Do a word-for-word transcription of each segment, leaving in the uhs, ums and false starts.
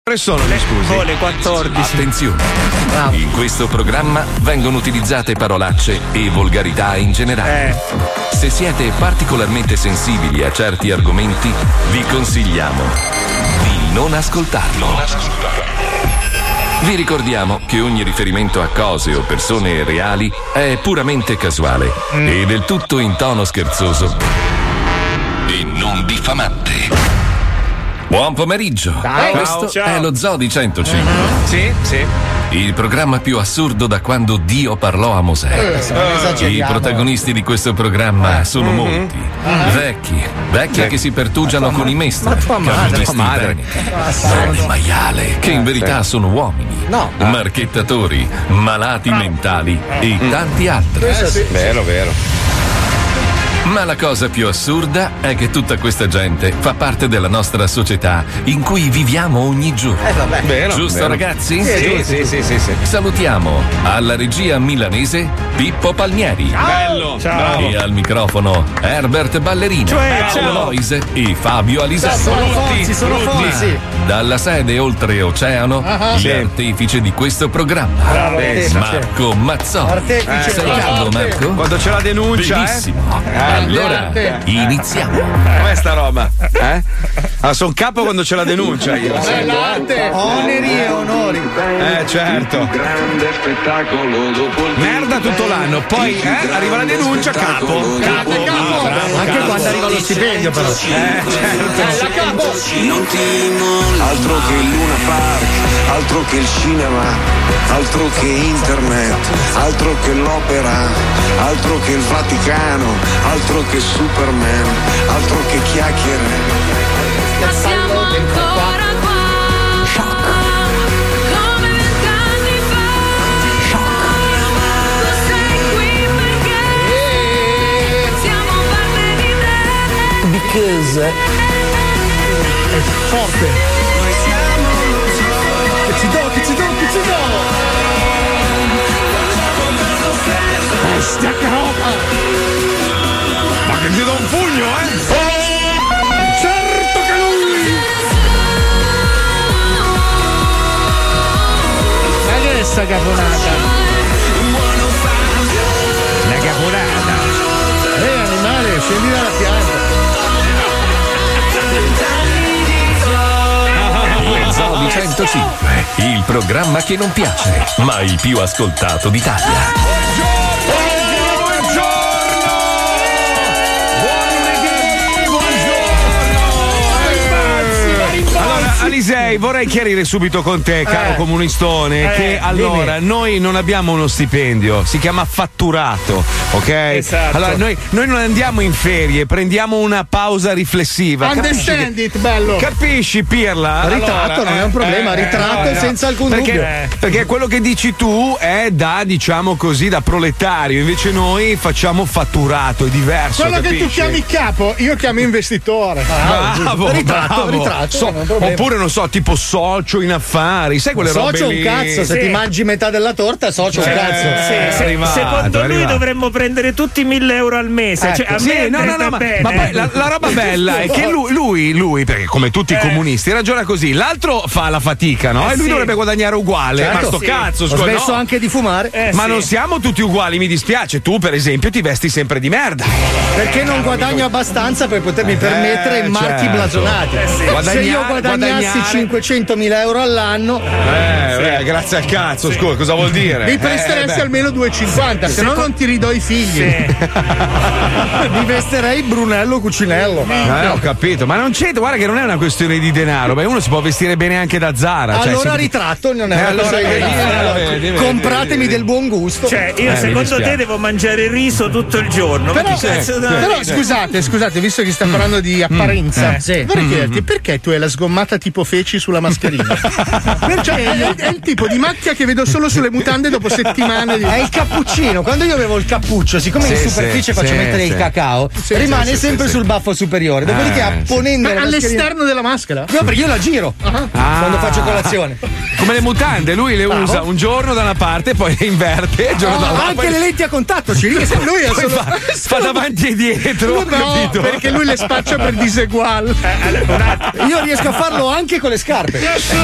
Sono le scuse le quattordici. Attenzione, Bravo. In questo programma vengono utilizzate parolacce e volgarità in generale. Eh. Se siete particolarmente sensibili a certi argomenti, vi consigliamo di non ascoltarlo. Non ascoltarlo. Vi ricordiamo che ogni riferimento a cose o persone reali è puramente casuale mm. e del tutto in tono scherzoso e non diffamante. Buon pomeriggio. Ciao. Questo Ciao. è lo Zoo di centocinque. Uh-huh. Sì, sì. Il programma più assurdo da quando Dio parlò a Mosè. Eh, I protagonisti di questo programma sono uh-huh. molti, uh-huh. vecchi, vecchie che si pertugiano con i mestri, ma tua madre, tua madre. Donne maiale, che in verità sono uomini, no. marchettatori, malati mentali e tanti altri. Vero, vero. Ma la cosa più assurda è che tutta questa gente fa parte della nostra società in cui viviamo ogni giorno. Eh vabbè. Vero, Giusto vero. ragazzi? Sì, sì, sì, sì, sì. Salutiamo alla regia milanese Pippo Palmieri. Bello. Ciao. E al microfono Herbert Ballerino, Cioè, Paolo ciao. Loise e Fabio Alisei. Sono Fonzi, sono Tutti. Fonzi. Dalla sede oltreoceano, Ah, sì. l'artefice di questo programma, Bravo. Marco Mazzoli. Artefice. Sei Eh, caldo, Marco? Quando c'è la denuncia, Benissimo. eh? Allora, eh. iniziamo. Com'è sta roba? Eh? Ah, son capo quando c'è la denuncia io. Oneri e onori. Eh, certo. Merda tutto l'anno, poi eh, arriva la denuncia, capo. Capo, capo. Ah, bravo, Anche capo. quando arriva lo stipendio, però. Eh, certo. Non ti molla. Altro che il Luna Park, altro che il cinema, altro che internet, altro che l'opera, altro che il Vaticano, altro che Superman, altro che chiacchiere. Ma siamo ancora qua, come vent'anni fa. Tu sei qui perché siamo parte di te. Because è forte. Che ci do, che ci do, che ci do. Bestia che roba. Ma che ti do un pugno, eh? Certo che lui. Ma che è sta caponata? La caponata. Eh, animale, scendi dalla pianta. Lo Zoo di centocinque, il programma che non piace, ma il più ascoltato d'Italia. Allora, Alisei, vorrei chiarire subito con te, caro Eh. comunistone, Eh, che allora noi non abbiamo uno stipendio, si chiama fatturato, ok? Esatto. Allora, noi, noi non andiamo in ferie, prendiamo una pausa riflessiva. Understand Capisci it, bello. che- Capisci, Pirla? Ritratto Allora, non è un problema, eh, ritratto eh, senza alcun perché, dubbio. Perché quello che dici tu è da, diciamo così, da proletario, invece noi facciamo fatturato, è diverso. Quello che tu capisci? chiami capo, io chiamo investitore. Bravo, Ritratto, bravo. ritratto, So- non è un problema. oppure non so, tipo socio in affari, sai quelle robe Socio un lì? cazzo, se Sì. ti mangi metà della torta, socio un Eh, cazzo. è Se- arrivato, secondo è lui arrivato. dovremmo prendere tutti mille euro al mese. Cioè, Ecco, a Sì, me no, no, andrebbe no, ma, bene. ma poi la, la roba bella è che lui, lui, lui, perché come tutti i Eh. comunisti, ragiona così. L'altro fa la fatica, no? Eh, e lui sì. dovrebbe guadagnare uguale. Certo. ma sto Sì. cazzo, Ho scusa, smesso no. anche di fumare. Eh, Ma sì. non siamo tutti uguali, mi dispiace. Tu, per esempio, ti vesti sempre di merda. Perché non guadagno abbastanza per potermi permettere marchi certo. blasonati. Eh, sì. Se io Guadagnare- guadagnassi guadagnare- cinquecentomila euro all'anno, Eh, eh, grazie al cazzo, scusa, cosa vuol dire? Mi Eh, presteresti beh. almeno due e cinquanta, se no non ti ridò i figli. Sì. mi vesterei Brunello Cucinello. Eh, ho capito, ma non c'è, guarda che non è una questione di denaro, beh, uno si può vestire bene anche da Zara. cioè, Allora si- ritratto, non è Eh, una allora cosa di vedi, denaro. eh, vedi, vedi, Compratemi vedi. del buon gusto. Cioè, io Eh, mi secondo dispiace. te devo mangiare riso tutto il giorno. Ma Però, che cazzo da- però scusate, scusate, visto che sta parlando di apparenza, Eh, sì. vorrei chiederti perché tu hai la sgommata tipo feci sulla mascherina? Cioè, è, è il tipo di macchia che vedo solo sulle mutande dopo settimane di. È il cappuccino, quando io avevo il cappuccio, siccome Sì, in superficie sì, faccio sì, mettere sì. il cacao, Sì, rimane sì, sì, sempre sì, sul baffo superiore. Dopodiché, Ah, apponendo Ma la mascherina. all'esterno della maschera? No, perché io la giro quando faccio colazione. Come le mutande, lui le usa un giorno da una parte, poi le inverte, il giorno Ah, dall'altra. anche poi- le lenti a contatto, ci riesce. Lui è poi solo. fa, fa davanti e dietro, No, capito? perché lui le spaccia per disegual. Io riesco a farlo anche anche con le scarpe.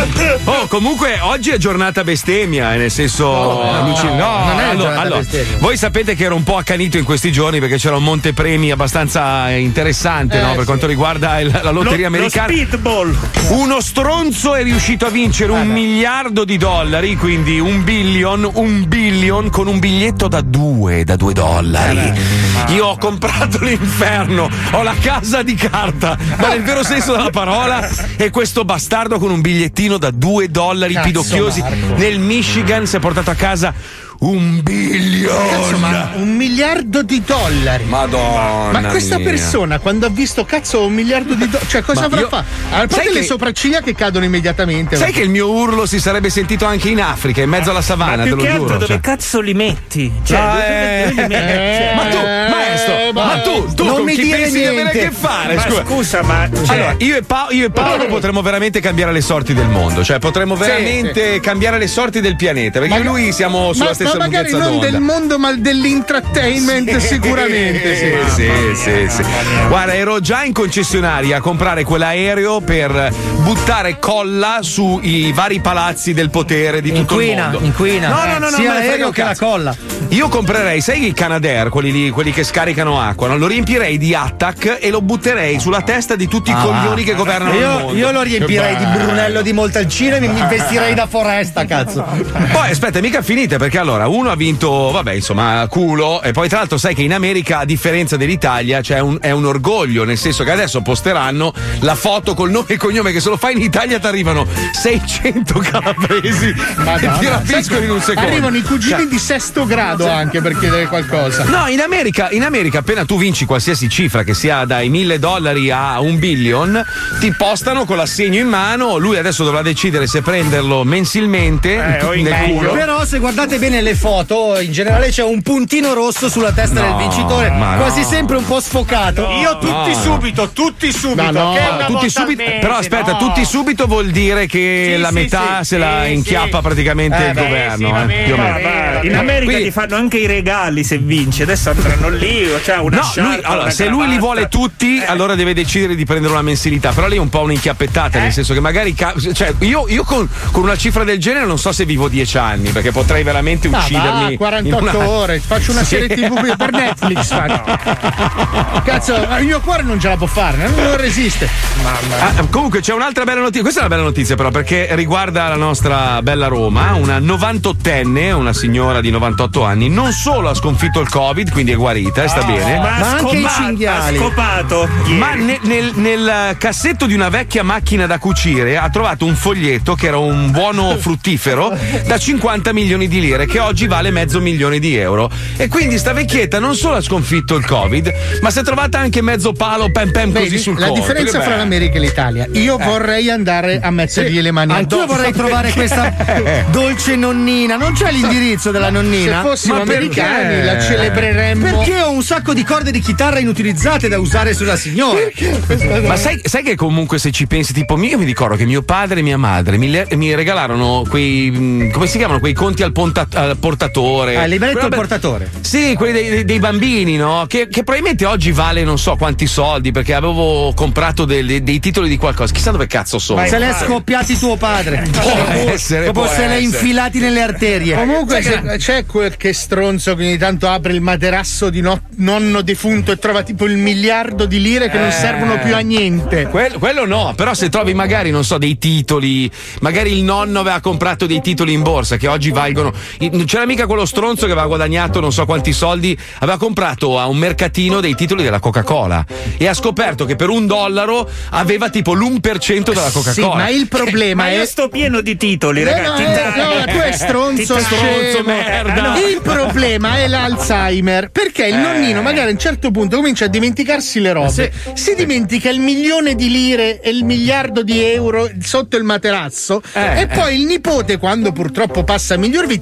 Oh, comunque oggi è giornata bestemmia, eh, nel senso. No, no, Luci- no, non è allora, giornata allora, bestemmia. voi sapete che ero un po' accanito in questi giorni perché c'era un montepremi abbastanza interessante, Eh, no? Per sì. quanto riguarda il- la lotteria Lo- lo americana. speedball. Uno stronzo è riuscito a vincere un miliardo di dollari, quindi un billion, un billion con un biglietto da due, da due dollari. Io ho comprato l'inferno, ho la casa di carta, ma nel vero senso della parola, e questo bastardo con un bigliettino da due dollari Cazzo, pidocchiosi Marco. nel Michigan si è portato a casa un billion. Cazzo, ma un miliardo di dollari. Madonna. Ma questa mia. persona quando ha visto cazzo un miliardo di dollari, cioè cosa Ma avrà io- fatto? A parte sai le che- sopracciglia che cadono immediatamente. Sai che il mio urlo si sarebbe sentito anche in Africa, in mezzo alla savana, Ma te più lo che giuro. altro dove cioè. cazzo li metti? Cioè, Ah, dove, eh, dove li metti? eh, ma tu, maestro, ma tu, tu non con mi chi dire pensi di avere a niente. che fare? Ma Scusa. scusa, ma cioè, Allora, io e, Pa- io e Paolo potremmo veramente cambiare le sorti del mondo, cioè potremmo veramente cambiare le sorti del pianeta, perché Ma- lui siamo sulla ma, stessa ma magari lunghezza non d'onda. del mondo, ma dell'entertainment, sicuramente. Sì. Sì, sì, sì. Guarda, ero già in concessionaria a comprare quell'aereo per buttare colla sui vari palazzi del potere di tutto Inquina, il mondo. inquina. No, no, no, no, Sia me ne frega l'aereo un che la cazzo. colla. Io comprerei, sai i Canadair, quelli lì, quelli che scaricano acqua, no? Lo riempirei di attack e lo butterei sulla testa di tutti i Ah, coglioni che governano il Io, mondo. io lo riempirei di Brunello di Montalcino e mi mi vestirei da foresta, cazzo. Poi aspetta, mica finite, perché allora uno ha vinto, vabbè, insomma, culo, e poi tra l'altro sai che in America, a differenza dell'Italia, c'è un, è un orgoglio, nel senso che adesso posteranno la foto col nome e cognome, che se lo fai in Italia ti arrivano seicento calabresi che ti rapiscono in un secondo. Arrivano i cugini Cioè, di sesto grado anche per chiedere qualcosa. No, in America, in America appena tu vinci qualsiasi cifra, che sia dai mille dollari a un billion, ti postano con l'assegno in mano. Lui adesso dovrà decidere se prenderlo mensilmente Eh, o in nel meglio. culo. Però se guardate bene le foto, in generale c'è un puntino rosso sulla testa No, del vincitore, ma no. quasi sempre un po' sfocato. io tutti no. subito, tutti subito. Ma no, che è una Tutti volta subito, al mese, però aspetta, no. tutti subito vuol dire che Sì, la sì, metà sì, se la sì, inchiappa sì. praticamente Eh, il beh, governo, Sì, va eh, bene, più o va meno. bene. In America Quindi- ti fanno anche i regali se vinci. Adesso andranno lì, cioè una No, sciarpa, lui, allora, una se lui li cravatta. vuole tutti, Eh. allora deve decidere di prendere una mensilità. Però lì è un po' un'inchiappettata, nel senso che magari. ca- Cioè, io, io con, con una cifra del genere non so se vivo dieci anni, perché potrei veramente Ma uccidermi. va, in quarantotto una- ore, faccio una Sì. serie tivù per Netflix. faccio. Cazzo, il mio cuore non ce la può fare, non, non resiste. Ah, comunque c'è un'altra bella notizia, questa è una bella notizia però, perché riguarda la nostra bella Roma. Una novantottenne, una signora di novantotto anni, non solo ha sconfitto il Covid, quindi è guarita e sta bene, Ma, Ma ha anche i scopato, cinghiali. Ha scopato. ma ieri. ne- nel, nel cassetto di una vecchia macchina da cucire ha trovato un foglietto che era un buono fruttifero da cinquanta milioni di lire, che oggi vale mezzo milione di euro. E quindi sta vecchietta non solo ha sconfitto il Covid, ma si è trovata anche mezzo palo pem pem così Vedi, sul la collo. differenza Che fra bello. l'America e l'Italia. Io vorrei andare a mettergli le mani Anch'io addosso. vorrei trovare questa dolce nonnina. Non c'è l'indirizzo della Se nonnina? fossimo Ma americani perché? la celebreremmo. Perché ho un sacco di corde di chitarra inutilizzate da usare sulla signora. Ma sai, sai che comunque se ci pensi, tipo io mi ricordo che mio padre e mia madre mi, le- mi regalarono quei, mh, come si chiamano, quei conti al, ponta- al portatore. Ah, il libretto Quella al be- portatore. Sì, quelli dei, dei- dei bambini, no? Che, che probabilmente oggi vale non so quanti soldi, perché avevo comprato dei, dei titoli di qualcosa. Chissà dove cazzo sono. Se l'è scoppiati tuo padre. Può essere, Dopo può se l'è essere. infilati nelle arterie. Comunque se- c'è quel che stronzo che ogni tanto apre il materasso di no- nonno defunto e trova tipo il miliardo di lire che non servono più a niente. Quel- quello no, però se trovi magari, non so, dei titoli, magari il nonno aveva comprato dei titoli in borsa che oggi valgono. Non c'era mica quello stronzo che aveva guadagnato non so quanti soldi, aveva comprato a un mercatino dei titoli della Coca-Cola e ha scoperto che per un dollaro aveva tipo l'uno per cento della Sì, Coca-Cola. ma il problema Ma è io sto pieno di titoli, Eh, ragazzi. no, eh, dai. no, tu è stronzo, Ti- stronzo, scemo. merda. Il problema è l'Alzheimer, perché il nonnino magari a un certo punto comincia a dimenticarsi le robe. Si dimentica il milione di lire e il miliardo di euro sotto il materasso Eh, e poi il nipote, quando purtroppo passa a miglior vita, lo trova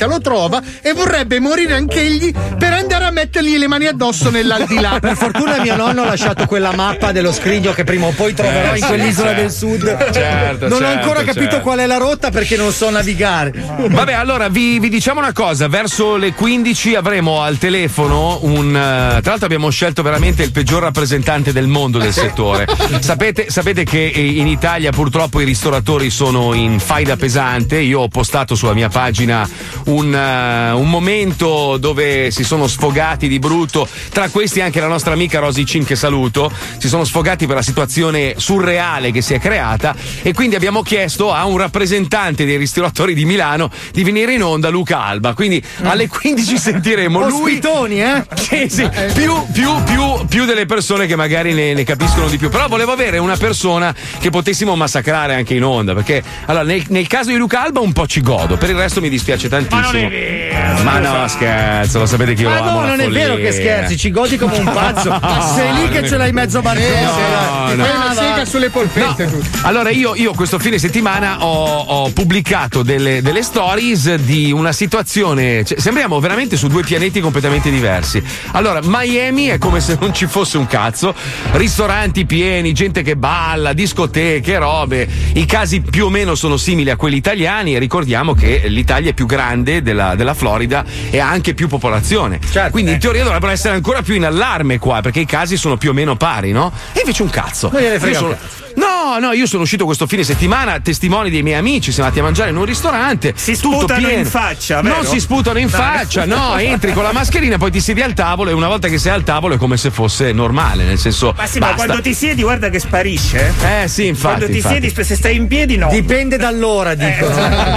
roba e vorrebbe morire anche egli per andare a mettergli le mani addosso nell'aldilà. Per fortuna mio nonno ha lasciato quella mappa dello scrigno che prima o poi troverò Eh, in sì, quell'isola certo. del sud. Certo, non ho certo, ancora capito certo. qual è la rotta perché non so navigare. Vabbè, allora vi, vi diciamo una cosa: verso le quindici avremo al telefono un. Uh, tra l'altro, abbiamo scelto veramente il peggior rappresentante del mondo del settore. Sapete, sapete che in Italia purtroppo i ristoratori sono in faida pesante. Io ho postato sulla mia pagina un, uh, un momento dove si sono sfogati di brutto. Tra questi anche la nostra amica Rosy Cin, che saluto. Si sono sfogati per la situazione surreale che si è creata. E quindi abbiamo chiesto a un rappresentante dei ristoratori di Milano di venire in onda, Luca Alba. Quindi alle quindici sentiremo lui. Ospitoni, eh? Sì, sì, più, più, più, più delle persone che magari ne, ne capiscono di più. Però volevo avere una persona che potessimo massacrare anche in onda. Perché allora, nel, nel caso di Luca Alba un po' ci godo, per il resto mi dispiace tantissimo. Ma non è vero. Ma no, scherzo, lo sapete che io Ma lo amo. no, la non è follia. vero che scherzi, ci godi come un pazzo. No, Sei lì che non è- ce l'hai mezzo barcone. No, Ti no. fai una sega sulle polpette tu. Allora io, io questo fine settimana ho, ho pubblicato delle, delle stories di una situazione, cioè, sembriamo veramente su due pianeti completamente diversi. Allora, Miami è come se non ci fosse un cazzo, ristoranti pieni, gente che balla, discoteche, robe, i casi più o meno sono simili a quelli italiani e ricordiamo che l'Italia è più grande della, della Florida e ha anche più popolazione. Certo, Quindi in eh. teoria dovrebbero essere ancora più in allarme qua, perché i casi sono più o meno pari, no? E invece un cazzo. Non gliene frega Io sono- un cazzo. No, no, io sono uscito questo fine settimana, testimoni dei miei amici, siamo andati a mangiare in un ristorante. Si tutto sputano pieno. in faccia, vero? Non si sputano in Dai. faccia, no, entri con la mascherina, poi ti siedi al tavolo e una volta che sei al tavolo è come se fosse normale, nel senso. Ma sì, ma basta. quando ti siedi, guarda che sparisce. Eh sì, infatti. Quando ti infatti. siedi, se stai in piedi, no. Dipende dall'ora, dico.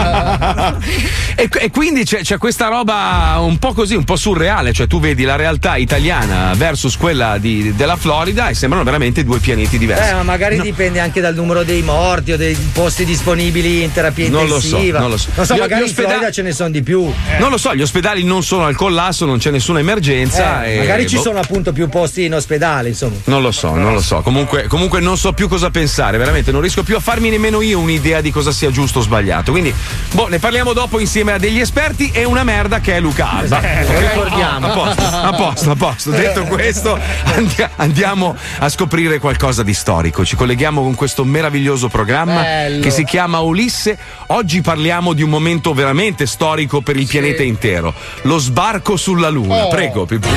E, e quindi c'è, c'è questa roba un po' così, un po' surreale, cioè tu vedi la realtà italiana versus quella di- della Florida e sembrano veramente due pianeti diversi. Eh, ma magari dipende anche dal numero dei morti o dei posti disponibili in terapia Non lo so, intensiva. non lo so. Non so, Gli- magari gli in ospedali- Florida ce ne sono di più. Non lo so, gli ospedali non sono al collasso, non c'è nessuna emergenza. Eh, e- magari ci boh. sono appunto più posti in ospedale, insomma. Non lo so, non lo so. Comunque, comunque non so più cosa pensare, veramente non riesco più a farmi nemmeno io un'idea di cosa sia giusto o sbagliato. Quindi, boh, ne parliamo dopo insieme a degli esperti e una merda che è Luca Alba. Eh, Ok? ricordiamo. A posto, a posto, a posto. Detto questo, andi- andiamo a scoprire qualcosa di storico. Ci colleghiamo con questo meraviglioso programma Bello. che si chiama Ulisse. Oggi parliamo di un momento veramente storico per il pianeta intero: lo sbarco sulla Luna. Oh. Prego, Pipuzzo.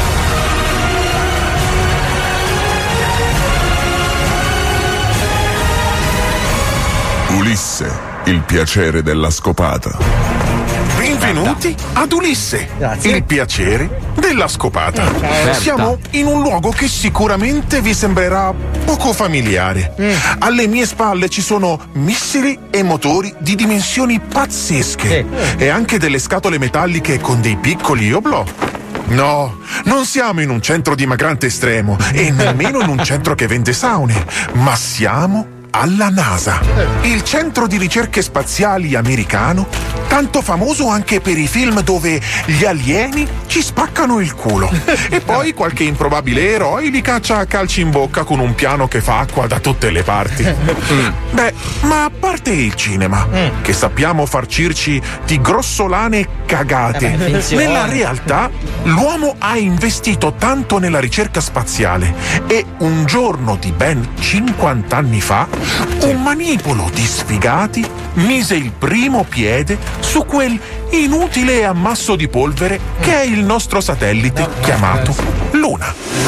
Ulisse, il piacere della scopata. Benvenuti ad Ulisse, Grazie. il piacere della scopata. Certo. Siamo in un luogo che sicuramente vi sembrerà poco familiare. Alle mie spalle ci sono missili e motori di dimensioni pazzesche e anche delle scatole metalliche con dei piccoli oblò. No, non siamo in un centro dimagrante estremo e nemmeno in un centro che vende saune, ma siamo alla NASA, il centro di ricerche spaziali americano, tanto famoso anche per i film dove gli alieni ci spaccano il culo e poi qualche improbabile eroe li caccia a calci in bocca con un piano che fa acqua da tutte le parti. Beh, ma a parte il cinema, che sappiamo farcirci di grossolane cagate, Eh beh, finzione. nella realtà l'uomo ha investito tanto nella ricerca spaziale e un giorno di ben cinquanta anni fa un manipolo di sfigati mise il primo piede su quel inutile ammasso di polvere che è il nostro satellite chiamato Luna.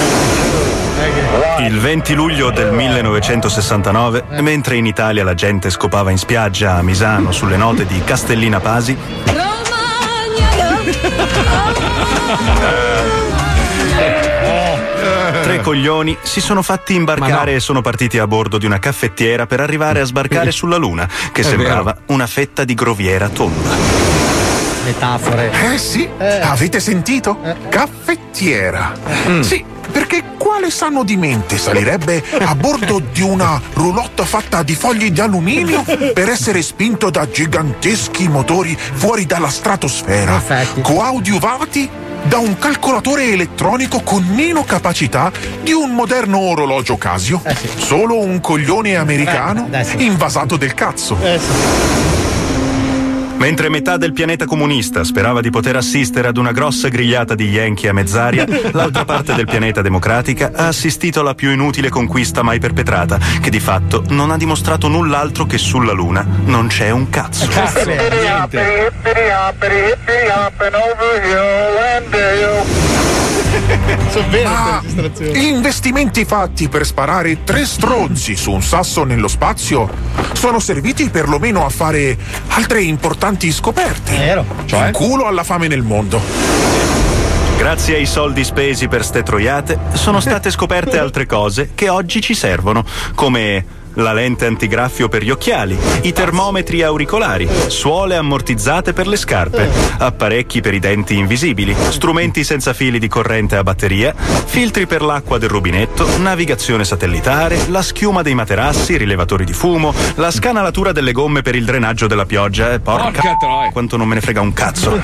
Il venti luglio del millenovecentosessantanove, mentre in Italia la gente scopava in spiaggia a Misano sulle note di Castellina Pasi, tre coglioni si sono fatti imbarcare e sono partiti a bordo di una caffettiera per arrivare a sbarcare sulla Luna, che È sembrava vero. una fetta di groviera tonda. Metafore. Eh sì, avete sentito? Caffettiera. Sì, perché quale sano di mente salirebbe a bordo di una roulotte fatta di fogli di alluminio per essere spinto da giganteschi motori fuori dalla stratosfera, Infatti. coadiuvati da un calcolatore elettronico con meno capacità di un moderno orologio Casio? Eh sì. Solo un coglione americano Eh, dai, sì. invasato del cazzo. Eh, sì. Mentre metà del pianeta comunista sperava di poter assistere ad una grossa grigliata di Yankee a mezz'aria, l'altra parte del pianeta democratica ha assistito alla più inutile conquista mai perpetrata, che di fatto non ha dimostrato null'altro che sulla Luna non c'è un cazzo. Cazzo, niente. Ma gli investimenti fatti per sparare tre stronzi su un sasso nello spazio sono serviti perlomeno a fare altre importanti scoperte. Vero. Cioè? Un culo alla fame nel mondo. Grazie ai soldi spesi per ste troiate sono state scoperte altre cose che oggi ci servono, come la lente antigraffio per gli occhiali, i termometri auricolari, suole ammortizzate per le scarpe, apparecchi per i denti invisibili, strumenti senza fili di corrente a batteria, filtri per l'acqua del rubinetto, navigazione satellitare, la schiuma dei materassi, rilevatori di fumo, la scanalatura delle gomme per il drenaggio della pioggia. Eh, porca, Porca troia. quanto non me ne frega un cazzo.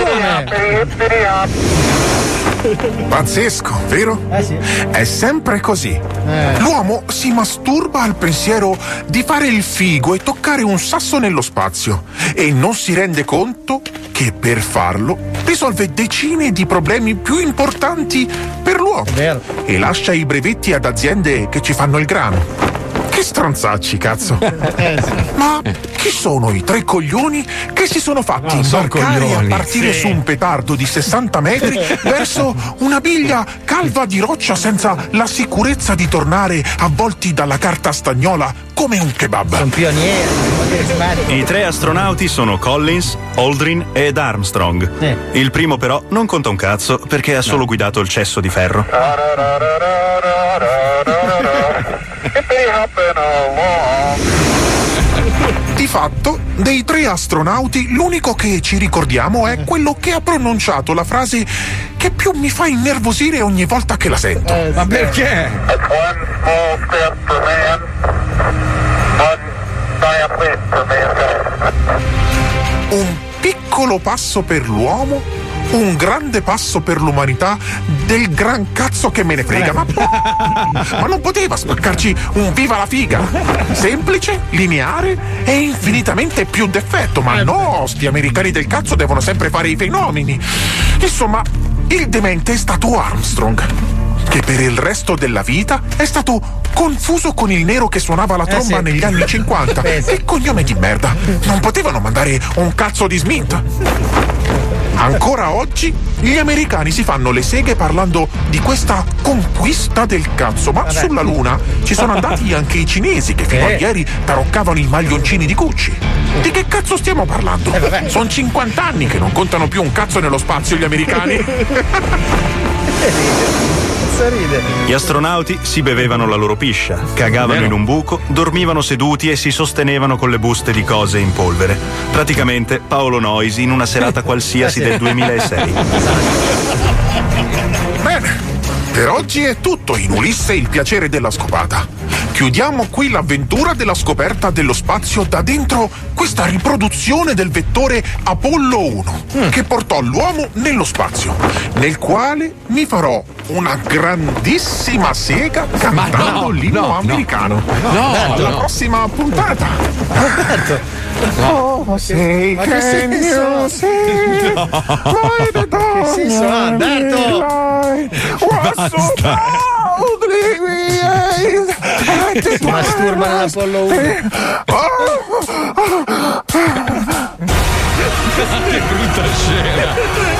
Pazzesco, vero? Eh sì. È sempre così. Eh. L'uomo si masturba al pensiero di fare il figo e toccare un sasso nello spazio e non si rende conto che per farlo risolve decine di problemi più importanti per l'uomo Vero. e lascia i brevetti ad aziende che ci fanno il grano. Che stronzacci, cazzo! Ma chi sono i tre coglioni che si sono fatti No, sono imbarcare coglioni, a partire sì. su un petardo di sessanta metri verso una biglia calva di roccia senza la sicurezza di tornare avvolti dalla carta stagnola come un kebab? Sono pionieri, sono carismatici. I tre astronauti sono Collins, Aldrin ed Armstrong. Sì. Il primo però non conta un cazzo perché ha solo guidato il cesso di ferro. Di fatto, dei tre astronauti, l'unico che ci ricordiamo è quello che ha pronunciato la frase che più mi fa innervosire ogni volta che la sento. Ma perché? Un piccolo passo per l'uomo, un grande passo per l'umanità, del gran cazzo che me ne frega. Ma, ma non poteva spaccarci un viva la figa? Semplice, lineare e infinitamente più d'effetto. Ma no, sti americani del cazzo devono sempre fare i fenomeni. Insomma, il demente è stato Armstrong, che per il resto della vita è stato confuso con il nero che suonava la tromba sì. negli anni cinquanta. Eh sì. Che cognome di merda! Non potevano mandare un cazzo di Smith. Ancora oggi gli americani si fanno le seghe parlando di questa conquista del cazzo, ma Vabbè. sulla Luna ci sono andati anche i cinesi che fino Eh. a ieri taroccavano i maglioncini di Gucci. Di che cazzo stiamo parlando? Eh, vabbè. Sono cinquanta anni che non contano più un cazzo nello spazio gli americani. Ride. Gli astronauti si bevevano la loro piscia, cagavano in un buco, dormivano seduti e si sostenevano con le buste di cose in polvere. Praticamente Paolo Noisi in una serata qualsiasi del duemilasei. Bene, per oggi è tutto in Ulisse il piacere della scopata. Chiudiamo qui l'avventura della scoperta dello spazio da dentro questa riproduzione del vettore Apollo uno Mm. che portò l'uomo nello spazio, nel quale mi farò una grandissima sega cantando no, l'inno no, americano. No, Alla no. prossima puntata. Oh, sei Ma che che senso? sei Che senso ha, Alberto? Si masturba nell'Apollo uno. Che brutta scena.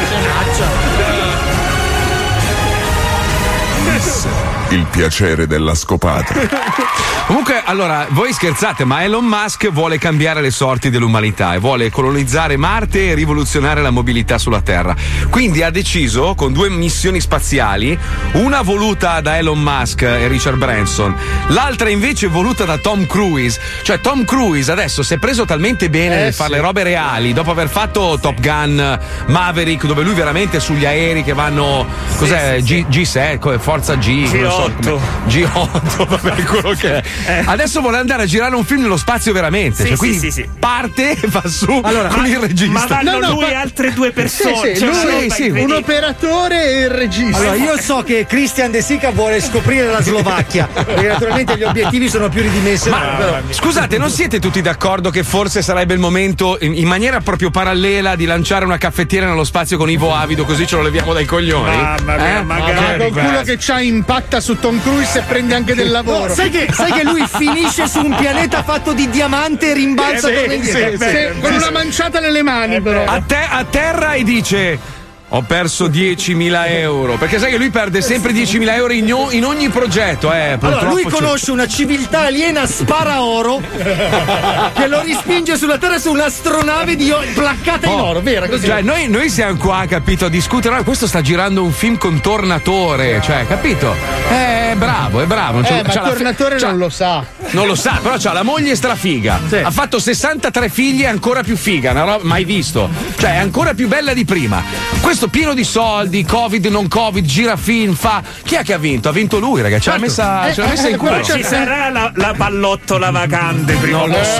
Il piacere della scopata. Comunque, allora, voi scherzate, ma Elon Musk vuole cambiare le sorti dell'umanità e vuole colonizzare Marte e rivoluzionare la mobilità sulla Terra. Quindi ha deciso, con due missioni spaziali, una voluta da Elon Musk e Richard Branson, l'altra invece voluta da Tom Cruise. Cioè, Tom Cruise adesso si è preso talmente bene Eh, nel fare sì. le robe reali, dopo aver fatto Top Gun, Maverick, dove lui veramente sugli aerei che vanno, cos'è, G, G sei, Forza G, non so come otto. G otto, vabbè, quello che è. Eh. Adesso vuole andare a girare un film nello spazio veramente. Sì, cioè, sì, quindi sì, sì. parte e va su Allora, con ma- il regista. Ma vanno No, no, lui ma- e altre due persone. Sì, sì, cioè, lui- una roba sì, un incredibile. operatore e il regista. Allora, io so che Christian De Sica vuole scoprire la Slovacchia, perché naturalmente gli obiettivi sono più ridimensionati. Ma però- scusate, non siete tutti d'accordo che forse sarebbe il momento, in, in maniera proprio parallela, di lanciare una caffettiera nello spazio con Ivo Avido, così ce lo leviamo dai coglioni? Mamma mia, Eh? magari. Ma con guarda. quello che c'ha impatta su Tom Cruise e prende anche del lavoro. No, sai, che, sai che lui finisce su un pianeta fatto di diamante e rimbalza Eh, torna sì, indietro. sì, Sì, con una manciata nelle mani, però. A, te- a terra e dice: ho perso diecimila euro. Perché sai che lui perde sempre diecimila euro in, o- in ogni progetto. Eh, Allora, purtroppo lui c'è- conosce una civiltà aliena sparaoro che lo rispinge sulla Terra su un'astronave di o- placcata in Oh, oro, vera così. Cioè, noi, noi siamo qua, capito, a discutere. Ah, questo sta girando un film con Tornatore. Cioè, capito? Eh, è bravo, è bravo. Eh, C'ha- ma c'ha il la fi- tornatore c'ha- non lo sa. Non lo sa, però c'ha la moglie strafiga. Sì. Ha fatto sessantatré figli e ancora più figa, una roba mai visto. Cioè, è ancora più bella di prima. Questo pieno di soldi, Covid, non Covid, gira film, fa. Chi è che ha vinto? Ha vinto lui, ragazzi. Ce l'ha messa, ce l'ha messa in culo. Ma ci sarà la, la pallottola vacante prima Non lo so,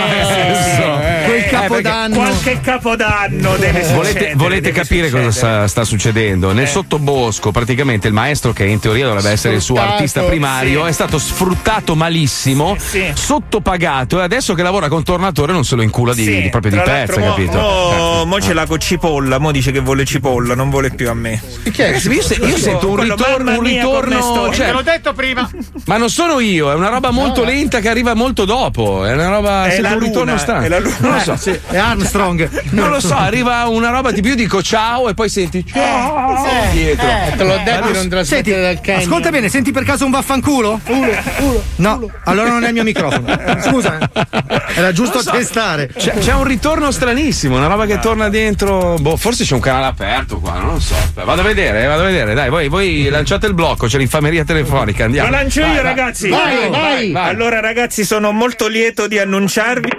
ma Quel Eh, capodanno. qualche capodanno deve succedere. Volete, volete deve capire cosa succedere. sta, sta succedendo? Nel sottobosco, praticamente il maestro, che in teoria dovrebbe essere il suo Sfruttato, artista primario, sì. è stato sfruttato malissimo, Sì, sì. sottopagato, e adesso che lavora con Tornatore non se lo incula di, Sì, di- proprio di tra pezza, l'altro mo- capito? Mo, mo ce l'ha con cipolla, mo dice che vuole cipolla, non vuole più a me. Chi è? Io, se- io sento un Quello, ritorno, mamma un mia, come ritorno sto- cioè, Te l'ho detto prima. ma non sono io, è una roba molto lenta che arriva molto dopo, è una roba, È sento la un ritorno luna, strano. è la luna. Non lo so. Sì, è Armstrong. Non lo so, arriva una roba di più, dico ciao e poi senti ciao Eh, dietro. Eh, te l'ho detto di non Senti, trasmettere dal Canyon. ascolta bene, senti per caso un vaffanculo? No, allora non è il mio microfono. Scusa, era giusto testare. C'è, c'è un ritorno stranissimo, una roba che torna dentro. Boh, forse c'è un canale aperto qua, non lo so. Vado a vedere, vado a vedere. Dai, voi, voi lanciate il blocco, c'è l'infameria telefonica. Andiamo. Lo lancio Vai, io, vai. ragazzi. Vai, vai. Allora, ragazzi, sono molto lieto di annunciarvi.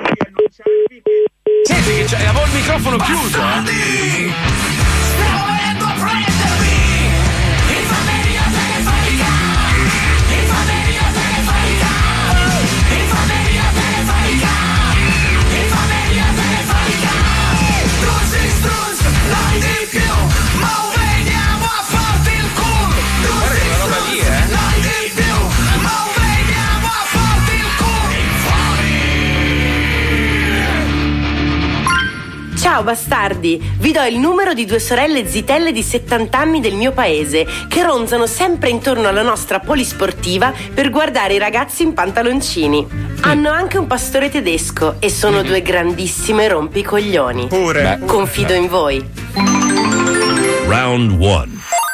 Senti che c'è, avevo il microfono chiuso. eh. Ciao bastardi, vi do il numero di due sorelle zitelle di settanta anni del mio paese che ronzano sempre intorno alla nostra polisportiva per guardare i ragazzi in pantaloncini. Hanno anche un pastore tedesco e sono due grandissime rompicoglioni. Pure. Confido in voi. Round one.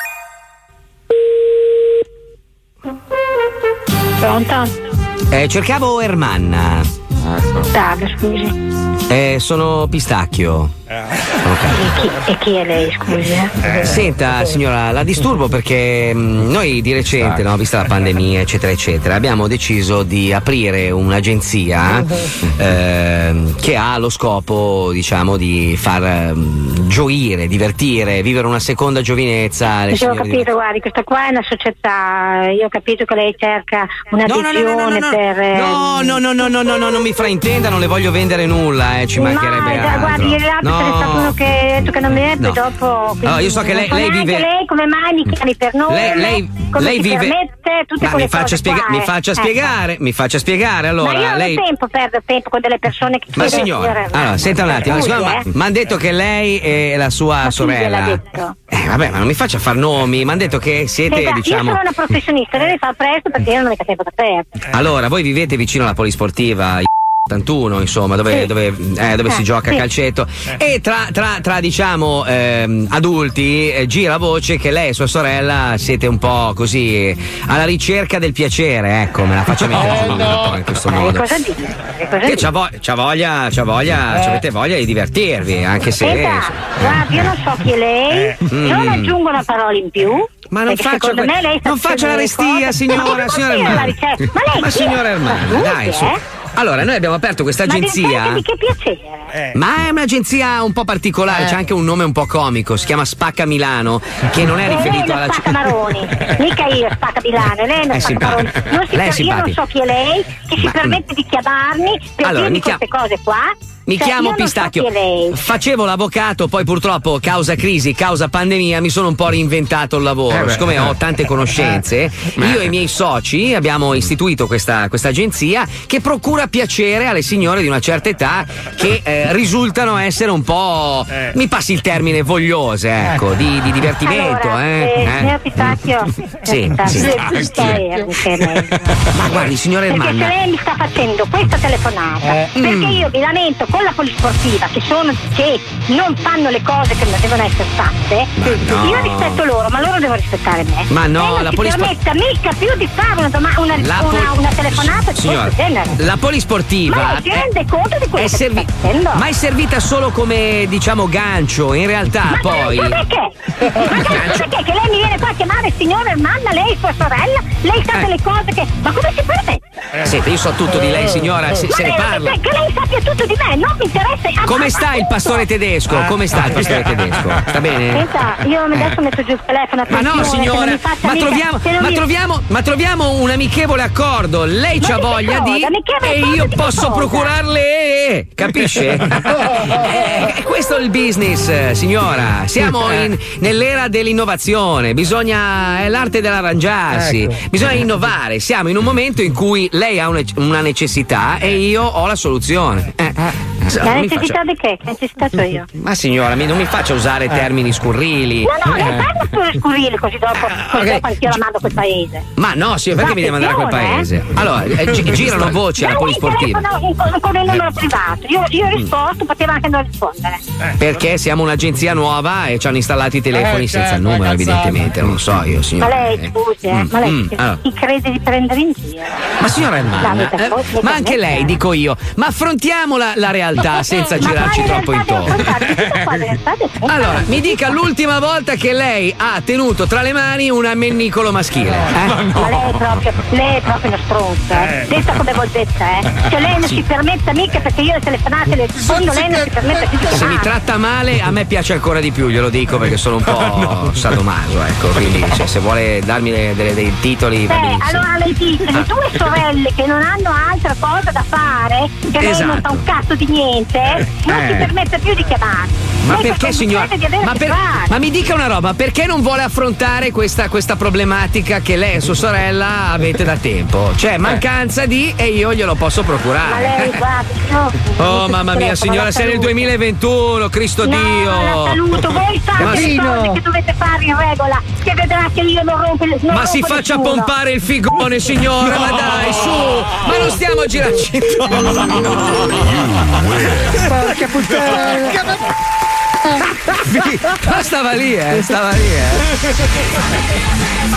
Pronto? Eh, cercavo Ermanna. Salve, scusi. Eh, sono Pistacchio. E chi, e chi è lei, scusi? eh? Senta, signora, la disturbo perché mh, noi di recente, no, vista la pandemia, eccetera, eccetera, abbiamo deciso di aprire un'agenzia ehm, che ha lo scopo, diciamo, di far ehm, gioire, divertire, vivere una seconda giovinezza. le Sì, ho signore di- capito, guardi, questa qua è una società, io ho capito che lei cerca un'adesione No, no, no, no, no, no. per... eh, No, no, no, no, no, no, no, non mi fraintenda, non le voglio vendere nulla, eh, ci mancherebbe no, altro. guardi, ieri l'altro No. c'è stato uno che ha detto che non mi è, No. poi dopo... Allora, io so che lei- non so lei neanche vive- lei come mai mi chiami per nome, Lei- lei- come lei si vive- permette, tutte Ma quelle mi faccia, cose spiega- qua, mi eh. faccia Ecco. spiegare, mi faccia spiegare allora. Ma io non lei... ho tempo, perdo tempo con delle persone che Ma chiedono signora, di dire- allora, senta un attimo, Scusi, signora, ma eh. mi hanno detto che lei e la sua Ma chi sorella. gliel'ha detto? Eh, vabbè, ma non mi faccia far nomi, mi hanno detto che siete, Senta, diciamo. io sono una professionista, lei le fa presto perché io non ho tempo da perdere. Allora, voi vivete vicino alla polisportiva ottantuno, insomma, dove, Sì. dove, eh, dove Eh, si gioca a sì. calcetto. E tra, tra, tra diciamo, ehm, adulti eh, gira voce che lei e sua sorella siete un po' così alla ricerca del piacere, ecco, me la faccia mettere giù in questo Ma che modo. cosa dici? Che cosa Che dici? c'ha, vo- c'ha voglia, c'ha voglia, Eh. avete voglia di divertirvi, anche se. Senta, guardi, io non so chi è lei, Mm. non aggiungo una parola in più. Ma non perché faccia, secondo me lei sta non faccia la dicendo delle restia, cose- signora, Ma signora come Ermanna. la ricerca? Ma lei Ma chi è? signora Ermanna, Ma dai, chi su. è? Allora, noi abbiamo aperto questa Ma agenzia. di che piacere. Ma è un'agenzia un po' particolare, Eh. c'è anche un nome un po' comico, si chiama Spacca Milano, che non è Eh, riferito lei alla lo Spacca Maroni, mica io Spacca Milano, lei È non Spacca Maroni. simpatico. Non si Lei è per- io non simpatico. so chi è lei, che si Ma- permette di chiamarmi per Allora, dirmi mi chiam- queste cose qua. Mi Cioè, chiamo io non so Pistacchio. chi è lei. Facevo l'avvocato, poi purtroppo, causa crisi, causa pandemia, mi sono un po' reinventato il lavoro. Eh beh. Siccome ho tante conoscenze, Eh. io e i miei soci abbiamo istituito questa, questa agenzia che procura piacere alle signore di una certa età che eh, risultano essere un po'. Mi passi il termine vogliose, ecco, di, di divertimento. Allora, eh, eh, eh. signor Pistacchio, Sì, Pistacchio, sì. Pistacchio, che è meglio. Ma guardi, signora Perché se Ermanna. lei mi sta facendo questa telefonata, Eh. perché Mm. io mi lamento con la polisportiva che sono che non fanno le cose che non devono essere fatte, Ma no. io rispetto loro, ma loro devono rispettare me. Ma no, lei non la si polispor- permetta mica più di fare una, doma- una, La una, pol- una telefonata di Signora, questo genere. la polisportiva Ma lei si è- rende conto di quello è che servi- sta facendo? ma è servita solo come, diciamo, gancio. In realtà Ma poi. gancio perché? Ma gancio perché? Che lei mi viene qua a chiamare signora Ermanna, lei sua sorella, lei sa Eh. delle cose che. Ma come si permette? Senta, io so tutto di lei, signora, se, Ma se ne lei- parla. Che lei sappia tutto di me, non mi interessa. Come sta il pastore tedesco? Come sta il pastore tedesco? Sta bene? Senta, io adesso metto giù il telefono. Ma no, attenzione, che non signora, mi faccia ma mica- troviamo, che non ma, mi- troviamo, ma troviamo un amichevole accordo. Lei Ma c'ha di che voglia cosa? di. Amichevole E accordo io di che posso cosa? procurarle. Capisce? Eh, questo è il business, eh, signora. Siamo in- nell'era dell'innovazione. Bisogna. È l'arte dell'arrangiarsi. Ecco. Bisogna innovare. Siamo in un momento in cui lei ha una, una necessità e io ho la soluzione. Eh, eh. La Non mi necessità di che? Che necessità c'ho io? Ma signora, mi- non mi faccia usare termini scurrili. No, no, lei Eh. parla pure scurrile così dopo, così ok. dopo anch'io la mando a quel paese. Ma no, signora, perché mi deve mandare a quel paese? Allora, eh, gi- girano voci alla Ma lei polisportiva. telefona con, con il numero privato. Io, io ho risposto, poteva anche non rispondere. Perché siamo un'agenzia nuova e ci hanno installato i telefoni Eh, senza certo, il numero, è cazzata. evidentemente. Non lo so io, Ma signora. lei scusi, eh, Mm, ma lei mm, si, allora. si crede di prendere in giro. Ma signora Ermanna, Dai, eh, mica- mica ma anche me, lei, eh. dico io, ma affrontiamo la, la realtà senza Ma girarci quale troppo realtà devo intorno. affrontare? Di cosa quale realtà devo affrontare? Allora, mi dica l'ultima volta che lei ha tenuto tra le mani un ammennicolo maschile. eh? Ma lei è proprio, lei è proprio uno stronzo, eh. Detta come voltezza, eh. Cioè lei non si permetta mica perché io le telefonate le rispondo, lei non si permette più di Se mi chiamare. tratta male, a me piace ancora di più, glielo dico perché sono un po' sadomaso, ecco. Quindi cioè, se vuole darmi le- delle- dei titoli, va Beh, benissimo. allora lei dice, le tue sorelle che non hanno altra cosa da fare, che lei non Esatto. fa un cazzo di niente, non Eh. si permette più di chiamare. Ma Lei perché, fa signora? convinzione di avere Ma, a che per- fare. ma mi dica una roba, perché non vuole affrontare questa, questa problematica che lei e sua sorella avete da tempo? Cioè, mancanza di e io glielo posso Ma procurare. lei, guarda, io... Oh mamma mia, signora, sei nel duemilaventuno, Cristo No, Dio! la saluto, voi fate Ma le sì, cose che dovete fare in regola, che vedrà che io non rompo il non Ma si rompo faccia nessuno. pompare il figone, signora, ma dai, su! Ma non stiamo a girarci intorno! Porca puttana! Ma stava lì, eh, stava lì, eh.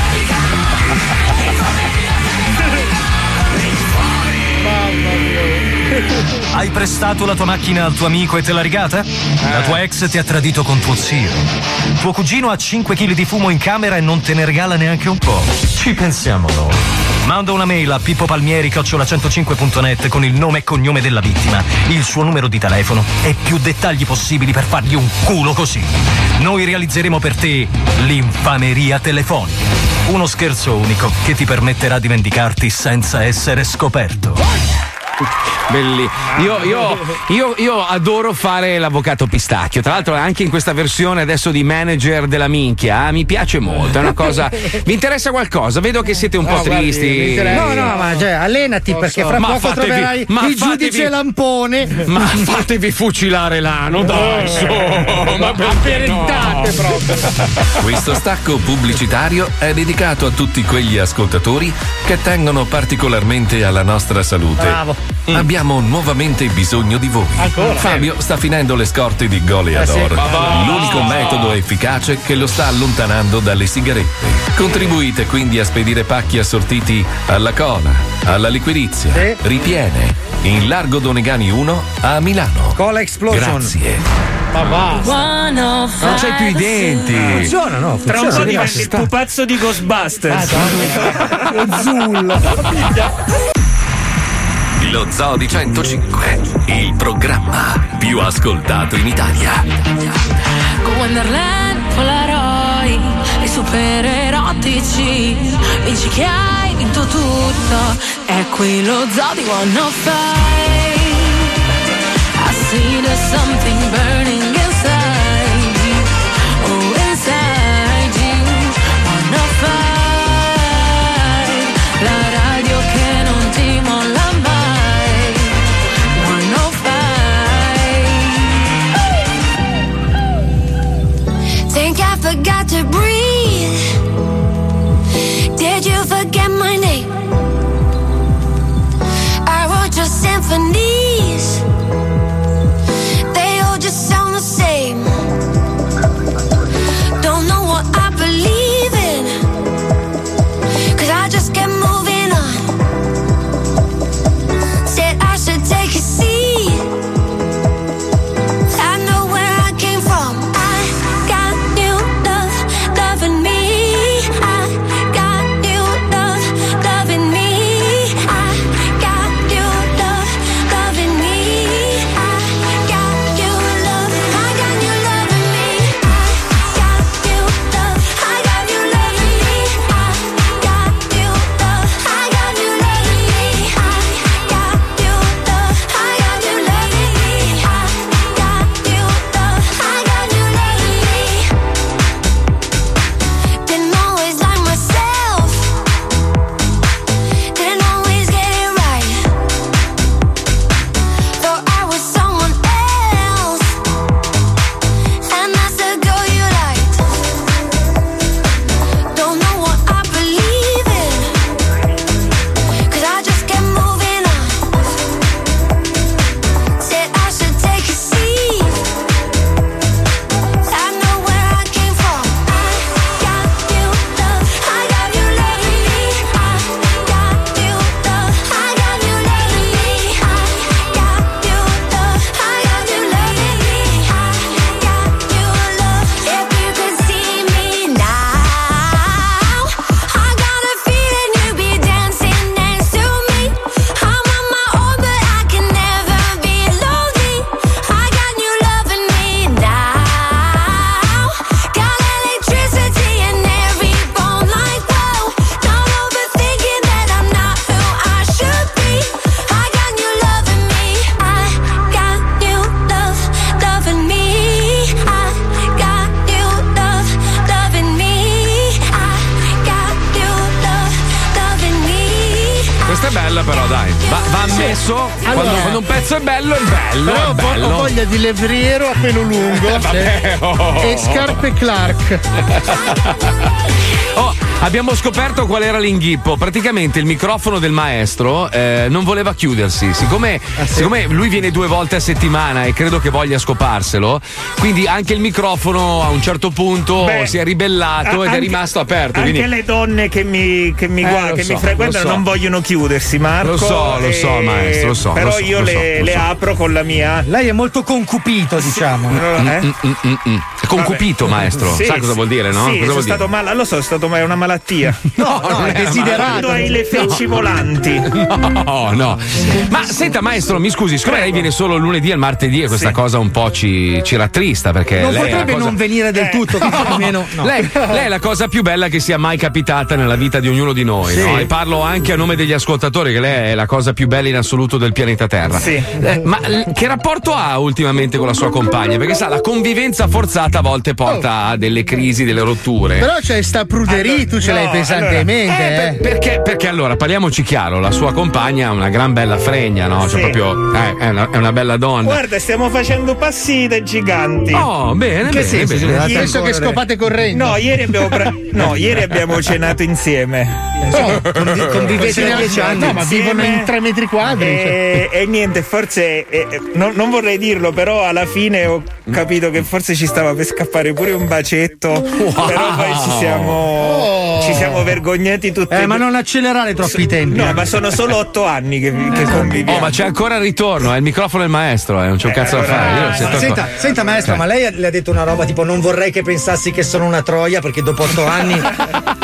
Hai prestato la tua macchina al tuo amico e te l'ha rigata? La tua ex ti ha tradito con tuo zio. Tuo cugino ha cinque chili di fumo in camera e non te ne regala neanche un po'. Ci pensiamo noi. Manda una mail a pippopalmieri chiocciola centocinque punto net con il nome e cognome della vittima, il suo numero di telefono e più dettagli possibili per fargli un culo così. Noi realizzeremo per te l'infameria telefonica. Uno scherzo unico che ti permetterà di vendicarti senza essere scoperto. Belli. Io, io, io, io adoro fare l'avvocato Pistacchio. Tra l'altro, anche in questa versione adesso di manager della minchia, eh, mi piace molto. È una cosa. Vi interessa qualcosa? Vedo che siete un po' No, guardi, mi tristi. interessa. No, no, ma cioè, allenati Lo perché so. fra Ma poco fatevi- troverai ma il fatevi- giudice lampone. Ma fatevi fucilare l'ano, dai, su. Ma perché no? Apperitate proprio. Questo stacco pubblicitario è dedicato a tutti quegli ascoltatori che tengono particolarmente alla nostra salute. Bravo. Abbiamo nuovamente bisogno di voi. Ancora? Fabio sta finendo le scorte di Goleador, Eh sì. Ma va. l'unico metodo efficace che lo sta allontanando dalle sigarette. Contribuite quindi a spedire pacchi assortiti alla cola, alla liquirizia, Sì. ripiene, in Largo Donegani uno a Milano. Cola Explosion. Grazie. Ma basta. Non c'hai più i denti. Funziona, no? Tra un Funziona. po' diventi il sta- pupazzo di Ghostbusters. Lo zullo. Lo Zoo di centocinque, il programma più ascoltato in Italia. Con Wonderland, Polaroid e super erotici. Dici che hai vinto tutto. È qui lo Zoo di centocinque. I see there's something burning inside you. Oh, inside you. centocinque. La radio che non ti molla mai. centocinque. Think I forgot to breathe. Did you forget my name? I wrote your symphonies. They all just sound the same. Don't know what I believe in, 'cause I just kept moving on. Said I should take a seat. I know where I came from. I got new love, loving me. I got new love, loving me. I got new love, loving me. I got new love, I got new love in me. I got new love, I got new love in me. I got new love, I got new love in me. I got new love, I got new love in me. I got new love, I got new love in me. Didn't always like myself, didn't always get it right. Thought I was someone else, and that's the girl you liked. Don't know what I believe in, 'cause I just kept moving on. Said I should take a seat. I know where I came from. I got new love, I got new love in me. I got new love, I got new love in me. I got new love, I got new love in me. I got new love. If you could see me now, I got a feeling you'd be dancing next to me. I'm on my own, but I can never be lonely. I got new love in me now. Got electricity in every bone, like whoa. Not overthinking that I'm not who I should be. I got new love in me. I got new love, love in me. I got new love, love in me. I got new love, love in me. Questa è bella però, dai. Va, va ammesso, quando, Allora- quando un pezzo è bello, è bello, Però è ho vo- bello. ho voglia di levriero a pelo lungo Eh, vabbè, oh. e scarpe Clark. Oh, abbiamo scoperto qual era l'inghippo. Praticamente il microfono del maestro eh, non voleva chiudersi. Siccome, siccome lui viene due volte a settimana e credo che voglia scoparselo, quindi anche il microfono a un certo punto Beh, si è ribellato a- ed è anche- rimasto aperto. Anche quindi- le donne che mi, che mi, Eh, guard- lo che so, mi frequentano lo so. non vogliono chiudersi, Marco. Lo so, lo so, e- maestro, lo so, Però lo so, io lo le, so, lo le so. apro con la mia. Lei è molto concupito, diciamo. Eh? Mm, mm, mm, mm. È concupito, Vabbè. maestro. Sì, Sa cosa sì. vuol dire, no? Sì, cosa sono vuol stato dire? mal- lo so, è stato ma è una malattia. No, no, è desiderato. Quando hai le feci volanti. No, no. Ma senta, maestro, mi scusi, siccome lei viene solo il lunedì e il martedì e questa cosa un po' ci, ci rattrista perché Non lei è la potrebbe cosa... non venire del tutto, così almeno. No. Lei, lei è la cosa più bella che sia mai capitata nella vita di ognuno di noi, Sì. no? E parlo anche a nome degli ascoltatori, che lei è la cosa più bella in assoluto del pianeta Terra. Sì. Eh, ma l- che rapporto ha ultimamente con la sua compagna? Perché sa, la convivenza forzata a volte porta a delle crisi, delle rotture. Però c'è sta pruderia, tu ce l'hai no, pesantemente. Eh, per- eh. perché, perché allora parliamoci chiaro, la sua compagna ha una gran bella fregna, no? Cioè Sì. proprio eh, è, una, è una bella donna. Guarda, stiamo facendo passi da giganti. Oh, bene, Che bene, senso? bene. Nel senso che scopate correndo? No, ieri abbiamo, pra- no, ieri abbiamo cenato insieme. Oh, convi- convivete da dieci anni. No, ma vivono in tre metri quadri. E, e niente, forse eh, eh, non, non vorrei dirlo, però alla fine ho capito che forse ci stava per scappare pure un bacetto. Però poi ci siamo, Oh. ci siamo vergognati tutti. Eh, e ma due. non accelerare troppo i tempi. No, ma sono solo otto anni che, che conviviamo. Oh, ma c'è ancora il ritorno, è il microfono del maestro, eh, non c'è un cazzo da fare. Io lo sento Senta, ancora. senta maestro, Cioè. ma lei le ha detto una roba tipo non vorrei che pensassi che sono una troia perché dopo otto anni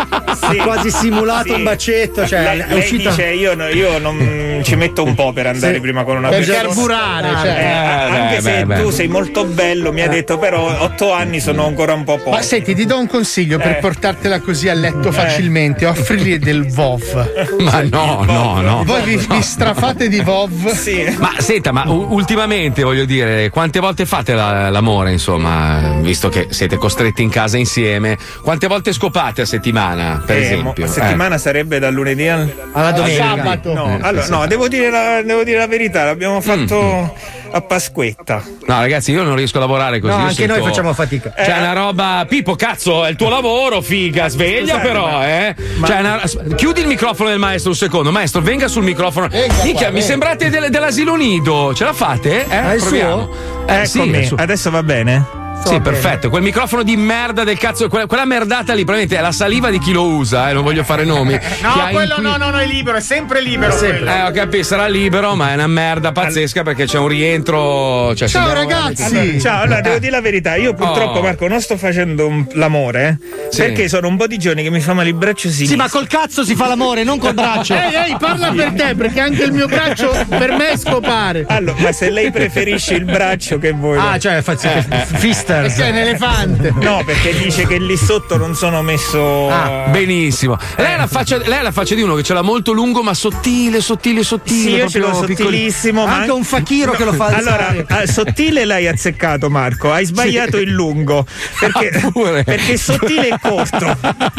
Ha quasi simulato Sì. un bacetto, cioè lei, è lei uscita. dice io, no- io non ci metto un po' per andare Sì. prima con una Per persona. carburare, Eh, cioè. eh, anche beh, se beh, tu beh. sei molto bello, mi ha detto però otto anni sono ancora un po' poco. Ma senti, ti do un consiglio per Eh. portartela così a letto facilmente. Offrigli del Vov. Ma no, no, no. Voi vi, vi strafate di Vov? Sì. Ma senta, ma u- ultimamente voglio dire, quante volte fate la- l'amore, insomma, visto che siete costretti in casa insieme, quante volte scopate a settimana, per Eh, esempio? mo- a settimana sarebbe dall'unedì al... Alla domenica. al sabato. No, Eh, allora, sì, no sì. devo, dire la, devo dire la verità, l'abbiamo fatto a Pasquetta. Eh. No, ragazzi, io non riesco a lavorare così. No, io anche sento- noi facciamo fatica. C'è una roba. Pippo, cazzo, è il tuo lavoro, figa, sveglia Scusate, però, ma- eh. ma- Cioè, una- chiudi il microfono del maestro un secondo. Maestro, venga sul microfono. Venga Minchia, qua, mi venga. sembrate del- dell'asilo nido. Ce la fate? Eh? Ah, è il Proviamo. Eh, sì, Eccomi, è su- adesso va bene? sì, perfetto. Quel microfono di merda del cazzo, quella, quella merdata lì, probabilmente è la saliva di chi lo usa, eh, non voglio fare nomi. No, Che ha quello inqui- no, no, no, è libero, è sempre libero. quello. Eh, ho capito, sarà libero, ma è una merda pazzesca perché c'è un rientro. Cioè, Ciao sembriamo ragazzi. veramente- Ciao, allora devo dire la verità, io purtroppo Oh. Marco non sto facendo un- l'amore Sì. perché sono un po' di giorni che mi fa male il braccio sinistro. Sì, ma col cazzo si fa l'amore, non col braccio. Ehi, ehi, parla per te, perché anche il mio braccio per me è scopare. Allora, ma se lei preferisce il braccio che vuoi. Ah, cioè, fa- fisters. Perché è un elefante. No, perché dice che lì sotto non sono messo. Ah, benissimo. Lei ha, la faccia, lei ha la faccia di uno che ce l'ha molto lungo, ma sottile, sottile, sottile. Sì, io ce l'ho proprio piccoli- sottilissimo. Ma Anche un fakiro che lo fa Allora, alzare. ah, sottile l'hai azzeccato, Marco. Hai sbagliato il lungo. Perché, Ah, pure. perché sottile è corto.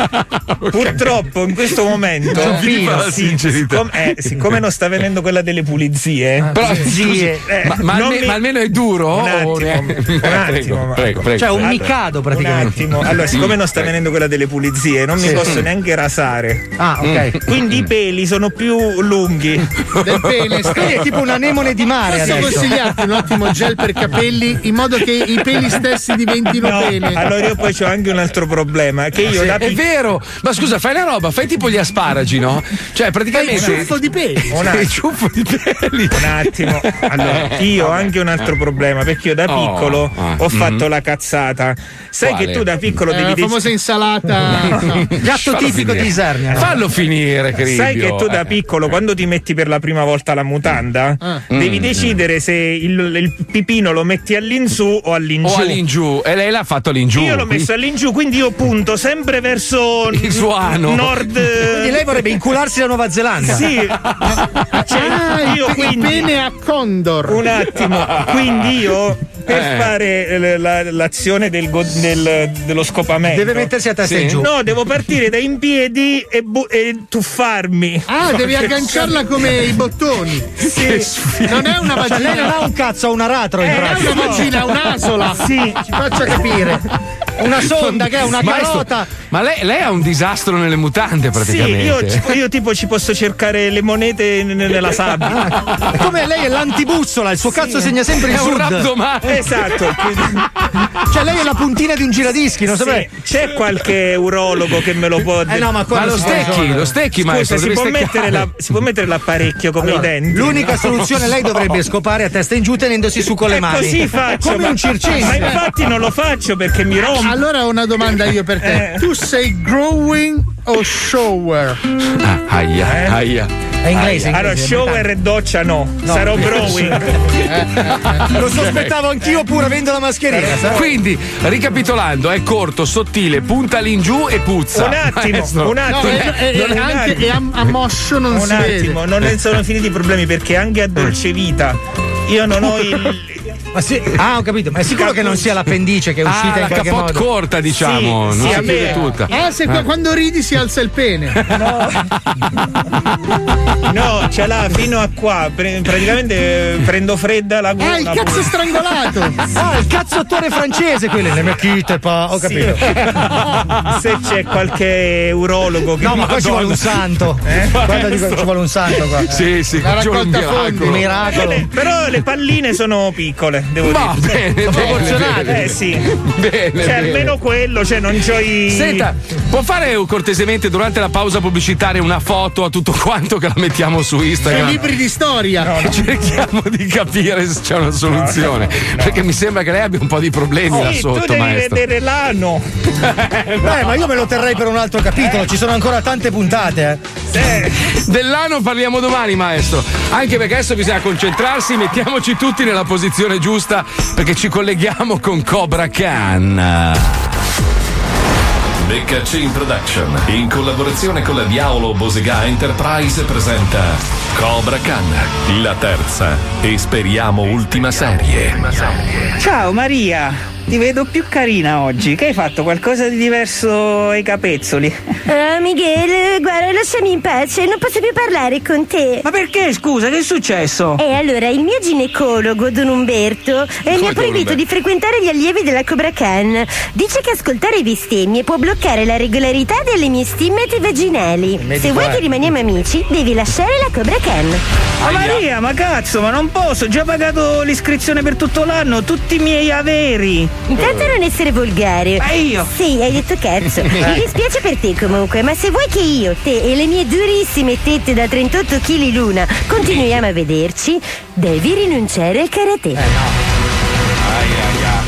Purtroppo in questo momento. Sono viva la sì, sincerità. siccome, eh, siccome non sta venendo quella delle pulizie. Però, scusi, eh, ma, ma non alme- mi- ma almeno è duro? Un attimo, o ne- un attimo, prego, Marco. prego, prego. Cioè, un Allora, micado Un praticamente. attimo. Allora, siccome non sta Prego. venendo quella delle pulizie, non mi posso neanche rasare. Ah, ok. Quindi i peli sono più lunghi. Del pene. Quindi è tipo un anemone di mare Posso adesso. consigliarti un ottimo gel per capelli in modo che i peli stessi diventino No, pene. allora io poi ho anche un altro problema che io da È pic- vero, ma scusa, fai una roba, fai tipo gli asparagi, no? Cioè, Fai praticamente. il ciuffo di peli. un Il attimo, ciuffo di peli. un attimo. Allora, io ho anche un altro problema perché io da Oh, piccolo ah, ho fatto mhm. la cazzata. Sai Quale? che tu da piccolo Eh, devi la dec- famosa insalata. No. Gatto Fallo tipico finire. di Isernia. Fallo finire, Cribio. Sai che tu da eh. piccolo, quando ti metti per la prima volta la mutanda, Ah. devi decidere se il, il pipino lo metti all'insù o all'ingiù. O all'ingiù, e lei l'ha fatto all'ingiù. Io l'ho messo all'ingiù, quindi io punto sempre verso Il suo ano. nord. Quindi lei vorrebbe incularsi la Nuova Zelanda. Sì, cioè, Ah, io il, il quindi pene a condor. un attimo, quindi io per Eh. fare eh, la- l'azione del go- del- dello scopamento Deve mettersi a testa Sì. in giù. no, devo partire da in piedi e, bu- e tuffarmi. Ah, devi agganciarla come i bottoni. Sì. Non è una Cioè, lei non vagina. ha un cazzo, ha un aratro in Non è braccio. una vagina, è un'asola. Sì. Ci faccia capire. Una sonda che è una Maestro, carota. ma lei, lei ha un disastro nelle mutande Sì, praticamente. io, ci- io tipo ci posso cercare le monete n- nella sabbia. Come lei è l'antibussola, il suo cazzo segna sempre il È un sud. rabdomante. Esatto. quindi- Cioè, lei è la puntina di un giradischi, non sì, saprei. c'è qualche urologo che me lo può Eh no, ma Ma quello lo si stecchi, funziona. lo stecchi, Scusa, maestro. si deve può, steccare. mettere la- si può mettere l'apparecchio come Allora, i denti? l'unica soluzione lei dovrebbe scopare a testa in giù tenendosi su con le E mani. così faccio. Come ma- un circense. Ma infatti non lo faccio perché mi rompo. Allora ho una domanda io per te. Eh. Tu sei growing o shower? Ah, aia, aia. È inglese. Allora, inglese, shower e doccia no, sarò growing. Lo sospettavo anch'io pur avendo la mascherina. sai? Quindi, ricapitolando, è corto, sottile, punta all'ingiù e puzza. Un attimo, Maestro. un No, attimo. e, e- Non e è- anche e a, a moscio non un si vede. attimo, non ne sono finiti i problemi perché anche a dolce vita io non ho il. Ma sì, ah, ho capito, ma è sicuro che non sia l'appendice che è uscita Ah, in la qualche capote modo. corta, diciamo. Sì, non sì, si a me- chiude tutta. Ah, se qua- quando ridi si alza il pene. No, ce l'ha fino a qua. Pre- praticamente eh, prendo fredda la gola. Ah, il cazzo strangolato. Ah, il cazzo attore francese, quelle le mechite, pa. Ho capito. Se c'è qualche urologo che No, mi- ma qua ci vuole un santo. Eh? Guarda, dico, ci vuole un santo qua. Sì, sì, La ci vuole un raccolta fondi. miracolo. Miracolo. Le- però le palline sono piccole. devo Va dire. bene, proporzionate. bene, Eh sì. Bene, cioè, bene. almeno quello, cioè non c'ho i. Senta, può fare cortesemente durante la pausa pubblicitaria una foto a tutto quanto che la mettiamo su Sei Instagram? libri di storia. No, no. Cerchiamo di capire se c'è una soluzione. No, no. Perché mi sembra che lei abbia un po' di problemi Oh, là sì, sotto, tu devi maestro. vedere l'anno. Beh, ma io me lo terrei per un altro capitolo, ci sono ancora tante puntate. Eh. Dell'anno parliamo domani, maestro. Anche perché adesso bisogna concentrarsi, mettiamoci tutti nella posizione giusta perché ci colleghiamo con Cobra Khan. Becca Chain Production, in collaborazione con la Diavolo Bosega Enterprise, presenta Cobra Khan, la terza e speriamo ultima serie. Ciao Maria, ti vedo più carina oggi. Che hai fatto? Qualcosa di diverso ai capezzoli? Ah, Miguel, guarda, lasciami in pace, non posso più parlare con te. Ma perché, scusa, che è successo? E allora, il mio ginecologo, Don Umberto, eh, mi ha proibito di frequentare gli allievi della Cobra Khan. Dice che ascoltare bestemmie può bloccare la regolarità delle mie stimmati vaginali. Se vuoi che rimaniamo amici, devi lasciare la Cobra Khan. Ma Maria, ma cazzo, ma non posso, ho già pagato l'iscrizione per tutto l'anno, tutti i miei averi. Intanto non essere volgare. Ma io? Sì, hai detto cazzo. Mi dispiace per te comunque, ma se vuoi che io, te e le mie durissime tette da trentotto chili l'una continuiamo a vederci, devi rinunciare al karate. Eh no. Ai, ai, ai.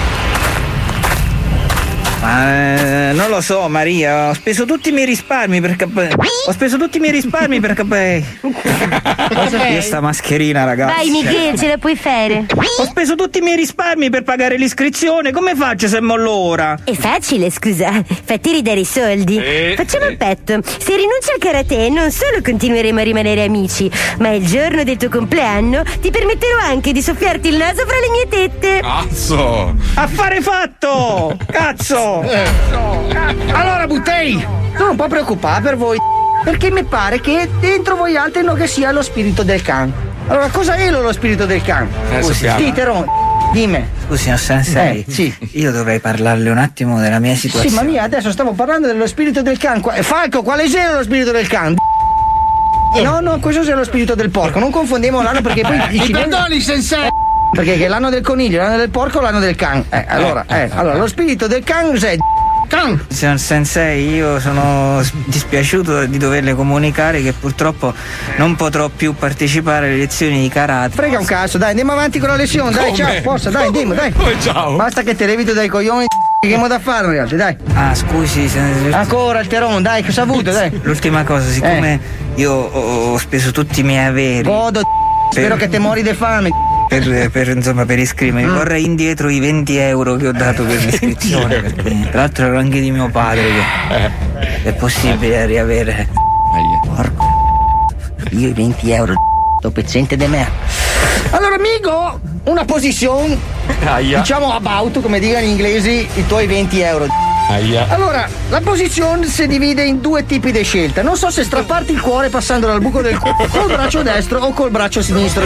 Ma eh, non lo so Maria, ho speso tutti i miei risparmi per cap- Ho speso tutti i miei risparmi per capire. Io sta mascherina, ragazzi. Vai Miguel, ce la puoi fare. Ho speso tutti i miei risparmi per pagare l'iscrizione, come faccio se mollo ora? È facile, scusa, fatti ridare i soldi. Eh. Facciamo un patto. Se rinunci al karate non solo continueremo a rimanere amici, ma il giorno del tuo compleanno ti permetterò anche di soffiarti il naso fra le mie tette. Cazzo! Affare fatto! Cazzo! Eh. Allora, Buttei, tu non puoi preoccupare per voi, perché mi pare che dentro voi altri non che sia lo spirito del Khan. Allora, cosa è lo spirito del Khan? Eh, Scusi, sappiamo. Titeron, dimmi. Scusi, signor Sensei, Eh, sì. io dovrei parlarle un attimo della mia situazione. Sì, ma mia, adesso stavo parlando dello spirito del Khan. Qua- Falco, quale è lo spirito del Khan? No, no, questo è lo spirito del porco. Non confondiamo l'anno perché poi i Mi cinesi... perdoni, Sensei. Perché che l'anno del coniglio, l'anno del porco, l'anno del Khan. Eh, allora, eh, allora, lo spirito del Khan è Khan. Signor Sensei, io sono dispiaciuto di doverle comunicare che purtroppo non potrò più partecipare alle lezioni di karate. Frega un cazzo, dai, andiamo avanti con la lezione, dai, Come? ciao, forza, dai, andiamo, dai. Come ciao? Basta che te levito dai coglioni, che abbiamo da fare in realtà, dai. Ah, scusi, sen- Ancora il Teron, dai, cosa ha avuto, dai. l'ultima cosa, siccome io ho, ho speso tutti i miei averi. Godo, spero che te mori di fame. Per, per, insomma, per iscrivermi, Mm. vorrei indietro i venti euro che ho dato per l'iscrizione. Perché, tra l'altro ero anche di mio padre. Che è possibile riavere. Porco. Io i venti euro, sto pezzente di me. Allora, amico, una posizione, Aia. diciamo about, come dicono gli inglesi, i tuoi venti euro. Aia. Allora, la posizione si divide in due tipi di scelta. Non so se strapparti il cuore passandolo al buco del culo col braccio destro o col braccio sinistro.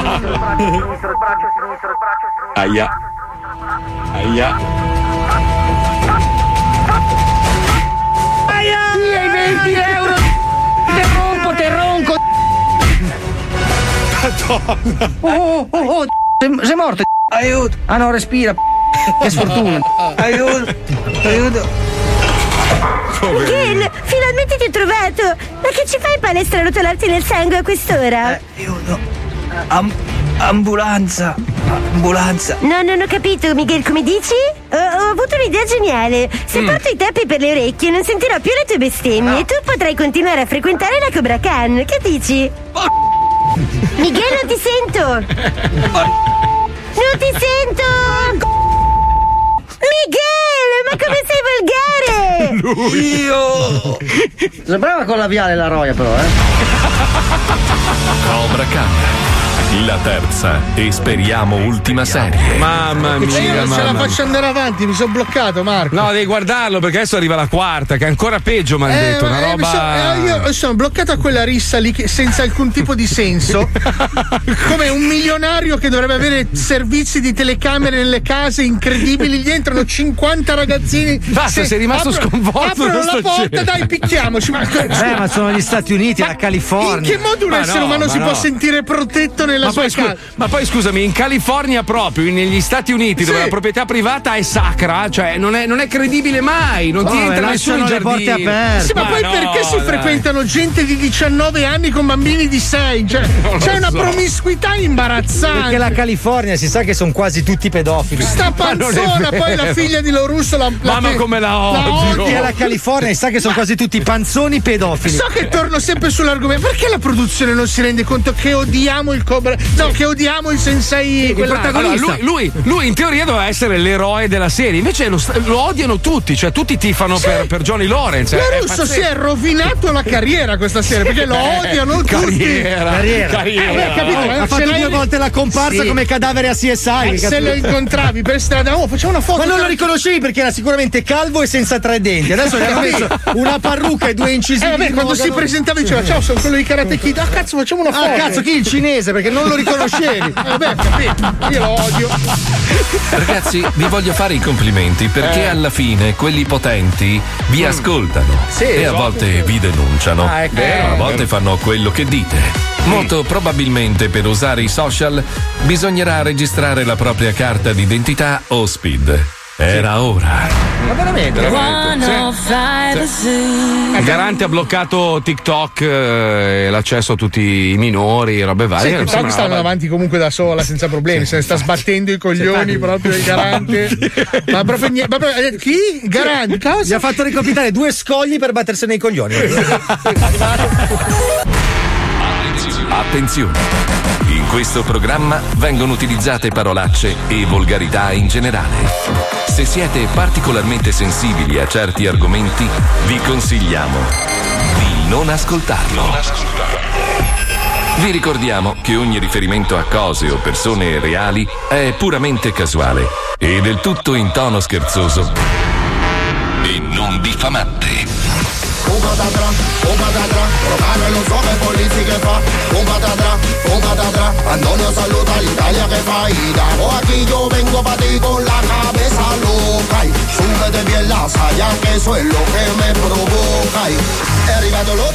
Aia. Aia. Aia! Via i venti euro! Te rompo, te ronco! Madonna! Oh, oh, oh, oh, sei, sei morto! Aiuto! Ah no, respira! Che sfortuna! Aiuto! Aiuto! Miguel, finalmente ti ho trovato! Ma che ci fai in palestra a rotolarti nel sangue a quest'ora? Aiuto! Am- ambulanza! Ambulanza! No, non ho capito, Miguel, come dici? Ho, ho avuto un'idea geniale. Se porto i tappi per le orecchie non sentirò più le tue bestemmie e tu potrai continuare a frequentare la Cobra Khan. Che dici? Miguel, non ti sento! Non ti sento! Miguel, ma come sei volgare? Lui. Io! Sembrava con la viale la roia però, eh! Cobra Khan, la terza e speriamo ultima serie. Mamma E io mia, non ce la mamma faccio andare avanti, mi sono bloccato, Marco. No, devi guardarlo perché adesso arriva la quarta, che è ancora peggio, mi hanno Eh, detto. Una eh, mi roba. so- eh, io sono bloccato a quella rissa lì che, senza alcun tipo di senso, come un milionario che dovrebbe avere servizi di telecamere nelle case incredibili. Gli entrano cinquanta ragazzini. Basta, sei rimasto sconvolto Aprono da la sto porta, scena. dai, picchiamoci. Ma, Eh, ma sono gli Stati Uniti, la California. in che modo un Ma essere no, umano ma si no. può sentire protetto nella ma, poi, scu- ma poi scusami, in California proprio, negli Stati Uniti, Sì. dove la proprietà privata è sacra, cioè non è, non è credibile mai, non Oh, ti e entra nessuno in lasciano le giardino. porte aperte. Sì, ma, Ma poi no, perché si dai. frequentano gente di diciannove anni con bambini di sei? Cioè, Non lo c'è una so. promiscuità imbarazzante. Perché la California si sa che sono quasi tutti pedofili. Sta panzona, poi la figlia di Lorusso la, la Mamma come la odio. Perché la California si sa che sono quasi tutti panzoni pedofili. So che torno sempre sull'argomento. Perché la produzione non si rende conto che odiamo il Cobra? No, che odiamo il Sensei. quell'altro? Allora, lui, lui, lui in teoria doveva essere l'eroe della serie, invece lo, lo odiano tutti, cioè tutti tifano Sì. per, per Johnny Lawrence. è- è Lorusso si pazzesco. è rovinato la carriera questa serie perché lo odiano tutti. Carriera, Carriera. carriera. Eh, beh, capito, eh, ha fatto ce l'hai- due volte la comparsa Sì. come cadavere a C S I. Eh, se lo incontravi per strada, oh, facciamo una foto. Ma non lo riconoscevi perché era sicuramente calvo e senza tre denti. Adesso gli hanno messo una parrucca e due incisivi. Eh, vabbè, di quando si mogano. presentava diceva ciao, sono quello di Karate Kid. Ah, cazzo, facciamo una foto. Ah, cazzo, chi il cinese? Perché non lo riconoscevi. Eh, vabbè, capito. Io lo odio. Ragazzi, vi voglio fare i complimenti perché Eh. alla fine quelli potenti vi ascoltano Sì, e a esatto. volte vi denunciano. Ah, è vero, a è volte vero. fanno quello che dite. Molto probabilmente per usare i social bisognerà registrare la propria carta d'identità o S P I D. Era ora. Ma veramente? Il Garante ha bloccato TikTok eh, e l'accesso a tutti i minori, robe Sì, varie. TikTok Insomma, sta andando avanti comunque da sola, senza problemi. Se ne sta sbattendo i coglioni proprio il Garante. Ma proprio niente. Ma proprio, ha detto, chi? Garante? Gli Cosa? ha fatto ricompitare due scogli per battersene i coglioni. Attenzione! In questo programma vengono utilizzate parolacce e volgarità in generale. Se siete particolarmente sensibili a certi argomenti, vi consigliamo di non ascoltarlo. Vi ricordiamo che ogni riferimento a cose o persone reali è puramente casuale e del tutto in tono scherzoso e non diffamante. Un patatra, un patatra, Rocano non so che polizi che fa. Un patatra, un patatra, Antonio saluta l'Italia que fa. Y Dago aquí yo vengo pa' ti con la cabeza loca. Y súbete bien la saya que eso es lo que me provoca. Y è arrivato lo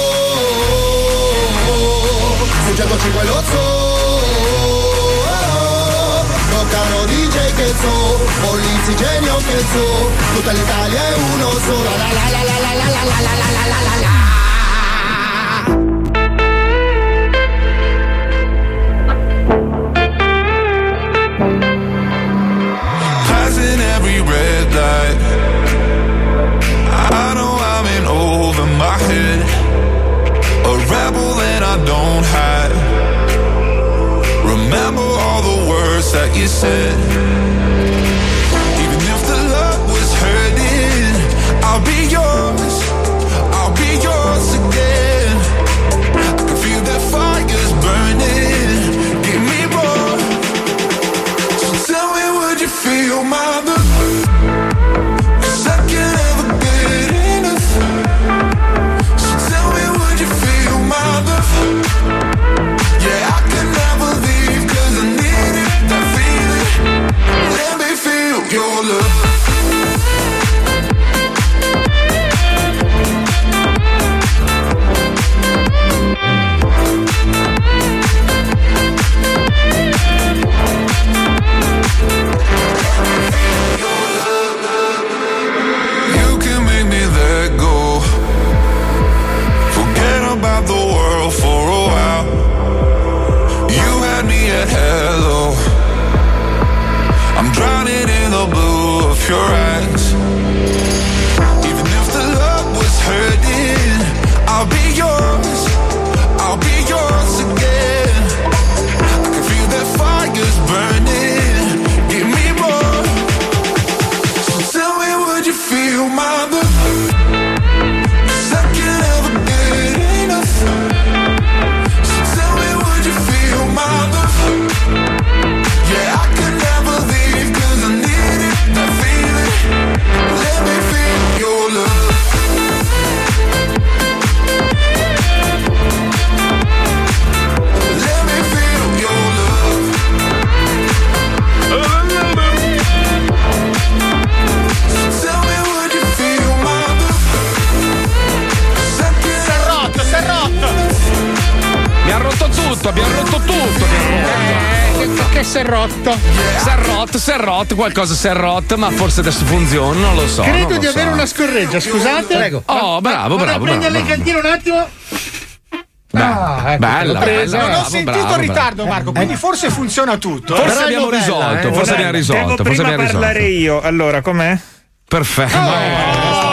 zoo, su centocinque lo zoo. Rocano D J che so, Polizzi genio che so, tutta l'Italia è uno solo. La la la la la la la la la la la la la. Passing every red light, I know I'm in over my head, a rebel and I don't hide. Remember all the words that you said. Even if the love was hurting, I'll be yours, I'll be yours again. I can feel the fires burning, give me more. So tell me, would you feel my love? 'Cause I can't ever get enough. So tell me, would you feel my love? Yeah, I can never leave 'cause I need it, that feeling. Let me feel your love. You can make me let go. Forget about the world for a while. You had me at hello. I'm drowning in the blue of your eyes. Even if the love was hurting, I'll be yours, I'll be yours again. I can feel that fire's burning, give me more. So tell me, would you feel my love? 'Cause I can't ever get enough. So tell me, would you feel my love? Yeah, I can never leave 'cause I need it, that feeling. Let me feel your love. Let me feel your love. So tell me, would you feel my love? 'Cause I can't Si è rotto, si è rotto. Mi ha rotto tutto, abbiamo rotto tutto. Abbiamo che si è rotto. Si è rotto, si è rotto, qualcosa si è rotto, ma forse adesso funziona, non lo so. Credo non lo di so. avere una scorreggia, scusate. Prego. Oh, bravo, Vado bravo, a prendere bravo, le cantine un attimo. Ah, ecco, bella, l'ho presa. bella, Non ho bravo, sentito bravo, il ritardo, Marco, quindi forse funziona tutto. Forse Però è abbiamo novella, risolto, eh. forse abbiamo risolto. Devo forse prima abbiamo parlare risolto. io. Allora, com'è? Perfetto.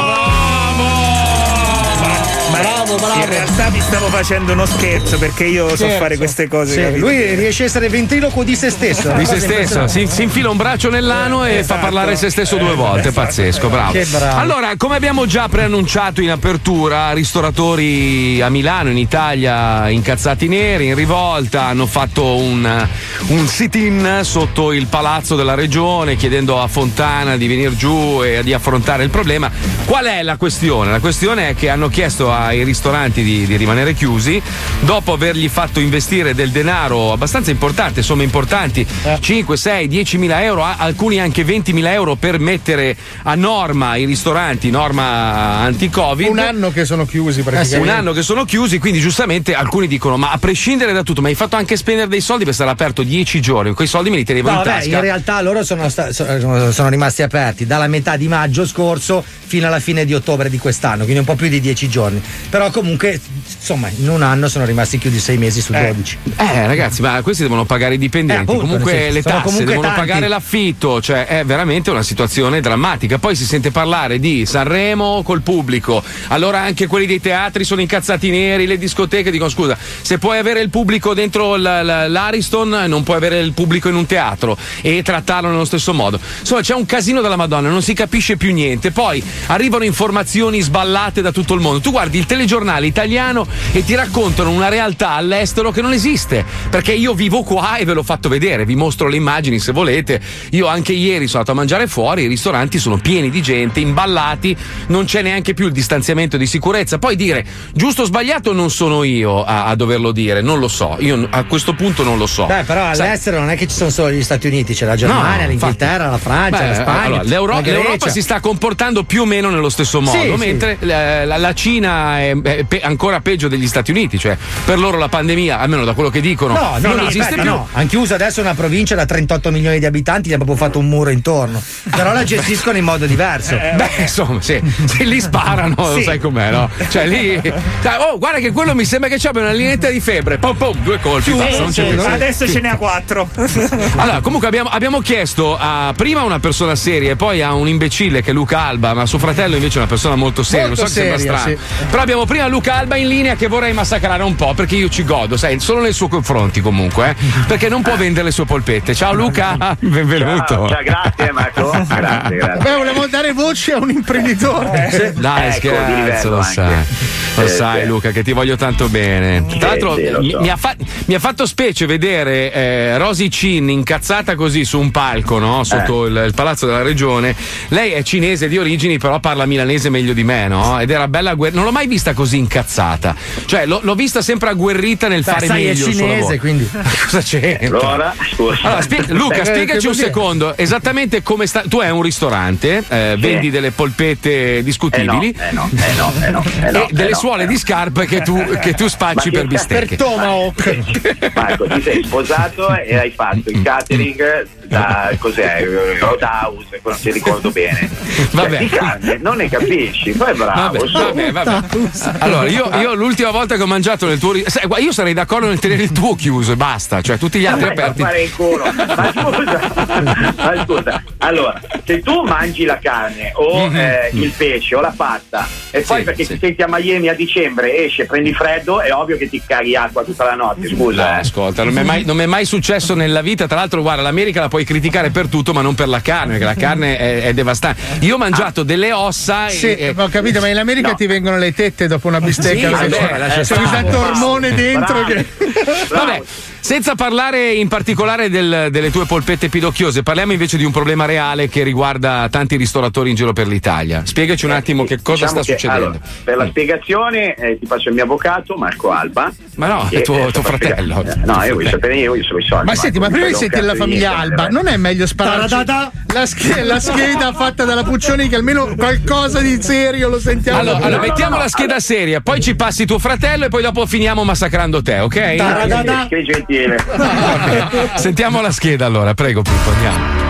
Bravo, bravo. In realtà mi stavo facendo uno scherzo perché io so Scherzo. fare queste cose. Sì, capito? lui riesce a essere ventriloquo di se stesso. Di se stesso, si, si infila un braccio nell'ano e fa parlare se stesso due volte. Pazzesco, bravo. Che bravo. Allora, come abbiamo già preannunciato in apertura, ristoratori a Milano, in Italia, incazzati neri, in rivolta, hanno fatto un, un sit-in sotto il palazzo della regione chiedendo a Fontana di venire giù e di affrontare il problema. Qual è la questione? La questione è che hanno chiesto ai ristoranti di, di rimanere chiusi dopo avergli fatto investire del denaro abbastanza importante, somme importanti, cinque, sei, dieci mila euro, alcuni anche venti mila euro per mettere a norma i ristoranti, norma anti-Covid. Un anno che sono chiusi praticamente. Un anno che sono chiusi, quindi giustamente alcuni dicono: ma a prescindere da tutto, ma hai fatto anche spendere dei soldi per stare aperto dieci giorni, quei soldi me li tenevo No, in beh, tasca. in realtà loro sono, sta- sono, sono rimasti aperti dalla metà di maggio scorso fino alla fine di ottobre di quest'anno, quindi un po' più di dieci giorni. Però comunque, insomma, in un anno sono rimasti chiusi sei mesi su dodici. Eh ragazzi, ma questi devono pagare i dipendenti, Eh, appunto, comunque nel senso, le sono tasse, comunque devono tanti. pagare l'affitto, cioè è veramente una situazione drammatica. Poi si sente parlare di Sanremo col pubblico, allora anche quelli dei teatri sono incazzati neri, le discoteche dicono: scusa, se puoi avere il pubblico dentro l- l- l'Ariston non puoi avere il pubblico in un teatro e trattarlo nello stesso modo. Insomma, c'è un casino della Madonna, non si capisce più niente. Poi arrivano informazioni sballate da tutto il mondo. Tu guardi il telegiornale italiano e ti raccontano una realtà all'estero che non esiste, perché io vivo qua e ve l'ho fatto vedere, vi mostro le immagini se volete. Io anche ieri sono andato a mangiare fuori, i ristoranti sono pieni di gente, imballati, non c'è neanche più il distanziamento di sicurezza. Poi dire giusto o sbagliato non sono io a, a doverlo dire, non lo so, io a questo punto non lo so. Beh, però Sai- all'estero non è che ci sono solo gli Stati Uniti, c'è la Germania, No, l'Inghilterra, infatti. la Francia, Beh, la Spagna. allora, l'Euro- la Grecia. l'Europa si sta comportando più o meno nello stesso modo, Sì, mentre la, la- la Cina è, è pe- ancora peggio degli Stati Uniti, cioè per loro la pandemia, almeno da quello che dicono, No, no, non no, esiste aspetta, più. no. Hanno chiuso adesso una provincia da trentotto milioni di abitanti, gli hanno proprio fatto un muro intorno. Però la gestiscono in modo diverso. Beh, insomma, sì, se lì sparano, lo Sì. sai com'è, no? Cioè lì. Sai, oh, guarda che quello mi sembra che abbia una lineetta di febbre. Pom pom, due colpi. Sì, basta, non sì, c'è più. adesso Sì. ce n'è a quattro. Allora, comunque abbiamo, abbiamo chiesto a prima una persona seria e poi a un imbecille che è Luca Alba, ma suo fratello invece è una persona molto seria. Molto lo so che sembra seria, strano. sì. Però abbiamo prima Luca Alba in linea che vorrei massacrare un po' perché io ci godo, sai, solo nei suoi confronti comunque, eh, perché non può vendere le sue polpette. Ciao Luca, benvenuto. Ciao, ciao, grazie Marco. Grazie, grazie. Beh, volevamo dare voce a un imprenditore. Dai, Ecco, di scherzo, livello lo anche. sai. Lo Eh, sai, sì. Luca, che ti voglio tanto bene. Sì, Tra l'altro, sì, lo mi, so. mi ha fa- mi ha fatto specie vedere eh, Rosy Chin incazzata così su un palco, no? Sotto Eh. il, il palazzo della regione. Lei è cinese di origini, però parla milanese meglio di me, no? Ed era bella agguer- non l'ho mai vista così incazzata. Cioè, l'ho, l'ho vista sempre agguerrita nel Beh, fare sai, è meglio il suo cinese, lavoro. quindi. Cosa c'entra? Allora, scusa. Allora, spie- Luca, Eh, spiegaci che un vuol dire? secondo esattamente come sta. Tu hai un ristorante, eh, Sì. vendi delle polpette Eh no, discutibili eh no, eh no, eh no, eh no, e delle eh no, suole eh no. di scarpe che tu, che tu spacci Ma per che bistecche. Per Tomahawk. Marco, ti sei sposato e hai fatto il catering da cos'è? Roadhouse, non ti ricordo bene. Vabbè. Cioè, di carne non ne capisci, poi bravo. Vabbè, su. vabbè, vabbè. Allora, io, io l'ultima volta che ho mangiato nel tuo ristorante, io sarei d'accordo nel tenere il tuo chiuso e basta, cioè tutti gli altri Vabbè, aperti. fare in culo. Ma scusa, ma scusa, allora, se tu mangi la carne o Mhm. eh, il pesce o la pasta e poi Sì, perché sì. ti senti a Miami a dicembre esce, prendi freddo, è ovvio che ti caghi acqua tutta la notte, No, scusa. eh. ascolta, non mi, è mai, non mi è mai successo nella vita. Tra l'altro, guarda, l'America la puoi criticare per tutto, ma non per la carne, perché la carne è, è devastante. Io ho mangiato delle ossa Sì, e. e- ho capito, ma in America No. ti vengono le tette dopo una bistecca. Sì, perché vabbè, c'è- lascia c'è stare. tanto ormone Bravo, dentro bravo. che. Vabbè, senza parlare in particolare del- delle tue polpette pidocchiose, parliamo invece di un problema reale che riguarda tanti ristoratori in giro per l'Italia. Spiegaci un attimo che cosa Diciamo sta che, succedendo. allora, per la spiegazione eh, ti faccio il mio avvocato Marco Alba. Ma no, che, è tuo- eh, tuo sta fratello. spiegando. No, io voglio sapere, io voglio solo i soldi. Ma senti, ma Marco, prima di mi sentire frega la un cazzo famiglia di Alba, niente, non è meglio spararci Taradada. la, sch- la scheda fatta dalla Puccioni che almeno qualcosa di serio lo sentiamo? Allora, da- allora, no, mettiamo no, la scheda allora. seria, poi ci passi tuo fratello e poi dopo finiamo massacrando te, ok? Taradada. Che, che gentile, Daniele. Sentiamo la scheda allora, prego Pippo, andiamo.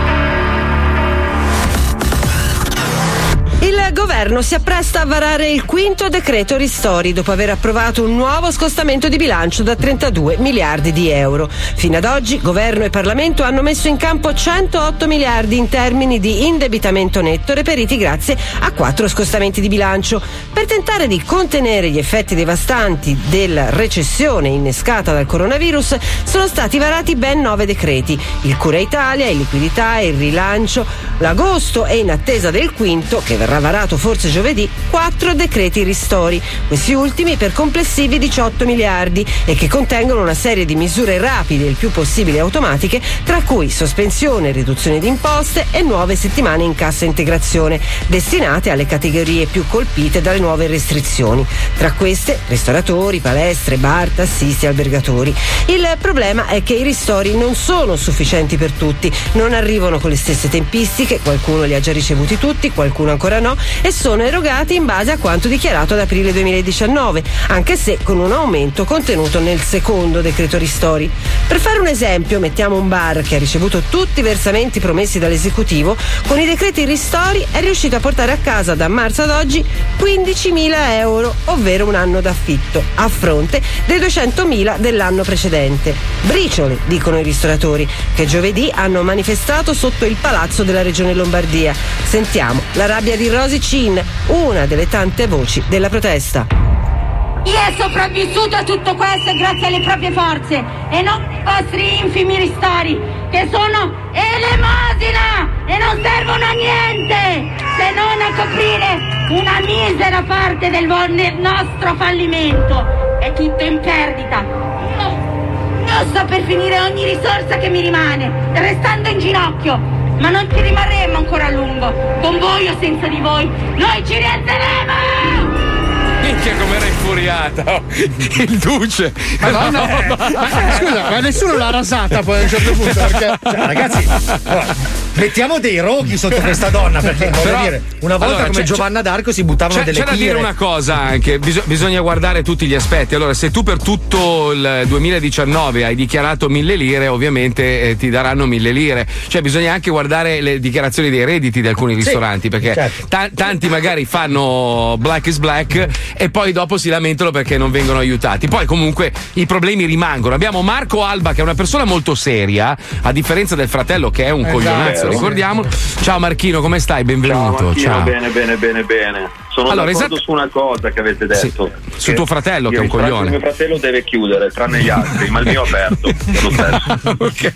Il governo si appresta a varare il quinto decreto ristori dopo aver approvato un nuovo scostamento di bilancio da trentadue miliardi di euro. Fino ad oggi governo e Parlamento hanno messo in campo centootto miliardi in termini di indebitamento netto reperiti grazie a quattro scostamenti di bilancio. Per tentare di contenere gli effetti devastanti della recessione innescata dal coronavirus sono stati varati ben nove decreti: il Cura Italia, il Liquidità, il Rilancio, l'agosto e in attesa del quinto, che verrà varato forse giovedì, quattro decreti ristori, questi ultimi per complessivi diciotto miliardi e che contengono una serie di misure rapide e il più possibile automatiche, tra cui sospensione, riduzione di imposte e nuove settimane in cassa integrazione destinate alle categorie più colpite dalle nuove restrizioni. Tra queste ristoratori, palestre, bar, tassisti, albergatori. Il problema è che i ristori non sono sufficienti per tutti, non arrivano con le stesse tempistiche, qualcuno li ha già ricevuti tutti, qualcuno ancora no, e sono erogati in base a quanto dichiarato ad aprile duemiladiciannove, anche se con un aumento contenuto nel secondo decreto ristori. Per fare un esempio, mettiamo un bar che ha ricevuto tutti i versamenti promessi dall'esecutivo, con i decreti ristori è riuscito a portare a casa da marzo ad oggi quindicimila euro, ovvero un anno d'affitto, a fronte dei duecentomila dell'anno precedente. Briciole, dicono i ristoratori, che giovedì hanno manifestato sotto il palazzo della regione Lombardia. Sentiamo la rabbia di Rosy Chin, una delle tante voci della protesta. Chi è sopravvissuto a tutto questo è grazie alle proprie forze e non ai vostri infimi ristori, che sono elemosina e non servono a niente se non a coprire una misera parte del nostro fallimento. È tutto in perdita. Io, io sto per finire ogni risorsa che mi rimane, restando in ginocchio. Ma non ci rimarremo ancora a lungo, con voi o senza di voi, noi ci rialzeremo! Minchia com'era infuriata, il duce. Madonna, No, ma, ma, scusa, ma nessuno l'ha rasata poi a un certo punto, perché cioè, ragazzi, allora, mettiamo dei roghi sotto questa donna, perché voglio Però, dire, una volta allora, come c'è, Giovanna d'Arco si buttavano c'è, delle c'è da tire. dire una cosa anche, bis- bisogna guardare tutti gli aspetti. Allora, se tu per tutto il duemiladiciannove hai dichiarato mille lire, ovviamente eh, ti daranno mille lire. Cioè bisogna anche guardare le dichiarazioni dei redditi di alcuni Sì, ristoranti, perché certo. ta- tanti magari fanno black is black e poi dopo si lamentano perché non vengono aiutati. Poi comunque i problemi rimangono. Abbiamo Marco Alba, che è una persona molto seria, a differenza del fratello che è un Esatto. coglionazzo, ricordiamolo. Ciao Marchino, come stai? Benvenuto. Ciao, Marchino, Ciao. bene, bene, bene, bene. Sono Allora, d'accordo esatto- su una cosa che avete detto. Sì, su tuo fratello, che è un il ristorante coglione. del mio fratello deve chiudere, tranne gli altri, ma il mio è aperto. Lo stesso.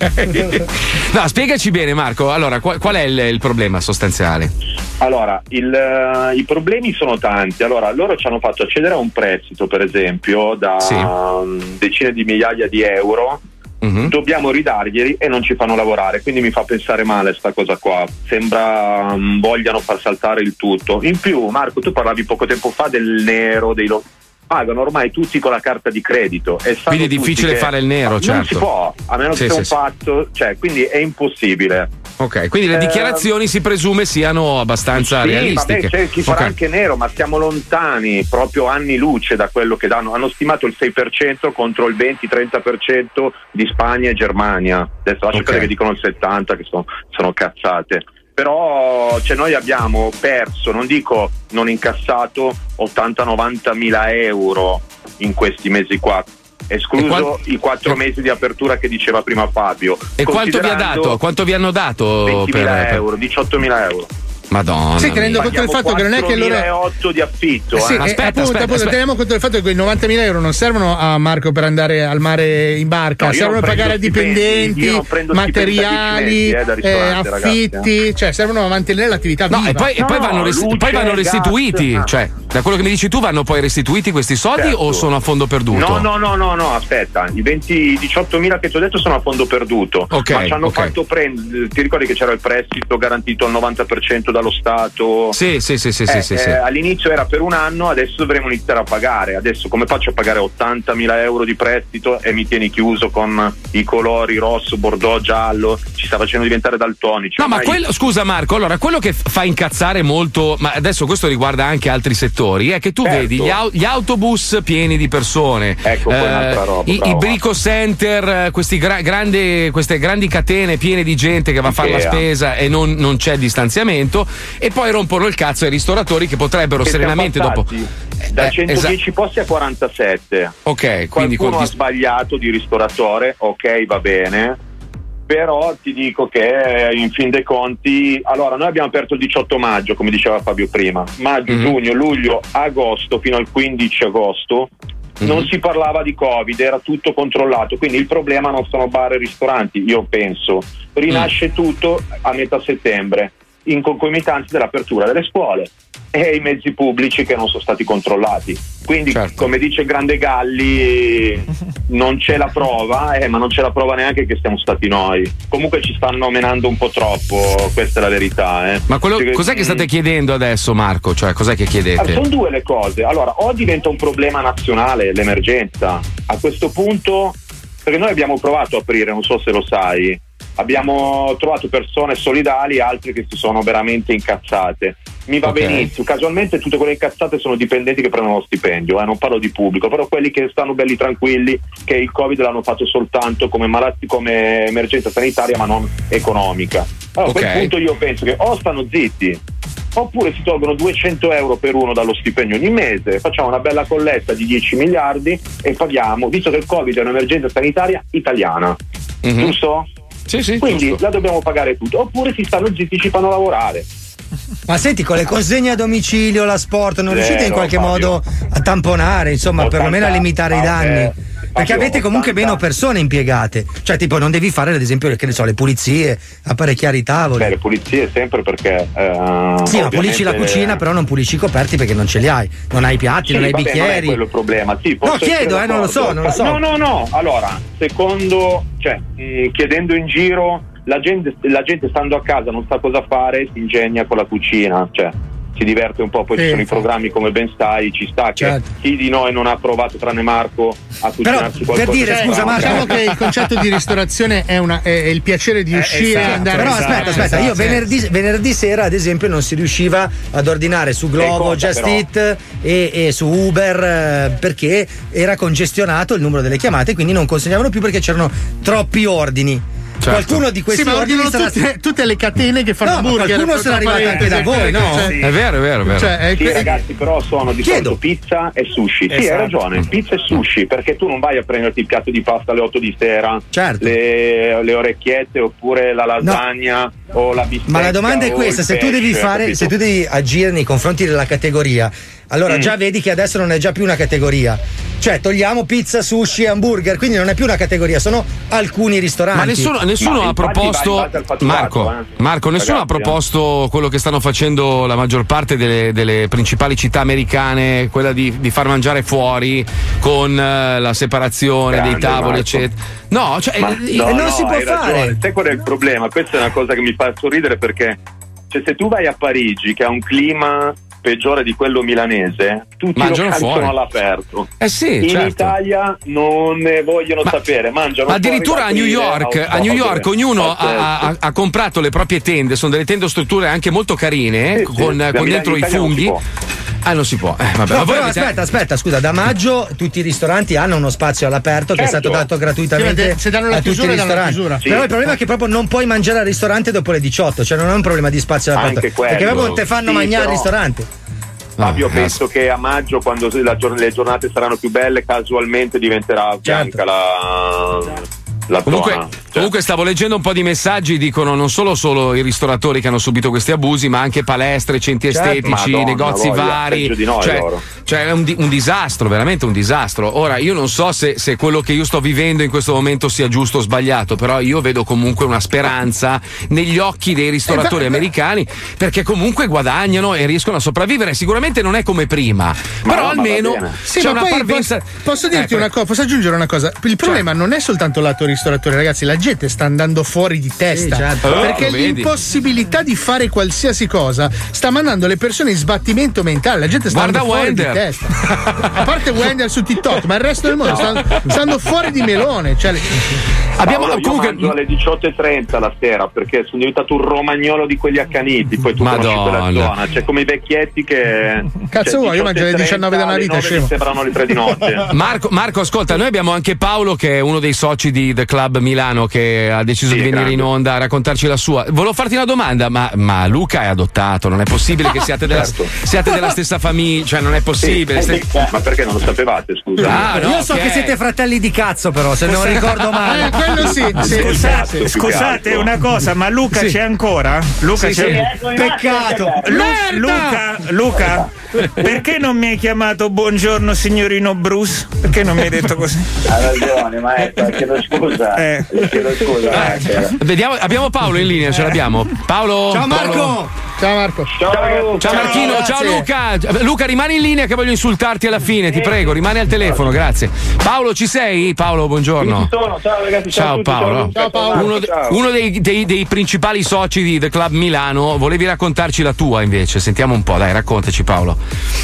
Ok. No, spiegaci bene, Marco. Allora, qual, qual è il, il problema sostanziale? Allora, il, eh, i problemi sono tanti. Allora, loro ci hanno fatto accedere a un prestito, per esempio, da Sì. um, decine di migliaia di euro. Mhm. Dobbiamo ridarglieli e non ci fanno lavorare, quindi mi fa pensare male sta cosa qua. Sembra um, vogliano far saltare il tutto. In più, Marco, tu parlavi poco tempo fa del nero, dei lo- pagano ormai tutti con la carta di credito e sanno Quindi è tutti difficile che fare il nero, non certo. si può, a meno Sì, che sia sì, un sì. patto, cioè, quindi è impossibile. Ok, quindi le Eh, dichiarazioni si presume siano abbastanza Sì, realistiche. vabbè, c'è chi farà Ok. anche nero, ma siamo lontani proprio anni luce da quello che danno. Hanno stimato il sei per cento contro il venti trenta per cento di Spagna e Germania. Adesso lascio Ok. perdere che dicono il settanta, che sono, sono cazzate. Però cioè, noi abbiamo perso, non dico non incassato, ottanta novanta mila euro in questi mesi qua. Escluso E qual- i quattro mesi di apertura che diceva prima Fabio. E quanto vi ha Considerando dato? Quanto vi hanno dato? ventimila per- per- euro, diciottomila euro. Madonna. Sì, tenendo mia. conto del fatto che non è che loro. quattromila di affitto. Eh sì, eh. eh, Aspetta, appunto, aspetta, appunto, aspetta. teniamo conto del fatto che quei novantamila euro non servono a Marco per andare al mare in barca, No, io servono non a pagare prendo stipendi, dipendenti, io non prendo stipendi da materiali, dieci mesi, eh, da eh, ristorante, affitti, ragazzi, cioè servono a mantenere l'attività No, viva. e poi, e poi No, vanno, resti- luce, poi vanno restituiti. gas. Cioè, da quello che mi dici tu, vanno poi restituiti questi soldi Certo. o sono a fondo perduto? No, no, no, no, no, aspetta, i venti, i diciottomila che ti ho detto sono a fondo perduto. Ok, ma ci hanno ok. fatto prendere, ti ricordi che c'era il prestito garantito al novanta per cento dallo Stato. Sì, sì, sì, sì, Eh, sì, sì, eh, sì. All'inizio era per un anno, adesso dovremo iniziare a pagare. Adesso come faccio a pagare ottantamila euro di prestito e mi tieni chiuso con i colori rosso, bordeaux, giallo? Ci sta facendo diventare daltonici. No, ma Ormai- quello, scusa Marco, allora quello che f- fa incazzare molto, ma adesso questo riguarda anche altri settori, è che tu Certo. vedi gli, au- gli autobus pieni di persone, Ecco, poi un'altra roba, i, i bravo. brico center, eh, questi gra- grandi, queste grandi catene piene di gente che va a fare la Ikea. spesa e non, non c'è distanziamento, e poi rompono il cazzo ai ristoratori che potrebbero Che siamo serenamente dopo. passati da Eh, centodieci posti a quarantasette. Ok, quindi Qualcuno con- ha sbagliato di ristoratore, ok, va bene. Però ti dico che eh, in fin dei conti, allora noi abbiamo aperto il diciotto maggio, come diceva Fabio prima, maggio, Mhm. giugno, luglio, agosto, fino al quindici agosto non si parlava di Covid, era tutto controllato, quindi il problema non sono bar e ristoranti, io penso. Rinasce tutto a metà settembre, in concomitanza dell'apertura delle scuole e i mezzi pubblici che non sono stati controllati. Quindi, come dice il grande Galli, non c'è la prova, eh, ma non c'è la prova neanche che siamo stati noi. Comunque ci stanno menando un po' troppo, questa è la verità. Eh. Ma quello, Perché- cos'è che state chiedendo adesso, Marco? Cioè, cos'è che Ah, chiedete? sono due le cose. Allora, o diventa un problema nazionale l'emergenza. A questo punto, perché noi abbiamo provato a aprire, non so se lo sai, abbiamo trovato persone solidali, altre che si sono veramente incazzate. Mi va Ok. benissimo, casualmente tutte quelle incazzate sono dipendenti che prendono lo stipendio, eh, non parlo di pubblico, però quelli che stanno belli tranquilli, che il Covid l'hanno fatto soltanto come malati, come emergenza sanitaria ma non economica. Allora, a Ok. quel punto io penso che o stanno zitti, oppure si tolgono duecento euro per uno dallo stipendio ogni mese, facciamo una bella colletta di dieci miliardi e paghiamo, visto che il Covid è un'emergenza sanitaria italiana, Mhm. giusto? Sì, sì, quindi giusto. la dobbiamo pagare tutto, oppure si stanno zitti, ci fanno lavorare. Ma senti, con le consegne a domicilio, la sport, non Zero, riuscite in qualche Fabio. modo a tamponare, insomma, ottanta perlomeno a limitare i ah, danni? eh, Perché Fabio, avete comunque ottanta meno persone impiegate. Cioè, tipo, non devi fare, ad esempio, che ne so, le pulizie, apparecchiare i tavoli. Beh, le pulizie sempre perché eh, Sì, ma pulisci la ovviamente- cucina, però non pulisci i coperti perché non ce li hai. Non hai i piatti, Sì, non hai i vabbè, non è bicchieri. quello il problema. Sì, No, posso chiedo, essere eh, non lo so, d'accordo. non lo so. No, no, no. Allora, secondo, cioè, mh, chiedendo in giro, la gente, la gente stando a casa non sa cosa fare, si ingegna con la cucina, cioè si diverte un po', poi Sì, ci sono i infatti. programmi come Ben Stai, ci sta che Certo. chi di noi non ha provato, tranne Marco, a cucinarsi per qualcosa. dire, di scusa, strano. Marco, Diciamo che il concetto di ristorazione è, una, è, è il piacere di uscire e esatto, andare Però a aspetta, ristorare. aspetta, io Esatto. venerdì, venerdì sera, ad esempio, non si riusciva ad ordinare su Glovo, cosa, Just però? Eat e, e su Uber eh, perché era congestionato il numero delle chiamate, quindi non consegnavano più perché c'erano troppi ordini. Certo. Qualcuno di questi Sì, ma ordini ordinano sarà... tutte, tutte le catene che fanno No, ma burger. qualcuno sarà arrivato anche da voi, no? Cioè, Sì. È vero, è vero, è vero. Cioè, è Sì, que- ragazzi, però sono di Chiedo. solito pizza e sushi. Sì, Esatto. hai ragione, pizza e sushi, perché tu non vai a prenderti il piatto di pasta alle otto di sera, Certo. le, le orecchiette oppure la lasagna o la bistecca. Ma la domanda è o questa: il se tu devi pesce, fare, capito? se tu devi agire nei confronti della categoria, allora Mm. già vedi che adesso non è già più una categoria. Cioè, togliamo pizza, sushi, hamburger, quindi non è più una categoria, sono alcuni ristoranti. Ma nessuno, nessuno Ma ha infatti proposto. va in base al fatturato, Marco, eh. Marco, nessuno Ragazzi, ha proposto quello che stanno facendo la maggior parte delle, delle principali città americane, quella di, di far mangiare fuori con eh, la separazione Grande, dei tavoli, Marco. eccetera. No, cioè, Ma eh, no, non no, si può hai fare. ragione. Sai qual è il problema? Questa è una cosa che mi fa sorridere perché cioè, se tu vai a Parigi che ha un clima peggiore di quello milanese, tutti i Mangiano locali fuori. sono all'aperto. Eh sì, In certo. Italia non ne vogliono Ma- sapere, mangiano Ma addirittura a fuori da New aprile York, a a New York ottobre. ognuno ha, Pazzesco. ha- ha comprato le proprie tende, sono delle tende strutture anche molto carine, Sì, con, sì, con da dentro Milano i in Italia non si funghi. può. Ah, non si può. Eh, vabbè, No, ma voi però avete- aspetta, aspetta, scusa, da maggio tutti i ristoranti hanno uno spazio all'aperto che è Certo. stato dato gratuitamente Sì, se danno la a tutti i chiusura, danno la ristoranti. chiusura. Sì. Però il problema è che proprio non puoi mangiare al ristorante dopo le diciotto, cioè non è un problema di spazio all'aperto. Anche quello. Perché proprio te fanno Sì, mangiare al però- ristorante. Fabio, Ah, penso che a maggio, quando la gior- le giornate saranno più belle, casualmente diventerà bianca la, la Comunque, zona. Cioè, comunque stavo leggendo un po' di messaggi, dicono non solo solo i ristoratori che hanno subito questi abusi, ma anche palestre, centri Certo. estetici, Madonna, negozi voglia, vari. peggio di noi cioè, loro. cioè è un, di- un disastro, veramente un disastro. Ora io non so se, se quello che io sto vivendo in questo momento sia giusto o sbagliato, però io vedo comunque una speranza negli occhi dei ristoratori Eh, beh, americani, perché comunque guadagnano e riescono a sopravvivere. Sicuramente non è come prima, Ma però no, ma va almeno bene. Sì, c'è ma una poi parvenza. posso, posso dirti Eh, una cosa, posso aggiungere una cosa. Il problema non è soltanto lato ristoratore, ragazzi. La gente sta andando fuori di testa. Sì, certo. Perché Oh, vedi. l'impossibilità di fare qualsiasi cosa sta mandando le persone in sbattimento mentale. La gente sta Guarda andando fuori Wender. di testa. A parte Wender su TikTok, ma il resto del mondo sta stando fuori di melone. Cioè, Abbiamo Paolo, io comunque mangio alle diciotto e trenta la sera perché sono diventato un romagnolo di quelli accaniti. Poi tu conosci quella Madonna. zona, c'è come i vecchietti che Cazzo cioè, vuoi? Io mangio alle diciannove della vita, alle nove scemo. mi sembrano le tre di notte. Marco, Marco, ascolta, noi abbiamo anche Paolo che è uno dei soci di The Club Milano che ha deciso Sì, di venire grande. in onda a raccontarci la sua. Volevo farti una domanda, ma, ma Luca è adottato, non è possibile che siate della, Certo. siate della stessa famiglia, cioè non è possibile. Sì, Stai- ma perché non lo sapevate, scusa? Ah, no, Io so ok. che siete fratelli di cazzo, però, se non ricordo male. Eh, quello sì, sì. Scusate, più scusate che altro. una cosa, ma Luca Sì. c'è ancora? Luca Sì, c'è sì. Peccato. Lu- Merda! Luca, Luca, perché non mi hai chiamato buongiorno signorino Bruce? Perché non mi hai detto così? Ha ragione, maestro, chiedo scusa. Eh. Chiedo scusa, maestro. Vediamo, abbiamo Paolo in linea, ce l'abbiamo. Paolo. Ciao Marco! Paolo. Ciao Marco. Ciao, Ciao Marchino, grazie. ciao Luca. Luca, rimani in linea che voglio insultarti alla fine, ti prego, rimani al telefono, grazie. Paolo, ci sei? Paolo, buongiorno. Ci sono, ciao ragazzi, ciao, Ciao a tutti, Paolo. ciao, Paolo. Uno, de- Ciao. uno dei, dei- dei principali soci di The Club Milano, volevi raccontarci la tua invece, sentiamo un po', dai, raccontaci Paolo.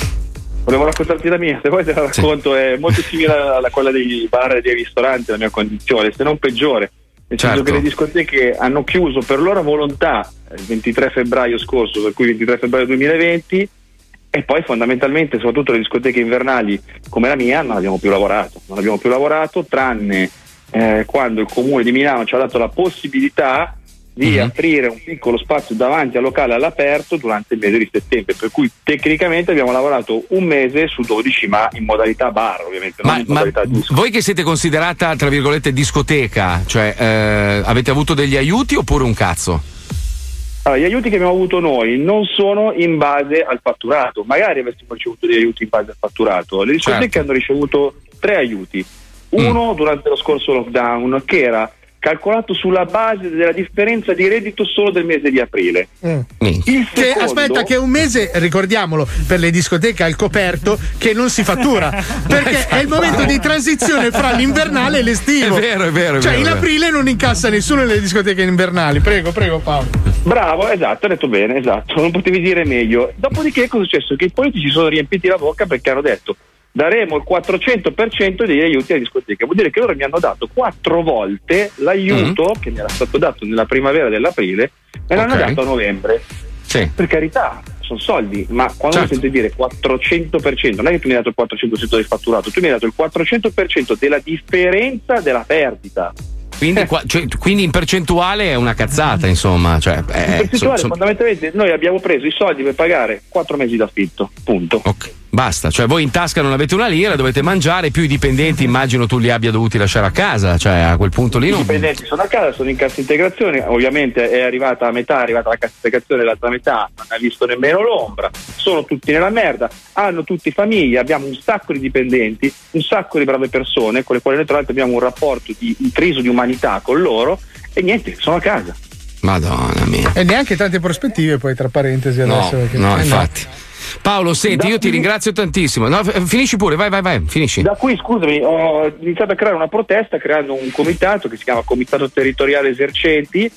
Volevo raccontarti la mia, se vuoi te la racconto, è molto simile a quella dei bar e dei ristoranti, la mia condizione, se non peggiore. Nel senso Certo. che le discoteche hanno chiuso per loro volontà il ventitré febbraio scorso, per cui il ventitré febbraio duemilaventi, e poi fondamentalmente, soprattutto le discoteche invernali come la mia, non abbiamo più lavorato. Non abbiamo più lavorato, tranne eh, quando il comune di Milano ci ha dato la possibilità di Mhm. aprire un piccolo spazio davanti al locale all'aperto durante il mese di settembre, per cui tecnicamente abbiamo lavorato un mese su dodici, ma in modalità bar ovviamente, non Ma, in ma modalità disco. voi che siete considerata, tra virgolette, discoteca, cioè eh, avete avuto degli aiuti oppure un cazzo? Allora, gli aiuti che abbiamo avuto noi non sono in base al fatturato, magari avessimo ricevuto degli aiuti in base al fatturato. Le discoteche Certo. hanno ricevuto tre aiuti, uno durante lo scorso lockdown che era calcolato sulla base della differenza di reddito solo del mese di aprile. Mm. Il Che, secondo, aspetta, che è un mese, ricordiamolo, per le discoteche al coperto che non si fattura, perché è il momento di transizione fra l'invernale e l'estivo. È vero, è vero, è Cioè, vero, in è vero. aprile non incassa nessuno nelle discoteche invernali. Prego, prego, Paolo. Bravo, esatto, hai detto bene, esatto, non potevi dire meglio. Dopodiché cosa è successo? Che i politici sono riempiti la bocca perché hanno detto daremo il quattrocento per cento degli aiuti alle discoteche. Vuol dire che loro mi hanno dato quattro volte l'aiuto che mi era stato dato nella primavera dell'aprile, me l'hanno Ok. dato a novembre. Sì. Per carità, sono soldi, ma quando Certo. mi senti dire quattrocento per cento, non è che tu mi hai dato il quattrocento per cento del fatturato, tu mi hai dato il quattrocento per cento della differenza della perdita. Quindi, qua- cioè, quindi in percentuale è una cazzata, insomma. Cioè, In eh, percentuale, so- so- fondamentalmente noi abbiamo preso i soldi per pagare quattro mesi d'affitto, punto. ok, basta. Cioè, voi in tasca non avete una lira, dovete mangiare, più i dipendenti immagino tu li abbia dovuti lasciare a casa. Cioè, a quel punto lì I non. dipendenti sono a casa, sono in cassa integrazione, ovviamente è arrivata a metà, è arrivata la cassa integrazione, l'altra metà non ha visto nemmeno l'ombra, sono tutti nella merda, hanno tutti famiglie, abbiamo un sacco di dipendenti, un sacco di brave persone con le quali noi tra l'altro abbiamo un rapporto di intriso di umanità con loro e niente, sono a casa. Madonna mia. E neanche tante prospettive, poi, tra parentesi, No, adesso. perché- no, eh, infatti. Paolo, senti, io ti ringrazio tantissimo. No, f- finisci pure, vai, vai, vai, finisci. Da qui, scusami, ho iniziato a creare una protesta creando un comitato che si chiama Comitato Territoriale Esercenti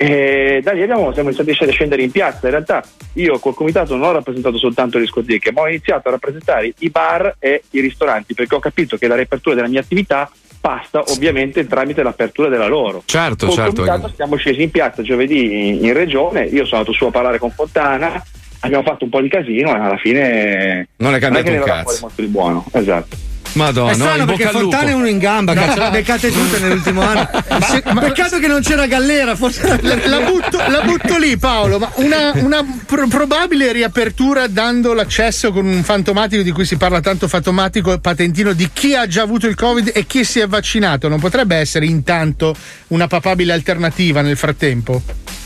e da lì abbiamo, siamo iniziati a scendere in piazza. In realtà io col comitato non ho rappresentato soltanto le discoteche, ma ho iniziato a rappresentare i bar e i ristoranti perché ho capito che la riapertura della mia attività passa ovviamente tramite l'apertura della loro. Certo, Col certo. comitato siamo scesi in piazza giovedì in, in regione, io sono andato su a parlare con Fontana, abbiamo fatto un po' di casino e alla fine Non è cambiato che ne un verrà cazzo. fuori molto di buono. Esatto. Madonna, È strano in perché bocca al lupo. Fontana è uno in gamba, cazzo, le ha beccate tutte nell'ultimo anno. Sì, ma- Peccato che non c'era Gallera, forse. La, la butto, la butto lì, Paolo, ma una, una pro- probabile riapertura dando l'accesso con un fantomatico di cui si parla tanto, fantomatico patentino di chi ha già avuto il Covid e chi si è vaccinato, non potrebbe essere intanto una papabile alternativa nel frattempo?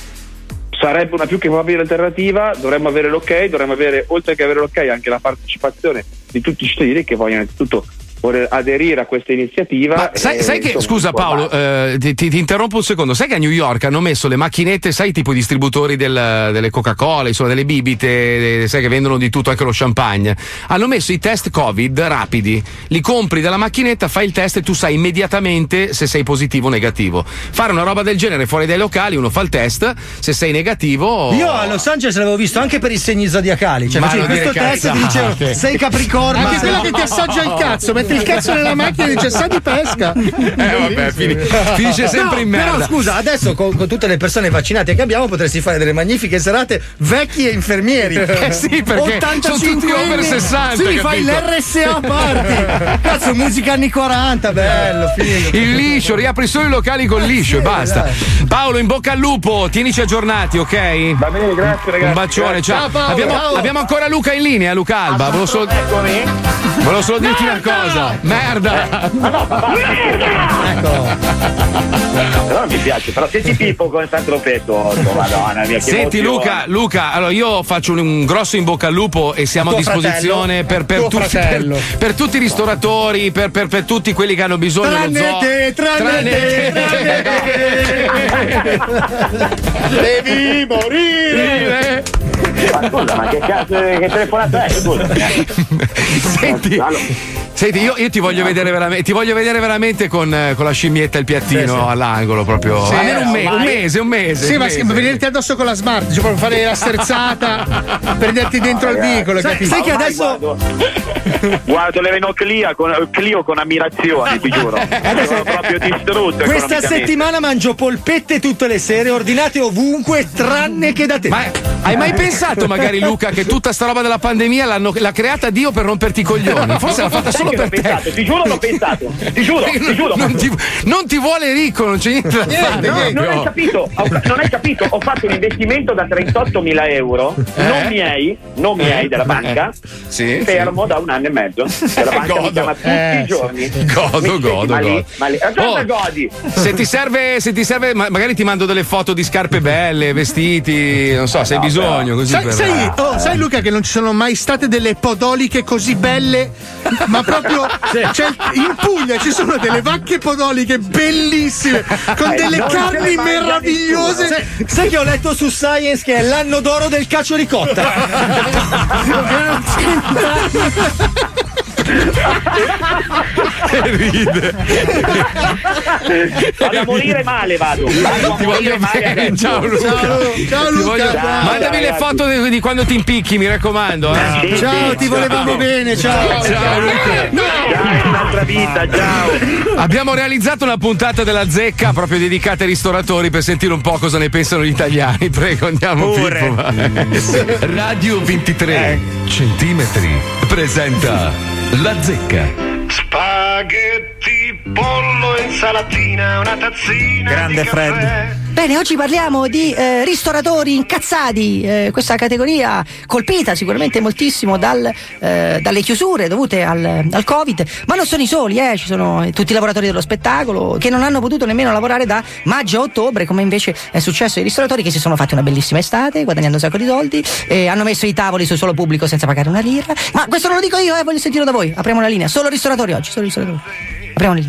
Sarebbe una più che probabile alternativa, dovremmo avere l'ok, dovremmo avere, oltre che avere l'ok, anche la partecipazione di tutti i cittadini che vogliono innanzitutto vuole aderire a questa iniziativa. Ma sai, e, sai che, insomma, scusa Paolo, eh, ti, ti, ti interrompo un secondo, sai che a New York hanno messo le macchinette, sai, tipo i distributori del, delle Coca-Cola, insomma delle bibite, sai che vendono di tutto, anche lo champagne, hanno messo i test Covid rapidi, li compri dalla macchinetta, fai il test e tu sai immediatamente se sei positivo o negativo. Fare una roba del genere fuori dai locali, uno fa il test, se sei negativo... Io a Los Angeles l'avevo visto anche per i segni zodiacali, cioè Ma facevi non questo dire test e ti cazzate. dicevano sei Capricorno. Anche ma- quella che ti assaggia il cazzo, metti il cazzo nella macchina e dice sa di pesca. Eh vabbè, fini- finisce sempre No, in merda. Però scusa, adesso con, con tutte le persone vaccinate che abbiamo potresti fare delle magnifiche serate vecchi e infermieri. Eh sì, perché sono tutti over sessanta, Sì, fai capito? l'R S A party. Cazzo, musica anni quaranta, bello, figo. Il liscio, riapri solo i locali con liscio e basta. Paolo, in bocca al lupo, tienici aggiornati, ok? Va bene, grazie ragazzi. Un bacione, Grazie. ciao. Ciao, Paolo, abbiamo, ciao. abbiamo ancora Luca in linea, Luca Alba. Volevo solo, volevo solo dirti una cosa. Merda! Ecco. Però mi piace, però senti Pippo con San Tropetto, madonna mia, che Senti emozione. Luca, Luca, allora io faccio un, un grosso in bocca al lupo e siamo a Tuo disposizione per, fratello? per, Tuo tutti, per, fratello. per tutti i ristoratori, per, per, per tutti quelli che hanno bisogno dello Tranne zoo. te, tranne te, tranne te. Devi morire. Ma scusa, ma che cazzo che telefonata è? Scusa. Senti, senti io, io ti voglio vedere veramente, ti voglio vedere veramente con, eh, con la scimmietta e il piattino Sì, sì. all'angolo proprio. Sì, Almeno un, me- ormai- un mese, un mese. Sì, un ma mese. sch- venirti addosso con la smart, cioè proprio fare la sterzata, prenderti dentro il vicolo, Sai- capito? sai che adesso- Guardo le Renault Clio con, Clio con ammirazione, ti giuro. Sono proprio distrutto. Questa economicamente. settimana mangio polpette tutte le sere, ordinate ovunque, tranne che da te. Ma hai mai pensato magari Luca che tutta sta roba della pandemia l'hanno, l'ha creata Dio per romperti i coglioni? Forse l'ha fatta Sai solo che per l'ho te. pensato, ti giuro l'ho pensato, ti giuro, ti giuro. Non ti, non ti vuole ricco, non c'è niente da fare. No, non proprio. hai capito, ho- non hai capito, ho fatto un investimento da trentottomila euro, non miei, non miei della banca, Sì, fermo da un anno e mezzo. La banca mi Godo. chiama tutti Eh, i giorni. Godo, Mi- godo, ma lì, godo. ma lì, cosa Oh, godi? Se ti serve, se ti serve, ma- magari ti mando delle foto di scarpe belle, vestiti, non so, se hai No, bisogno. Così Sai, per... sai, oh, sai Luca che non ci sono mai state delle podoliche così belle, ma proprio cioè, in Puglia ci sono delle vacche podoliche bellissime con Eh, delle non se carni le mangia meravigliose. Sai, sai che ho letto su Science che è l'anno d'oro del calcio ricotta. ride. Vado a morire male, vado. Vado a Ti voglio morire male bene. adesso. Ciao Luca. Ciao, ciao, Ti Luca. voglio- Ciao, Mandami le ragazzi. foto di, di quando ti impicchi, mi raccomando. eh. Sì, Ciao, sì, ti volevamo ciao. bene, ciao. Ciao Luca. Ciao, è un'altra vita, ciao. Abbiamo realizzato una puntata della Zecca proprio dedicata ai ristoratori per sentire un po' cosa ne pensano gli italiani. Prego, andiamo Pure. Pippo, vai. Radio ventitré centimetri presenta La Zecca. Spaghetti, pollo, insalatina, una tazzina Grande di Fred. caffè. Bene, oggi parliamo di eh, ristoratori incazzati, eh, questa categoria colpita sicuramente moltissimo dal, eh, dalle chiusure dovute al, al Covid, ma non sono i soli, eh, ci sono tutti i lavoratori dello spettacolo che non hanno potuto nemmeno lavorare da maggio a ottobre, come invece è successo ai ristoratori che si sono fatti una bellissima estate guadagnando un sacco di soldi, eh, hanno messo i tavoli sul solo pubblico senza pagare una lira, ma questo non lo dico io, eh, voglio sentirlo da voi, apriamo la linea, solo ristoratori oggi, solo ristoratori, apriamo la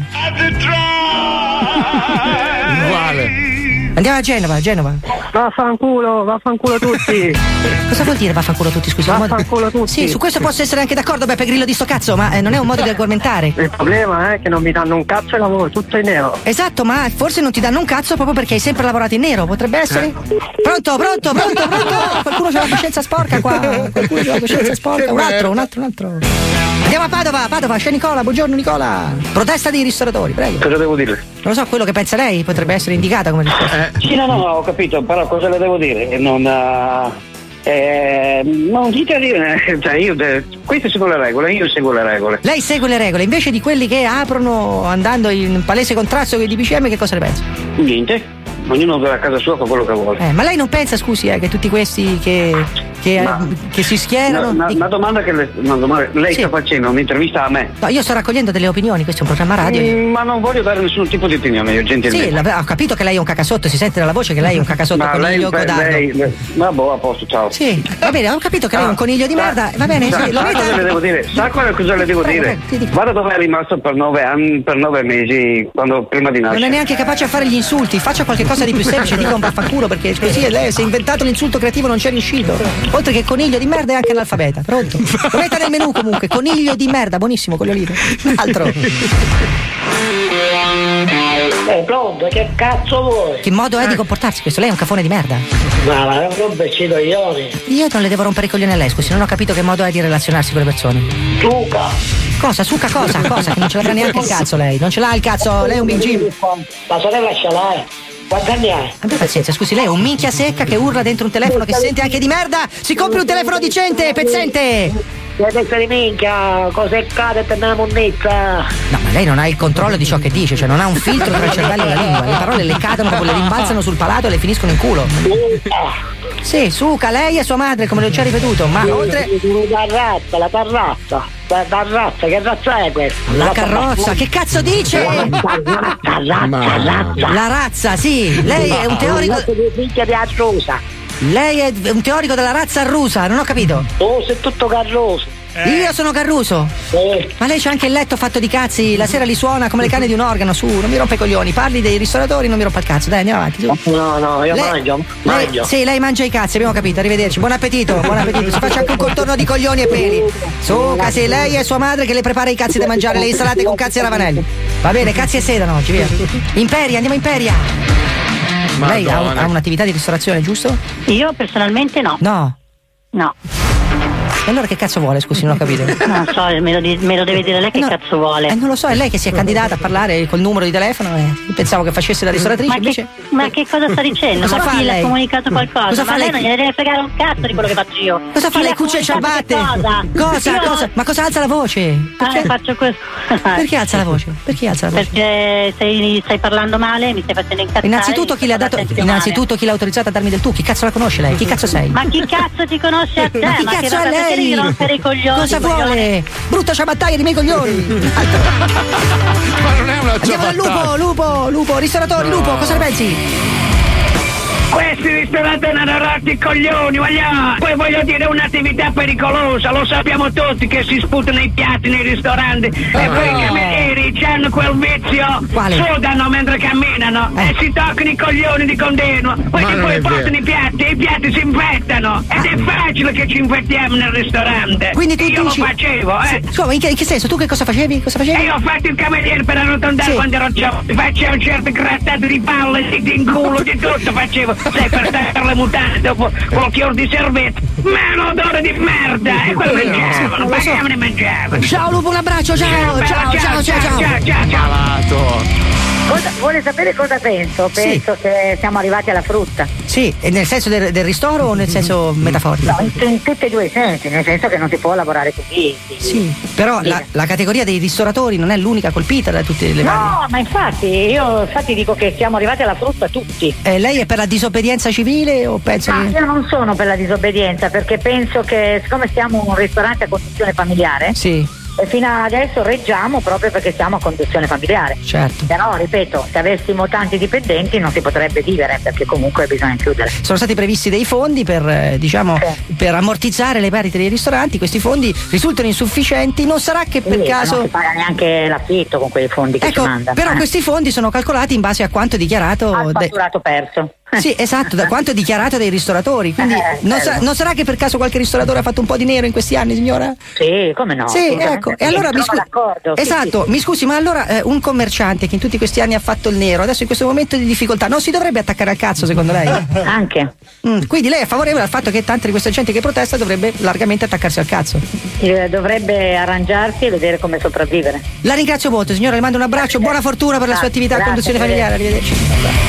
linea. Uguale. Andiamo a Genova, a Genova. Vaffanculo, vaffanculo tutti. Cosa vuol dire vaffanculo tutti? Scusa, un modo- Vaffanculo tutti. Sì, su questo posso essere anche d'accordo, Beppe Grillo di sto cazzo, ma eh, non è un modo di argomentare. Il problema è che non mi danno un cazzo e lavoro tutto in nero. Esatto, ma forse non ti danno un cazzo proprio perché hai sempre lavorato in nero, potrebbe essere? Pronto, pronto, pronto, pronto! Qualcuno c'ha la coscienza sporca qua, qualcuno c'ha la coscienza sporca, un altro, un altro, un altro. Andiamo a Padova, Padova, c'è Nicola, buongiorno Nicola. Protesta dei ristoratori, prego. Cosa devo dire? Non lo so, quello che pensa lei potrebbe essere indicata come risposta. Sì, no, no, ho capito, però cosa le devo dire? Non. eh, eh, non dite a dire. Cioè, io. de- queste sono le regole, io seguo le regole. Lei segue le regole, invece di quelli che aprono andando in palese contrasto con i D P C M, che cosa ne pensa? Niente. Ognuno va a casa sua con quello che vuole. Eh, ma lei non pensa, scusi, eh, che tutti questi che, che, Ma- che si schierano. Una, una domanda che le- una domanda- lei Sì. sta facendo un'intervista a me. No, io sto raccogliendo delle opinioni, questo è un programma radio. Mm, ma non voglio dare nessun tipo di opinione, io gentilmente. Sì, la- ho capito che lei è un cacasotto, si sente dalla voce che lei è un cacasotto Ma lei, coniglio per- codardo. lei, lei- ma boh, a posto, ciao. Sì, va bene, ho capito che lei è un Ah, coniglio di sa- merda, va bene, sa, sì, lo sa metta. cosa le devo dire? Sa quale- cosa le devo Prego, dire? prego, ti dico. Guarda dove è rimasto per nove anni, per nove mesi, quando, prima di Non nascere. è neanche capace a fare gli insulti, faccia qualche cosa di più semplice, dica un vaffanculo perché così lei si è inventato l'insulto creativo, non c'è riuscito. Oltre che coniglio di merda è anche analfabeta, pronto? Lo metta nel menù comunque, coniglio di merda, buonissimo con le olive. Altro. Eh, pronto, che cazzo vuoi? Che modo è di comportarsi questo? Lei è un cafone di merda. Ma ma non romperci i coglioni. Io non le devo rompere i coglioni a lei, scusi, non ho capito che modo è di relazionarsi con le persone. Suca. Cosa? Suca cosa? Cosa? Che non ce l'avrà neanche il cazzo lei. Non ce l'ha il cazzo, lei è un Big Jim. La sorella ce l'hai. Quanti anni hai? Abbia pazienza, scusi, lei è un minchia secca che urla dentro un telefono che si sente anche di merda. Si compri un telefono decente, pezzente. Che testa di minchia, cos'è cade per una monnezza? No, ma lei non ha il controllo di ciò che dice, cioè non ha un filtro tra il cervello e la lingua. Le parole le cadono, proprio le rimbalzano sul palato e le finiscono in culo. Sì, suca, lei e sua madre, come le ho già ripetuto, ma oltre. La razza, la carrazza. La, la razza, che razza è questa? La carrozza, che cazzo dice? La razza, razza, razza. La razza, sì, lei è un teorico. di minchia di arrosa. Lei è un teorico della razza russa, non ho capito. Tu sei tutto carroso. Io sono Carruso. Sì. Ma lei c'ha anche il letto fatto di cazzi, la sera li suona come le canne di un organo, su, non mi rompe i coglioni, parli dei ristoratori, non mi rompa il cazzo, dai, andiamo avanti, su. No, no, io Lei- mangio, Lei- mangio. sì, lei mangia i cazzi, abbiamo capito, arrivederci, buon appetito, buon appetito, si faccia anche un contorno di coglioni e peli. Su, sì, lei e sua madre che le prepara i cazzi da mangiare, le insalate con cazzi e ravanelli. Va bene, cazzi e sedano oggi, via. Imperia, andiamo Imperia. Lei ha, Madonna. ha un'attività di ristorazione, giusto? Io personalmente no. No. No. E allora che cazzo vuole, scusi, non ho capito. Non so, me lo, di- me lo deve dire lei che No, cazzo vuole. Eh, non lo so, è lei che si è candidata a parlare col numero di telefono e pensavo che facesse la ristoratrice, Ma invece. che, ma che cosa sta dicendo? Cosa ma fa chi le ha lei? comunicato qualcosa? Cosa ma fa lei lei? non gliene deve fregare un cazzo di quello che faccio io. Cosa fa Chi lei, le ha cuccia e comunicato ciabatte? che Cosa? Io- Cosa? Ma cosa alza la voce? Ah, faccio questo. Perché alza la voce? Perché alza la voce? Perché stai, stai parlando male, mi stai facendo incazzare. Innanzitutto chi le ha dato. mi sta Innanzitutto chi l'ha autorizzato a darmi del tu? Chi cazzo la conosce lei? Chi cazzo sei? Ma chi cazzo ti conosce a te? Ma chi Ma che cazzo è roba, perché lei? devi rompere i coglioni? Cosa coglione? vuole? Brutta ciabattaia di miei coglioni! Ma non è una Andiamo dal lupo, ciabattaglia. lupo, lupo, ristoratori, lupo, cosa ne pensi? Questi ristoranti hanno rotto i coglioni, vogliamo. Poi voglio dire, è un'attività pericolosa, lo sappiamo tutti che si sputano i piatti nei ristoranti. E poi i camerieri hanno quel vizio, Quale? sudano mentre camminano e si toccano i coglioni di continuo. Poi Ma che non poi è portano vero. i piatti e i piatti si infettano. Ed è facile che ci infettiamo nel ristorante. Quindi tu Io dici- lo facevo, eh. Sì, scusa, in che, in che senso? Tu che cosa facevi? Cosa facevi? E io ho fatto il cameriere per arrotondare Sì. quando ero giovane. Facevo certe grattate di palle, di, di culo, di tutto facevo. Sai, per stare le mutande dopo qualche ora di servizio. Ma l'odore di merda! E quello mangiavano, Non lo so. pagavano e mangiavano. Ciao lupo, un abbraccio, ciao, bella, ciao, ciao, ciao, ciao. ciao, ciao. Malato. Cosa- vuole sapere cosa penso? Sì. Penso che siamo arrivati alla frutta. Sì, e nel senso del, del ristoro o nel senso metaforico? No, in, in tutti e due i sensi, nel senso che non si può lavorare così. Sì, però la, la categoria dei ristoratori non è l'unica colpita da tutte le varie. No, ma infatti, io infatti dico che siamo arrivati alla frutta tutti. Eh, lei è per la disobbedienza civile o pensa No, che. io non sono per la disobbedienza perché penso che siccome siamo un ristorante a conduzione familiare, Sì, e fino adesso reggiamo proprio perché siamo a conduzione familiare. certo. Però, ripeto, se avessimo tanti dipendenti non si potrebbe vivere perché comunque bisogna chiudere. Sono stati previsti dei fondi per, eh, diciamo, per ammortizzare le perdite dei ristoranti. Questi fondi risultano insufficienti. Non sarà che per Sì, caso. non si paga neanche l'affitto con quei fondi che Ecco, ci mandano. però Eh. questi fondi sono calcolati in base a quanto dichiarato. Al dai- fatturato perso. Sì, esatto, da quanto dichiarato dai ristoratori. Quindi Eh, non, bello. sa- non sarà che per caso qualche ristoratore ha fatto un po' di nero in questi anni, signora? Sì, come no? Sì, assolutamente ecco. sì, E allora mi sono scusi. d'accordo, sì, Esatto, sì, sì. mi scusi, ma allora eh, un commerciante che in tutti questi anni ha fatto il nero, adesso in questo momento di difficoltà, non si dovrebbe attaccare al cazzo, secondo lei? Anche. Mm, quindi lei è favorevole al fatto che tanta di questa gente che protesta dovrebbe largamente attaccarsi al cazzo. Eh, Dovrebbe arrangiarsi e vedere come sopravvivere. La ringrazio molto, signora, le mando un abbraccio, buona fortuna per la sua Grazie, attività a grazie, conduzione familiare, arrivederci.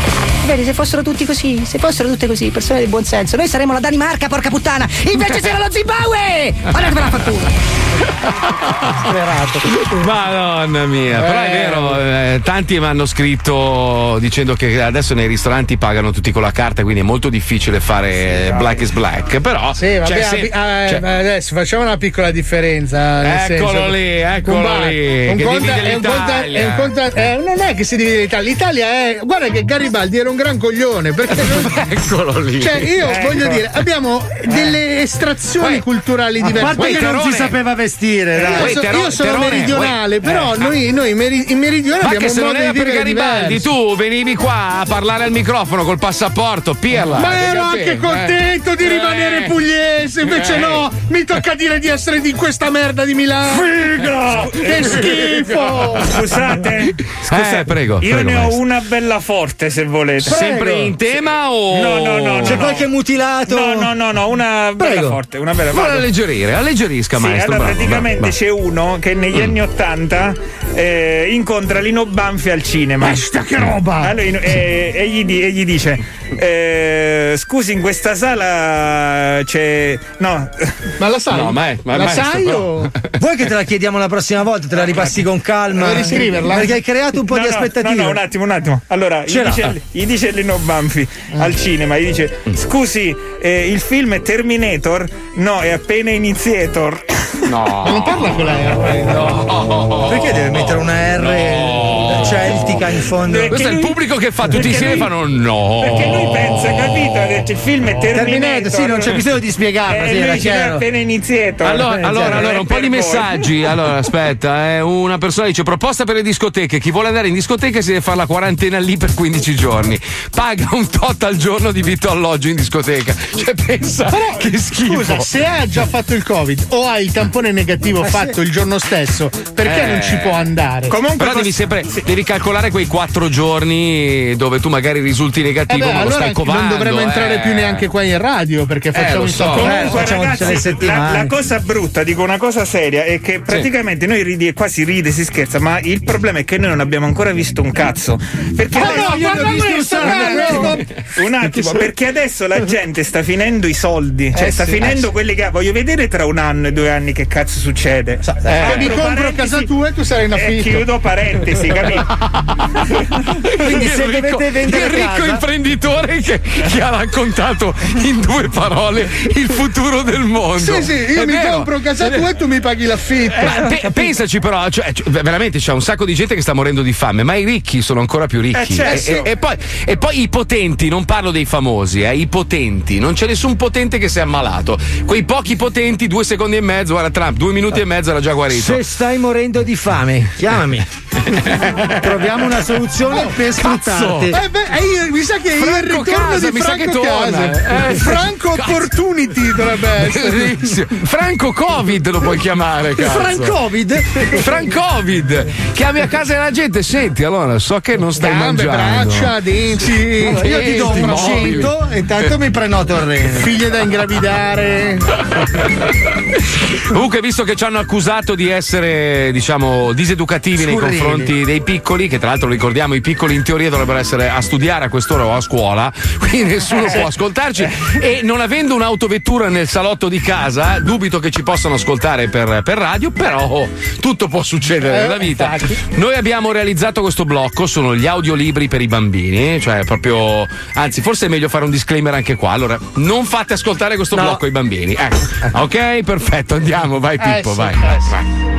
Vedi, se fossero tutti così, se fossero tutte così, persone di buon senso, noi saremmo la Danimarca, porca puttana! Invece siamo lo Zimbabwe! Guardatela la fattura! Madonna mia, però è vero, eh, tanti mi hanno scritto dicendo che adesso nei ristoranti pagano tutti con la carta, quindi è molto difficile fare black is black. Però sì, vabbè, cioè, se, eh, cioè, adesso facciamo una piccola differenza. Nel Eccolo senso, lì, eccolo un bar, lì, Un che conto, divide è un conto, l'Italia. è un conto, eh, non è che si divide l'Italia. L'Italia è. Guarda che Garibaldi era un gran coglione. Perché non, eccolo lì. Cioè, io Ecco. voglio dire, abbiamo delle estrazioni Poi, culturali A diverse. parte che non si sapeva vestire, dai. Io, so- Tero- io sono Terone, meridionale, uè, però eh, noi, noi meri- in meridione Ma abbiamo che un se non modo era di per vivere Garibaldi, diverso. tu venivi qua a parlare al microfono col passaporto, pirla. Ma che ero capito, anche eh? contento di rimanere Eh. pugliese, invece Eh. no, mi tocca dire di essere di questa merda di Milano. Figa! Che schifo! Scusate, Eh, prego. io prego, ne ho maestro. una bella forte se volete. Sempre in tema o. No, no, no. C'è no, qualche no. mutilato? No, no, no, no, una bella Prego. forte, una bella Vuole vado. alleggerire, alleggerisca, Sì, maestro. allora bravo, praticamente bravo, c'è uno che negli Mm. anni ottanta eh, incontra Lino Banfi al cinema. Questa che roba! Allora, in- eh, e, gli, di- e gli dice: eh, scusi, in questa sala c'è. No, Ma la sai? No, ma è- ma è la maestro, sai però. o. Vuoi che te la chiediamo la prossima volta? Te la ripassi con calma? Vuoi riscriverla? Perché hai creato un po' no, di no, aspettative. No, no, un attimo, un attimo. Allora, gli Ce l'ha. dice, gli dice Lino Banfi al cinema: gli dice, scusi, eh, il film è Terminator? No, è appena Iniziator. No. Ma non parla con la R. No. Perché deve mettere una R celtica in fondo? Perché Questo è il lui- pubblico che fa tutti perché insieme e lui- fanno no. Perché lui pensa, capito? Ha detto il film è Terminator. Terminator, sì, non c'è bisogno di spiegarlo, Eh, sì, lui era dice, "No, è chiaro." appena iniziato. Allora, Eh, allora, cioè, allora, è un po' per di voi. messaggi. Allora, aspetta, eh, una persona dice: proposta per le discoteche. Chi vuole andare in discoteca si deve fare la quarantena lì per quindici giorni. Paga un tot al giorno di vitto alloggio in discoteca. Cioè, pensa Però, che schifo. scusa, se ha già fatto il Covid o ha il tampone negativo fatto il giorno stesso, perché Eh. non ci può andare? Comunque, Però cos- devi sempre devi calcolare quei quattro giorni dove tu magari risulti Eh negativo, beh, ma lo allora stai covando. non dovremmo entrare eh. più neanche qua in radio perché facciamo lo il so. tampone. Eh, Comunque, facciamo tutte le ragazzi, la, settimane. la cosa brutta, dico una cosa seria, è che praticamente noi ridi e qua si ride, si scherza, ma il problema è che noi non abbiamo ancora visto un cazzo. Perché Oh adesso- no, io guarda ne ho visto questo, un bello! sacco. Un attimo, perché adesso la gente sta finendo i soldi, cioè Eh sta sì, finendo eh sì. quelli che voglio vedere tra un anno e due anni che cazzo succede. Eh, Apro mi compro parentesi casa tua e tu sarai in e affitto. chiudo parentesi, capito? Quindi se Il ricco- dovete vendere il ricco casa, imprenditore che, che ha raccontato in due parole il futuro del mondo. Sì, sì, io È mi vero. compro casa tua e tu mi paghi l'affitto. Ma pe- pensaci però, cioè, cioè, veramente c'è un sacco di gente che sta morendo di fame, ma i ricchi sono ancora più ricchi. Eh, certo. e, e- e poi, e poi i potenti, non parlo dei famosi, eh, i potenti, non c'è nessun potente che si è ammalato. Quei pochi potenti, due secondi e mezzo, guarda Trump, due minuti e mezzo era già guarito. se stai morendo di fame, chiamami. Troviamo una soluzione per sfruttarti. Eh beh, eh, io- mi sa che io il Franco ritorno Casa, di mi sa che Franco torna. Casa. Eh, Franco cazzo. Opportunity dovrebbe essere. Bellissimo. Franco Covid lo puoi chiamare, cazzo. Francovid? Francovid. Chiami a casa della gente, senti, allora so che non stai Gambe, mangiando. braccia, denti. Allora, io ti do un Denti, mobili. cento e intanto mi prenoto il rene. Figlie da ingravidare. Comunque, visto che ci hanno accusato di essere, diciamo, diseducativi nei Scurrili. confronti dei piccoli, che tra l'altro ricordiamo i piccoli in teoria dovrebbero essere a studiare a quest'ora o a scuola, quindi nessuno può ascoltarci. E non avendo un'autovettura nel salotto di casa, dubito che ci possano ascoltare per, per radio, però tutto può succedere nella vita. Noi abbiamo realizzato questo blocco, sono gli audiolibri per i bambini, cioè proprio, anzi, forse è meglio fare un disclaimer anche qua. Allora, non fate ascoltare questo No. blocco ai bambini. Ecco. Ok, perfetto, andiamo, vai Pippo, Eh sì, vai. eh sì. vai.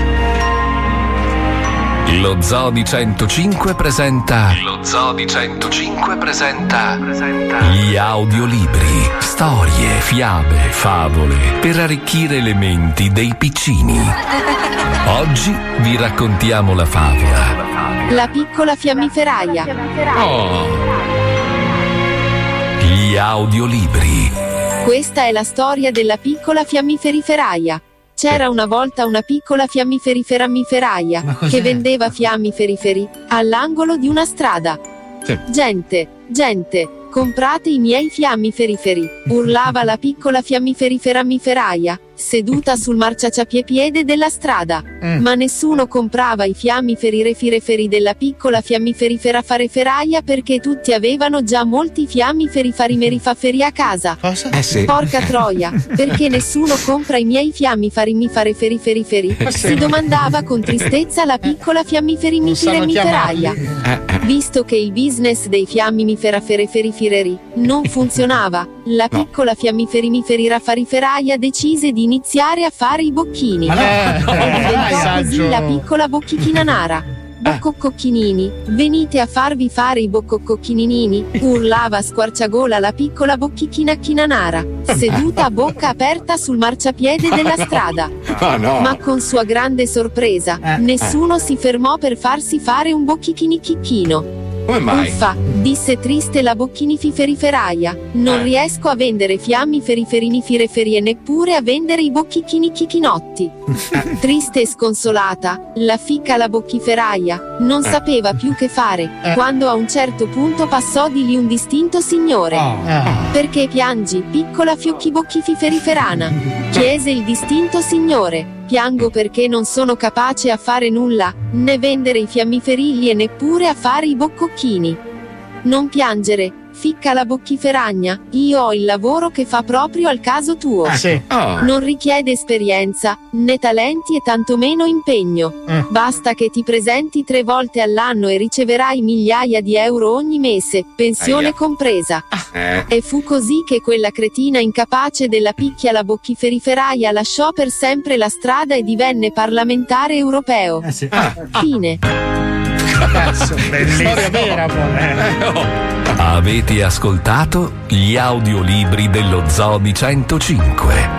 Lo Zoo di centocinque presenta. Lo Zoo di centocinque presenta. Gli audiolibri. Storie, fiabe, favole per arricchire le menti dei piccini. Oggi vi raccontiamo la favola. La piccola fiammiferaia. Oh. Gli audiolibri. Questa è la storia della piccola fiammiferiferaia. C'era una volta una piccola fiammiferiferamiferaia che vendeva fiammiferiferi all'angolo di una strada. Sì. Gente, gente, comprate i miei fiammiferiferi, urlava la piccola fiammiferiferammiferaia, seduta sul marciapiede della strada. Mm. Ma nessuno comprava i fiammiferi refireferi della piccola fiammiferifera fareferaia perché tutti avevano già molti fiammiferi farimerifafferi a casa. Cosa? Eh sì. Porca troia, perché nessuno compra i miei fiammifarimmifariferiferi? Si domandava con tristezza la piccola fiammiferimiferaia. Visto che il business dei fiammiferaferiferi non funzionava, la piccola fiammiferimiferafariferaia decise di iniziare a fare i bocchini. Ma no, E no, diventò dai, così saggio. la piccola bocchichina nara. Boccocchinini, venite a farvi fare i boccocchinini, urlava a squarciagola la piccola bocchichina nara, seduta a bocca aperta sul marciapiede della strada. Ma no. Ma con sua grande sorpresa, nessuno si fermò per farsi fare un bocchichinichicchino. Come mai? Uffa, disse triste la bocchinififeriferaia, non riesco a vendere fiammiferiferinifireferie e neppure a vendere i bocchichinichichinotti. Triste e sconsolata, la ficca la bocchiferaia non sapeva più che fare, quando a un certo punto passò di lì un distinto signore. Perché piangi, piccola fiocchibocchififeriferana? Chiese il distinto signore. Piango perché non sono capace a fare nulla, né vendere i fiammiferilli e neppure a fare i boccocchini. Non piangere, ficca la bocchiferagna, io ho il lavoro che fa proprio al caso tuo. Ah, sì. Oh. Non richiede esperienza, né talenti e tantomeno impegno. Basta che ti presenti tre volte all'anno e riceverai migliaia di euro ogni mese, pensione Aia. compresa. Eh. E fu così che quella cretina incapace della picchia la bocchiferiferaia lasciò per sempre la strada e divenne parlamentare europeo. Fine. Cazzo, bellissimo. storia vera poi. Avete ascoltato gli audiolibri dello Zoo di centocinque.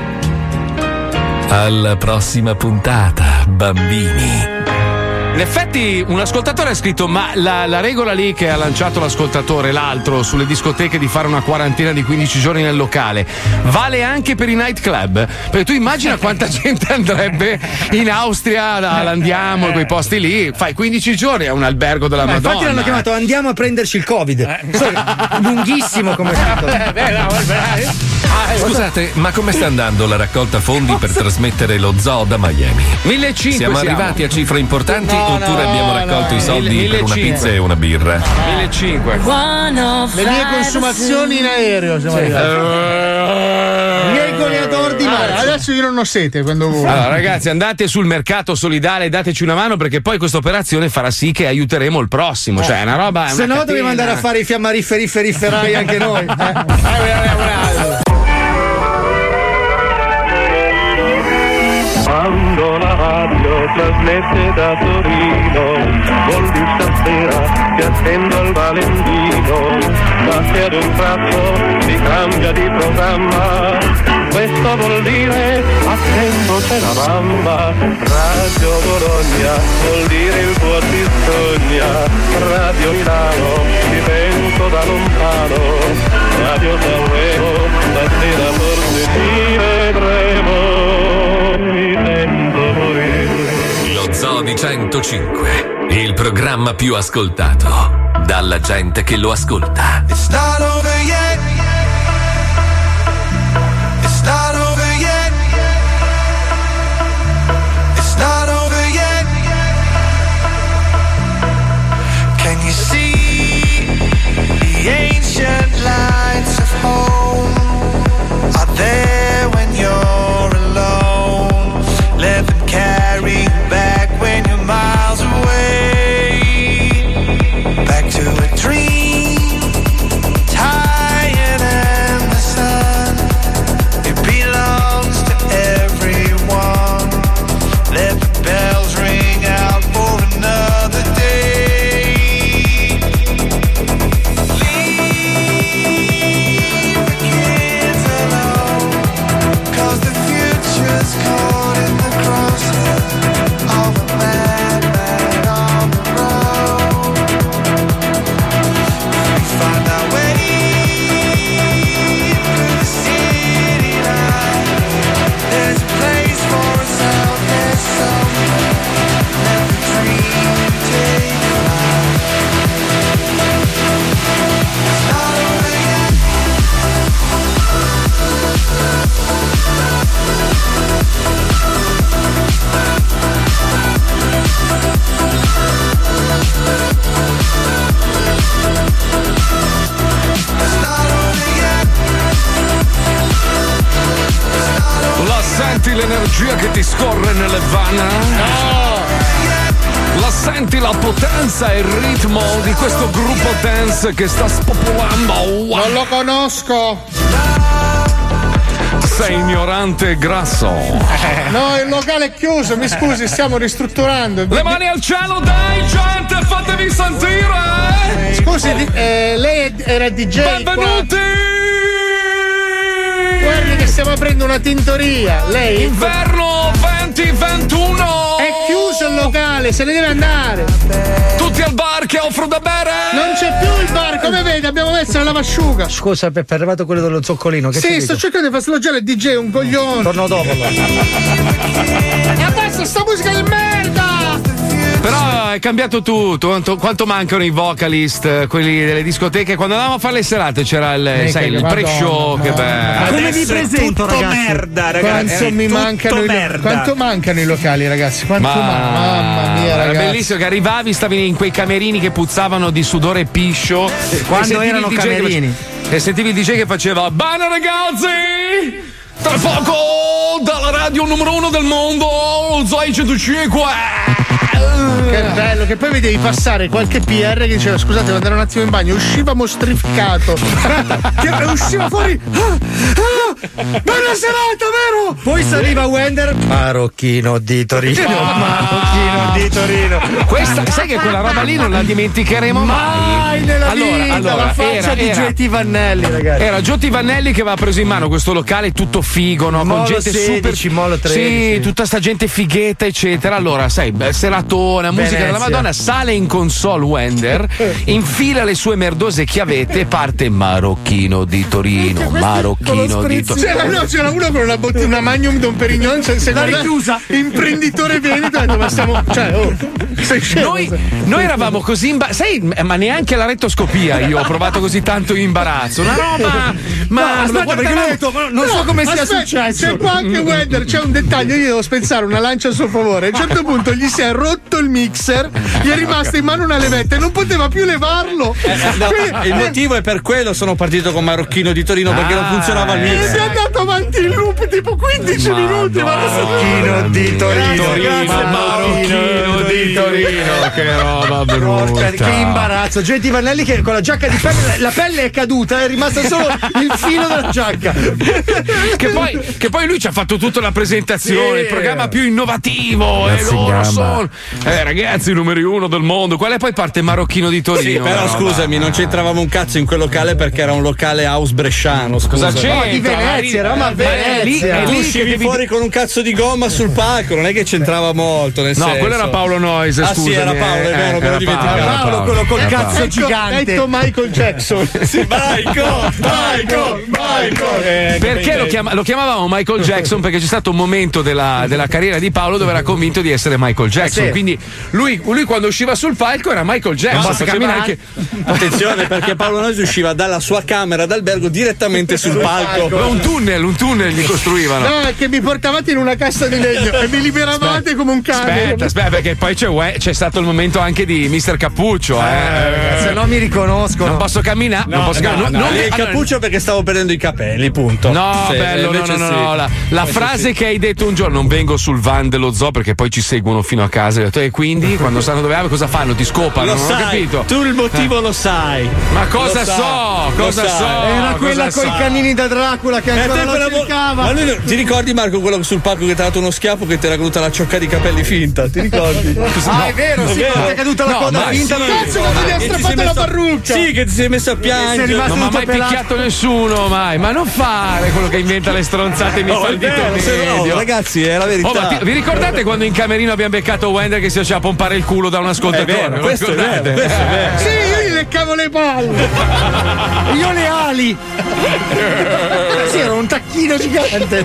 Alla prossima puntata, bambini. In effetti un ascoltatore ha scritto: ma la, la regola lì che ha lanciato l'ascoltatore, l'altro, sulle discoteche, di fare una quarantena di quindici giorni nel locale, vale anche per i nightclub? Perché tu immagina quanta gente andrebbe in Austria all'Andiamo, quei posti lì, fai quindici giorni a un albergo della Ma Madonna. infatti l'hanno chiamato Andiamo a prenderci il Covid. Lunghissimo come titolo. Scusate, ma come sta andando la raccolta fondi per trasmettere lo Zoo da Miami? millecinquecento Siamo siamo. arrivati a cifre importanti No, oppure no, abbiamo raccolto no, i soldi mille- per una millecinque. pizza e una birra? millecinquecento. Le mie consumazioni in aereo siamo arrivati. Miei goleador di Allora, marzo. adesso io non ho sete quando vuoi. Allora, ragazzi, andate sul mercato solidale e dateci una mano, perché poi questa operazione farà sì che aiuteremo il prossimo. Cioè, è una roba. è Se una no catena. dobbiamo andare a fare i fiammariferiferiferai anche noi. Quando la radio trasmette da Torino, vuol dire stasera ti attendo al Valentino, ma se ad un tratto si cambia di programma, questo vuol dire attento c'è la mamma. Radio Bologna vuol dire il cuore ti sogna, Radio Milano ti penso da lontano, Radio Sanremo stasera forse ti vedremo. Lo Zoo di centocinque, il programma più ascoltato dalla gente che lo ascolta. It's not over yet. It's not over yet. It's not over yet. Can you see the ancient lights of home are there when you're alone? Let them carry you back when you're miles away. Back to a dream. Time Senti l'energia che ti scorre nelle vene? No! La senti la potenza e il ritmo di questo gruppo dance che sta spopolando? Non lo conosco. Sei ignorante e grasso. No, il locale è chiuso, mi scusi, stiamo ristrutturando. Le mani al cielo, dai, gente, fatevi sentire! Scusi, di- eh, lei era D J. Benvenuti! Qua. Guardi che stiamo aprendo una tintoria. Lei. Inverno venti ventuno! È chiuso il locale, se ne deve andare. Tutti al bar che offro da bere! Non c'è più il bar, come vedi, abbiamo messo la lavasciuga. Scusa, Peppe, è arrivato quello dello zoccolino. Che sì, sto cercando di far sloggiare il D J, un coglione. Torno dopo. E adesso sta musica di merda! Però è cambiato tutto. Quanto, quanto mancano i vocalist, quelli delle discoteche? Quando andavamo a fare le serate c'era il, Eh, sai, che il pre-show. Madonna, che no. bello. Ma come vi presento, tutto ragazzi? merda, ragazzi. Quanto È mi tutto mancano i, merda. quanto mancano i locali, ragazzi? Quanto Ma man- mamma mia, era ragazzi. bellissimo che arrivavi, stavi in quei camerini che puzzavano di sudore e piscio. Quando e sentivi erano il D J che camerini. face- E sentivi il D J che faceva: bene ragazzi! Tra poco dalla radio numero uno del mondo, Zoe centocinque! Che bello, che poi vedevi passare qualche P R che diceva scusate devo andare un attimo in bagno, usciva mostrificato. Che usciva fuori. Ah, ah, bella serata, vero? Poi saliva Wender. Marocchino di Torino. Marocchino di Torino. Questa, sai che quella roba lì non la dimenticheremo mai. Mai nella allora, vita, allora, la faccia era, di era, Giotti Vannelli, ragazzi. Era Giotti Vannelli che aveva preso in mano questo locale tutto figo, no? Con Molo gente sedici, super. Molo tredici. Sì, tutta sta gente fighetta, eccetera. Allora, sai, beh, seratona, musica Venezia. della Madonna, sale in console Wender, infila le sue merdose chiavette e parte Marocchino di Torino. Marocchino di Torino. C'era, no, c'era uno con una, bot- una Magnum Don Perignon, cioè, se La guarda- richiusa. imprenditore veneto, ha detto, ma stiamo. Cioè, oh, sei scemo. Noi, noi eravamo così imba- sai, ma neanche la rettoscopia io ho provato così tanto imbarazzo. Una roba, ma No, aspetta, lo guardavamo- perché lui ha detto, ma non so No, come sia aspetta, successo. C'è qua anche Wender, c'è un dettaglio, io devo spensare una lancia a suo favore. A un certo punto gli si è rotto il mixer, gli è rimasta in mano una levetta e non poteva più levarlo. No, Quindi- il motivo è per quello sono partito con Marocchino di Torino perché non Ah, funzionava il eh. E mix. si è andato avanti in loop tipo quindici minuti. Ma Marocchino di Torino. Torino, Marocchino di Torino, che roba Porca, brutta. che imbarazzo. Giotti Vannelli che con la giacca di pelle, la pelle è caduta, è rimasto solo il filo della giacca. Che poi, che poi lui ci ha fatto tutta la presentazione, Sì. il programma più innovativo. E Cazzo in loro gamba. sono eh, ragazzi, i numeri uno del mondo. Qual è poi parte Marocchino di Torino? Sì, però una roba- scusami, non c'entravamo un cazzo in quel locale perché era un locale house bresciano. Scusa. Cosa c'è? No, di Venezia, eravamo a Venezia. È Tu lì che uscivi devi- fuori con un cazzo di gomma sul palco, non è che c'entrava molto. Nel No, senso. quello era Paolo Noyes, Ah, scusami. sì, era Paolo, è vero, Eh, me era lo dimenticavo. Paolo, era Paolo, quello col Era cazzo Paolo. gigante. detto Michael Jackson. Sì, Michael, Michael, Michael. Eh, Perché lo, chiama- lo chiamavamo Michael Jackson? Perché c'è stato un momento della, della carriera di Paolo dove era convinto di essere Michael Jackson. Eh sì. Quindi lui, lui quando usciva sul palco era Michael Jackson. basta faceva camminare. Attenzione perché Paolo Noyes usciva dalla sua camera d'albergo direttamente sul palco. Ma un tunnel, un tunnel gli costruivano. No, è che mi portavate in una cassa di legno e mi liberavate come un cane. Aspetta, aspetta, perché poi c'è, we- c'è stato il momento anche di mister Cappuccio. Eh. Se no mi riconoscono. Non posso camminare, non posso no, camminare. no, non- lì il allora- cappuccio perché stavo perdendo i capelli, punto. No, Sì, bello, no, invece no, no, sì. no, La, la Invece frase sì. che hai detto un giorno, non vengo sul van dello zoo perché poi ci seguono fino a casa. Ho detto, e quindi quando sanno dove vai, cosa fanno? Ti scopano? Lo non sai, ho capito. tu il motivo lo sai. Ma cosa Lo sai, so? lo Cosa sai. so? Era quella cosa coi so? canini da Dracula che Eh, ancora te lo quella vo- cercava. Ma lui non- ti ricordi Marco quello sul palco che ti ha dato uno schiaffo che ti era caduta la ciocca di capelli finta? Ti ricordi? Ah, è vero, sì, vero. quando ti è caduta la No, coda ma finta. sì. non- Cazzo, non mi devi E ti sei strappato la messo- parrucca. Sì, che ti sei messo a piangere. rimasto Non mi ha tutto mai pelato. picchiato nessuno, mai. Ma non fare quello che inventa le stronzate e mi No, fa è il dito vero, se no, medio. ragazzi, è la verità. Oh, ma ti- vi ricordate quando in camerino abbiamo beccato Wender che si faceva pompare il culo da un ascoltatore? È vero, Lo questo è vero, ricordate? questo è vero. Sì, io gli leccavo le palle. Io le ali. Sì, era un tacchino gigante.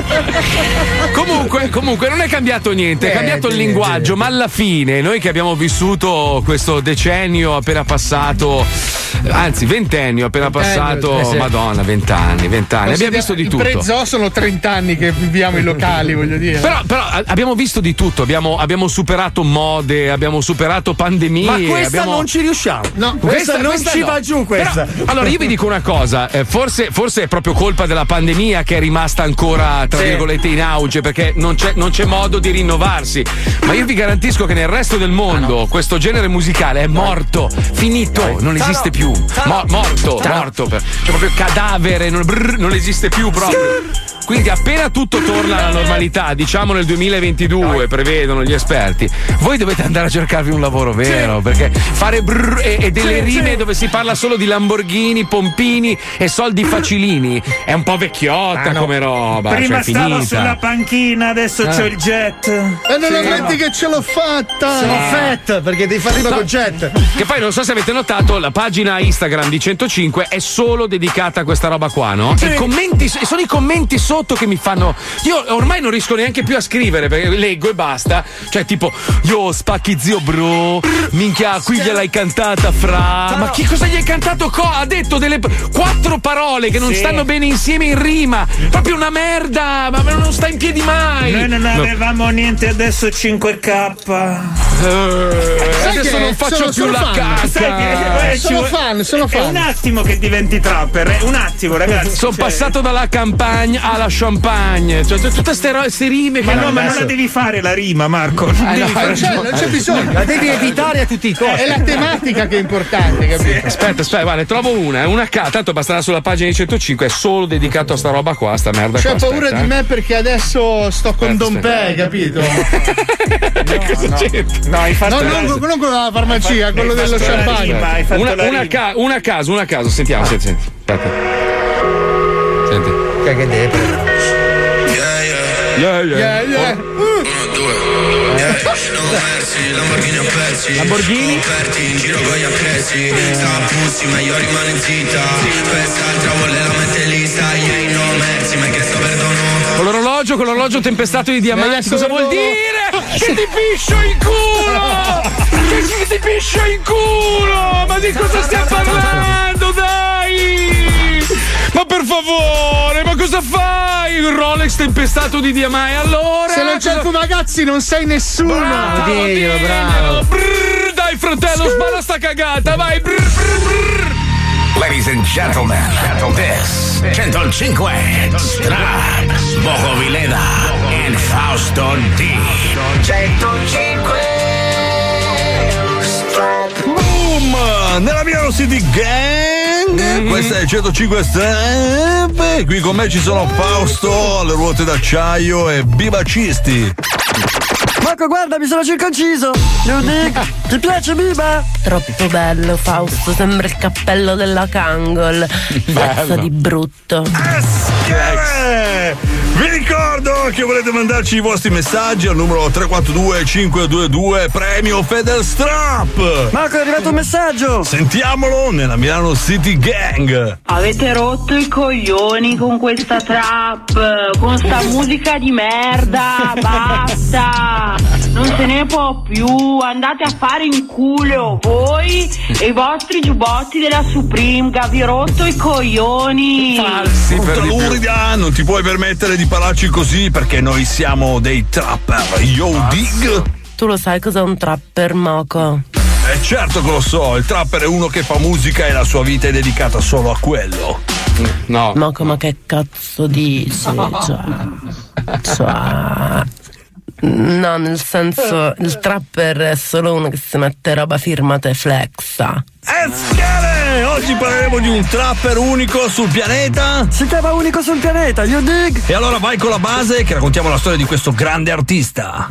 Comunque, comunque non è cambiato niente, è Eh, cambiato il niente. linguaggio, ma alla fine noi che abbiamo vissuto questo decennio appena passato, anzi ventennio appena passato, eh sì. madonna, vent'anni, vent'anni, abbiamo visto di I tutto. pre-zoo sono trenta anni che viviamo in locali, voglio dire. Però, però a- abbiamo visto di tutto, abbiamo, abbiamo superato mode, abbiamo superato pandemie. Ma questa abbiamo... non ci riusciamo. No, questa, non ci no. va giù questa. Però, allora io vi dico una cosa, eh, forse, forse è proprio colpa della pandemia categoria che è rimasta ancora tra Sì. virgolette in auge perché non c'è, non c'è modo di rinnovarsi. Ma io vi garantisco che nel resto del mondo questo genere musicale è morto, finito, non esiste più. Mo- morto, morto. per- Cioè proprio cadavere, non, brrr, non esiste più proprio. Quindi appena tutto torna alla normalità, diciamo nel duemilaventidue, prevedono gli esperti, voi dovete andare a cercarvi un lavoro vero, Sì. perché fare brrr e, e delle Sì, rime sì. dove si parla solo di Lamborghini, pompini e soldi facilini è un po' vecchiotta Ah, no. come roba. Prima cioè, stavo finita. sulla panchina, adesso Ah. c'ho il jet. E non ammetti che ce l'ho fatta! Sono Eh. fat perché devi fare rima No. con jet. Che poi non so se avete notato, la pagina Instagram di centocinque è solo dedicata a questa roba qua, no? Sì. I commenti, e sono i commenti sotto che mi fanno. Io ormai non riesco neanche più a scrivere perché leggo e basta. Cioè, tipo, io spacchi zio bro, minchia, qui gliel'hai cantata fra. Ma chi cosa gli hai cantato? Co? Ha detto delle quattro parole che non Sì. stanno bene insieme in rima. Proprio una merda, ma non sta in piedi mai. Noi non No. avevamo niente, adesso cinque K. Eh, adesso non faccio più la cacca. Sai che, eh, Sono ci- fan, sono È fan. un attimo che diventi trapper, è un attimo, ragazzi. Sono cioè- passato dalla campagna alla champagne, cioè tutte queste ro- ste rime Ma che no, ma non adesso- la devi fare la rima, Marco. Non, Eh, devi no, fare- Non c'è, non c'è bisogno. La devi evitare a tutti i costi. È la tematica che è importante, capito? Aspetta, aspetta, guarda, ne trovo una, è una K, tanto basterà sulla pagina di centocinque, è solo dedicato a sta roba qua, sta merda C'è qua. paura aspetta, di eh. me perché adesso sto con Aspetta, Don aspetta. Pe, capito? Cosa c'entra? No, hai fatto No, la- non, non quello della farmacia, quello dello fatto la champagne. rima, hai fatto Una, la una, rima. ca- una a caso, una a caso, sentiamo, senti, senti. Aspetta. Senti. Che deve. Yeah, yeah. Yeah, yeah. Lamborghini ho persi, Lamborghini aperti in giro con gli accressi. Sta a pussi, meglio rimane zitta. Quest'altra vuole la mette lista. Ieri no mersi, ma che sto perdono. Con l'orologio, con l'orologio tempestato di diamanti, Adesso cosa vuol loro- dire? Che ti piscio in culo! Che ti piscio in culo! Ma di cosa stiamo parlando, dai! Ma per favore, ma cosa fai? Il Rolex tempestato di diamanti, allora? Se non c'è il Cosa- fumagazzi non sei nessuno. Bravo, Dio, diglielo. bravo. Brrr, dai fratello, spara sta cagata, vai! Brrr, brrr, brrr. Ladies and gentlemen, this centocinque Strap, Bogo Vileda and Fausto D. centocinque Strap. Boom! Nella Milano City Gang, questa è centocinque Strap. Qui con me ci sono Fausto alle ruote d'acciaio e Bibacisti. Marco, guarda, mi sono circonciso! Ludic, ti piace Biba? Troppo bello, Fausto, sembra il cappello della Kangol. Pezzo di brutto. Eh, vi ricordo che volete mandarci i vostri messaggi al numero tre quattro due cinque due due premio Fedel Strap. Marco, è arrivato un messaggio! Sentiamolo nella Milano City Gang. Avete rotto i coglioni con questa trap, con sta musica di merda, basta! Non se ne può più, andate a fare in culo voi e i vostri giubbotti della Supreme, che vi rotto i coglioni! Falsi per Tutta di più. lurida, non ti puoi permettere di parlarci così perché noi siamo dei trapper. Yo dig. Tu lo sai cos'è un trapper, Moco? Eh certo che lo so, il trapper è uno che fa musica e la sua vita è dedicata solo a quello. No. Moco, ma che cazzo dici? Cioè, cioè... No, nel senso, il trapper è solo uno che si mette roba firmata e flexa. E schiere! Oggi parleremo di un trapper unico sul pianeta. Si chiama unico sul pianeta, you dig? E allora vai con la base che raccontiamo la storia di questo grande artista.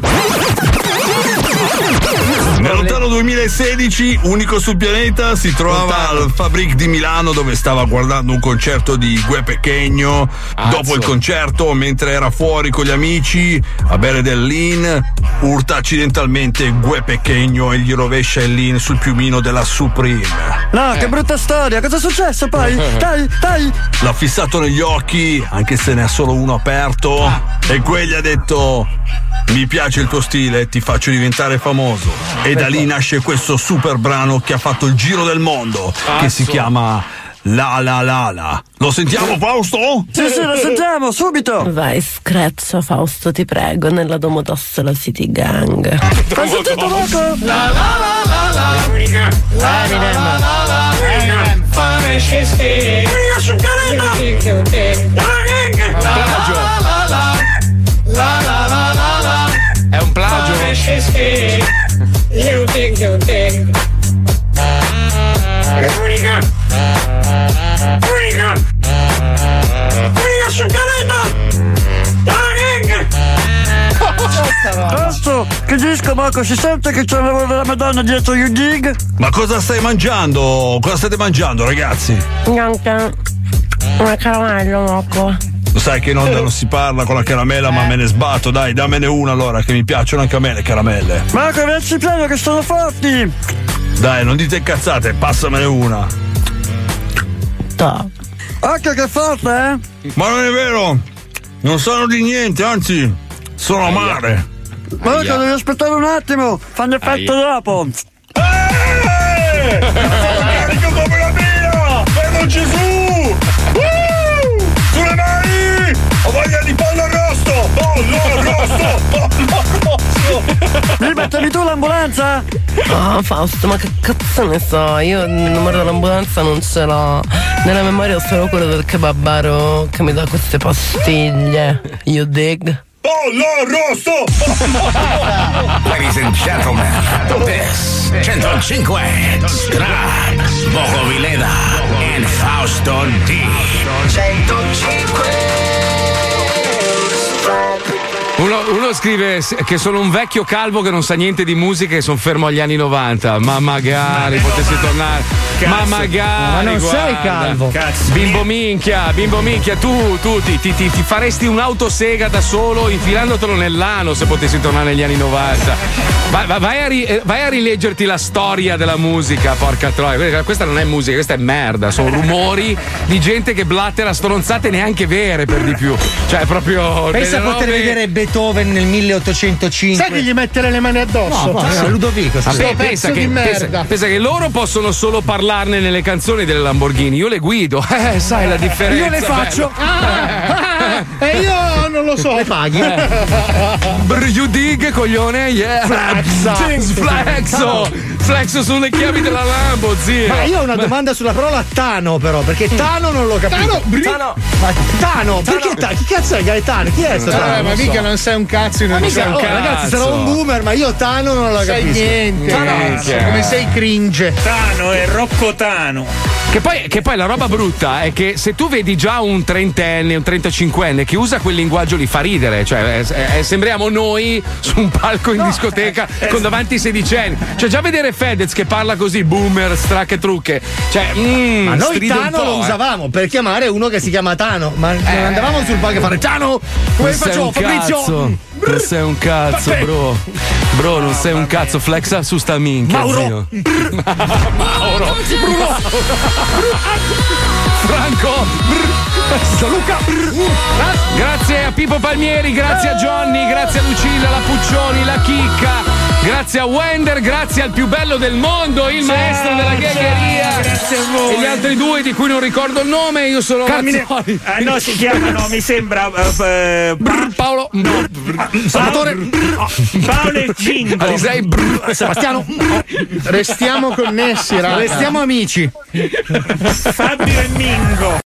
Nel lontano duemilasedici, unico sul pianeta, si trovava al Fabric di Milano dove stava guardando un concerto di Gue Pequeno. Dopo il concerto, mentre era fuori con gli amici a bere del lean, urta accidentalmente Gue Pequeno e gli rovescia il lean sul piumino della Supreme. No, che brutta storia, cosa è successo poi? Dai, dai! L'ha fissato negli occhi, anche se ne ha solo uno aperto, e Gue gli ha detto: mi piace il tuo stile, ti faccio diventare famoso. E da lì nasce questo super brano che ha fatto il giro del mondo, che si chiama La La La La. Lo sentiamo, Fausto? Sì, sì, lo sentiamo, subito! Vai, screzza, Fausto, ti prego, nella Domodossola City Gang. Hai sentito, Marco? La la la la la La la la la la Eminem Funny she's big La Cazzo, che disco, Marco? Si sente che c'è la voce della Madonna dietro you dig? Ma cosa stai mangiando? Cosa state mangiando, ragazzi? Neanche una caramello, Marco. Lo sai che in onda non si parla con la caramella, ma me ne sbatto, dai, dammene una allora, che mi piacciono anche a me le caramelle. Marco, vieni piano che sono forti! Dai, non dite cazzate, passamene una. Anche che forte, eh? Ma non è vero! Non sono di niente, anzi, sono amare. Marco, devi aspettare un attimo, fanno effetto dopo. Eeeh! Sono carico come la mia! Vedo Gesù! Uh! Sulle mani! Ho voglia di pollo arrosto! Pollo arrosto! Pollo arrosto! Mi mettevi tu l'ambulanza? Ah, Fausto, ma che cazzo ne so? Io il numero dell'ambulanza non ce l'ho. Nella memoria ho solo quello del kebabaro che mi dà queste pastiglie. You dig? Pollo arrosto! Ladies and gentlemen, this centocinque Strap, Boco Vileda and Fausto D. centocinque Uno, uno scrive che sono un vecchio calvo che non sa niente di musica e sono fermo agli anni novanta. Ma magari ma potessi no. tornare. Cazzo. Ma magari. Ma non guarda. sei calvo. Cazzo. Bimbo minchia, bimbo minchia, tu, tu ti, ti, ti, ti faresti un'autosega da solo infilandotelo nell'ano se potessi tornare negli anni novanta. Vai, vai, a ri, vai a rileggerti la storia della musica, porca troia. Questa non è musica, questa è merda. Sono rumori di gente che blattera stronzate neanche vere per di più. Cioè, proprio. Pensa a poter robe... vedere Beethoven nel milleottocentocinque. Sai che gli mettere le mani addosso? No, no, Ludovico. Vabbè, pensa, che, pensa, pensa che loro possono solo parlarne nelle canzoni delle Lamborghini. Io le guido, eh, sai la differenza. Io le faccio. Ah, ah, e io non lo so. Le paghi. Eh. Brr, you dig, coglione, yeah. Flex. Flexo. Flexo sulle chiavi della Lambo, zio. Ma io ho una domanda sulla parola Tano, però, perché Tano non l'ho capito. Tano, Tano. Ma Tano, perché Tano? Chi cazzo è Gaetano? Chi è sto Tano? Eh, ma mica non sei un cazzo, io non mica, sei un oh, cazzo. Ragazzi, sarò un boomer, ma io Tano non lo sai capisco. Niente. Tano, come sei cringe. Tano è Rocco Tano. Che poi, che poi la roba brutta è che se tu vedi già un trentenne, un trentacinquenne che usa quel linguaggio lì fa ridere, cioè eh, eh, sembriamo noi su un palco in no, discoteca eh, con davanti i sedicenni. Cioè già vedere Fedez che parla così, boomer, stracche trucche. Cioè, mm, ma noi Tano lo eh. usavamo per chiamare uno che si chiama Tano, ma eh, non andavamo sul palco a fare Tano, come faccio Fabrizio? Non sei un cazzo, bro. Bro, non sei un cazzo, flexa su sta minchia. Mauro. Mauro. Bruno. Franco. Gianluca. Grazie a Pippo Palmieri, grazie a Johnny, grazie a Lucilla, la Puccioni, la Chicca. Grazie a Wender, grazie al più bello del mondo, il maestro della ghegheria. Grazie a voi. E gli altri due di cui non ricordo il nome, io sono Carmine. Ah, no, si chiamano, mi sembra uh, uh, Brr, Paolo. No. Salvatore. Paolo e Cingo. Alisei. Brr, Sebastiano. Restiamo connessi, raga. Restiamo amici. Fabio e Mingo.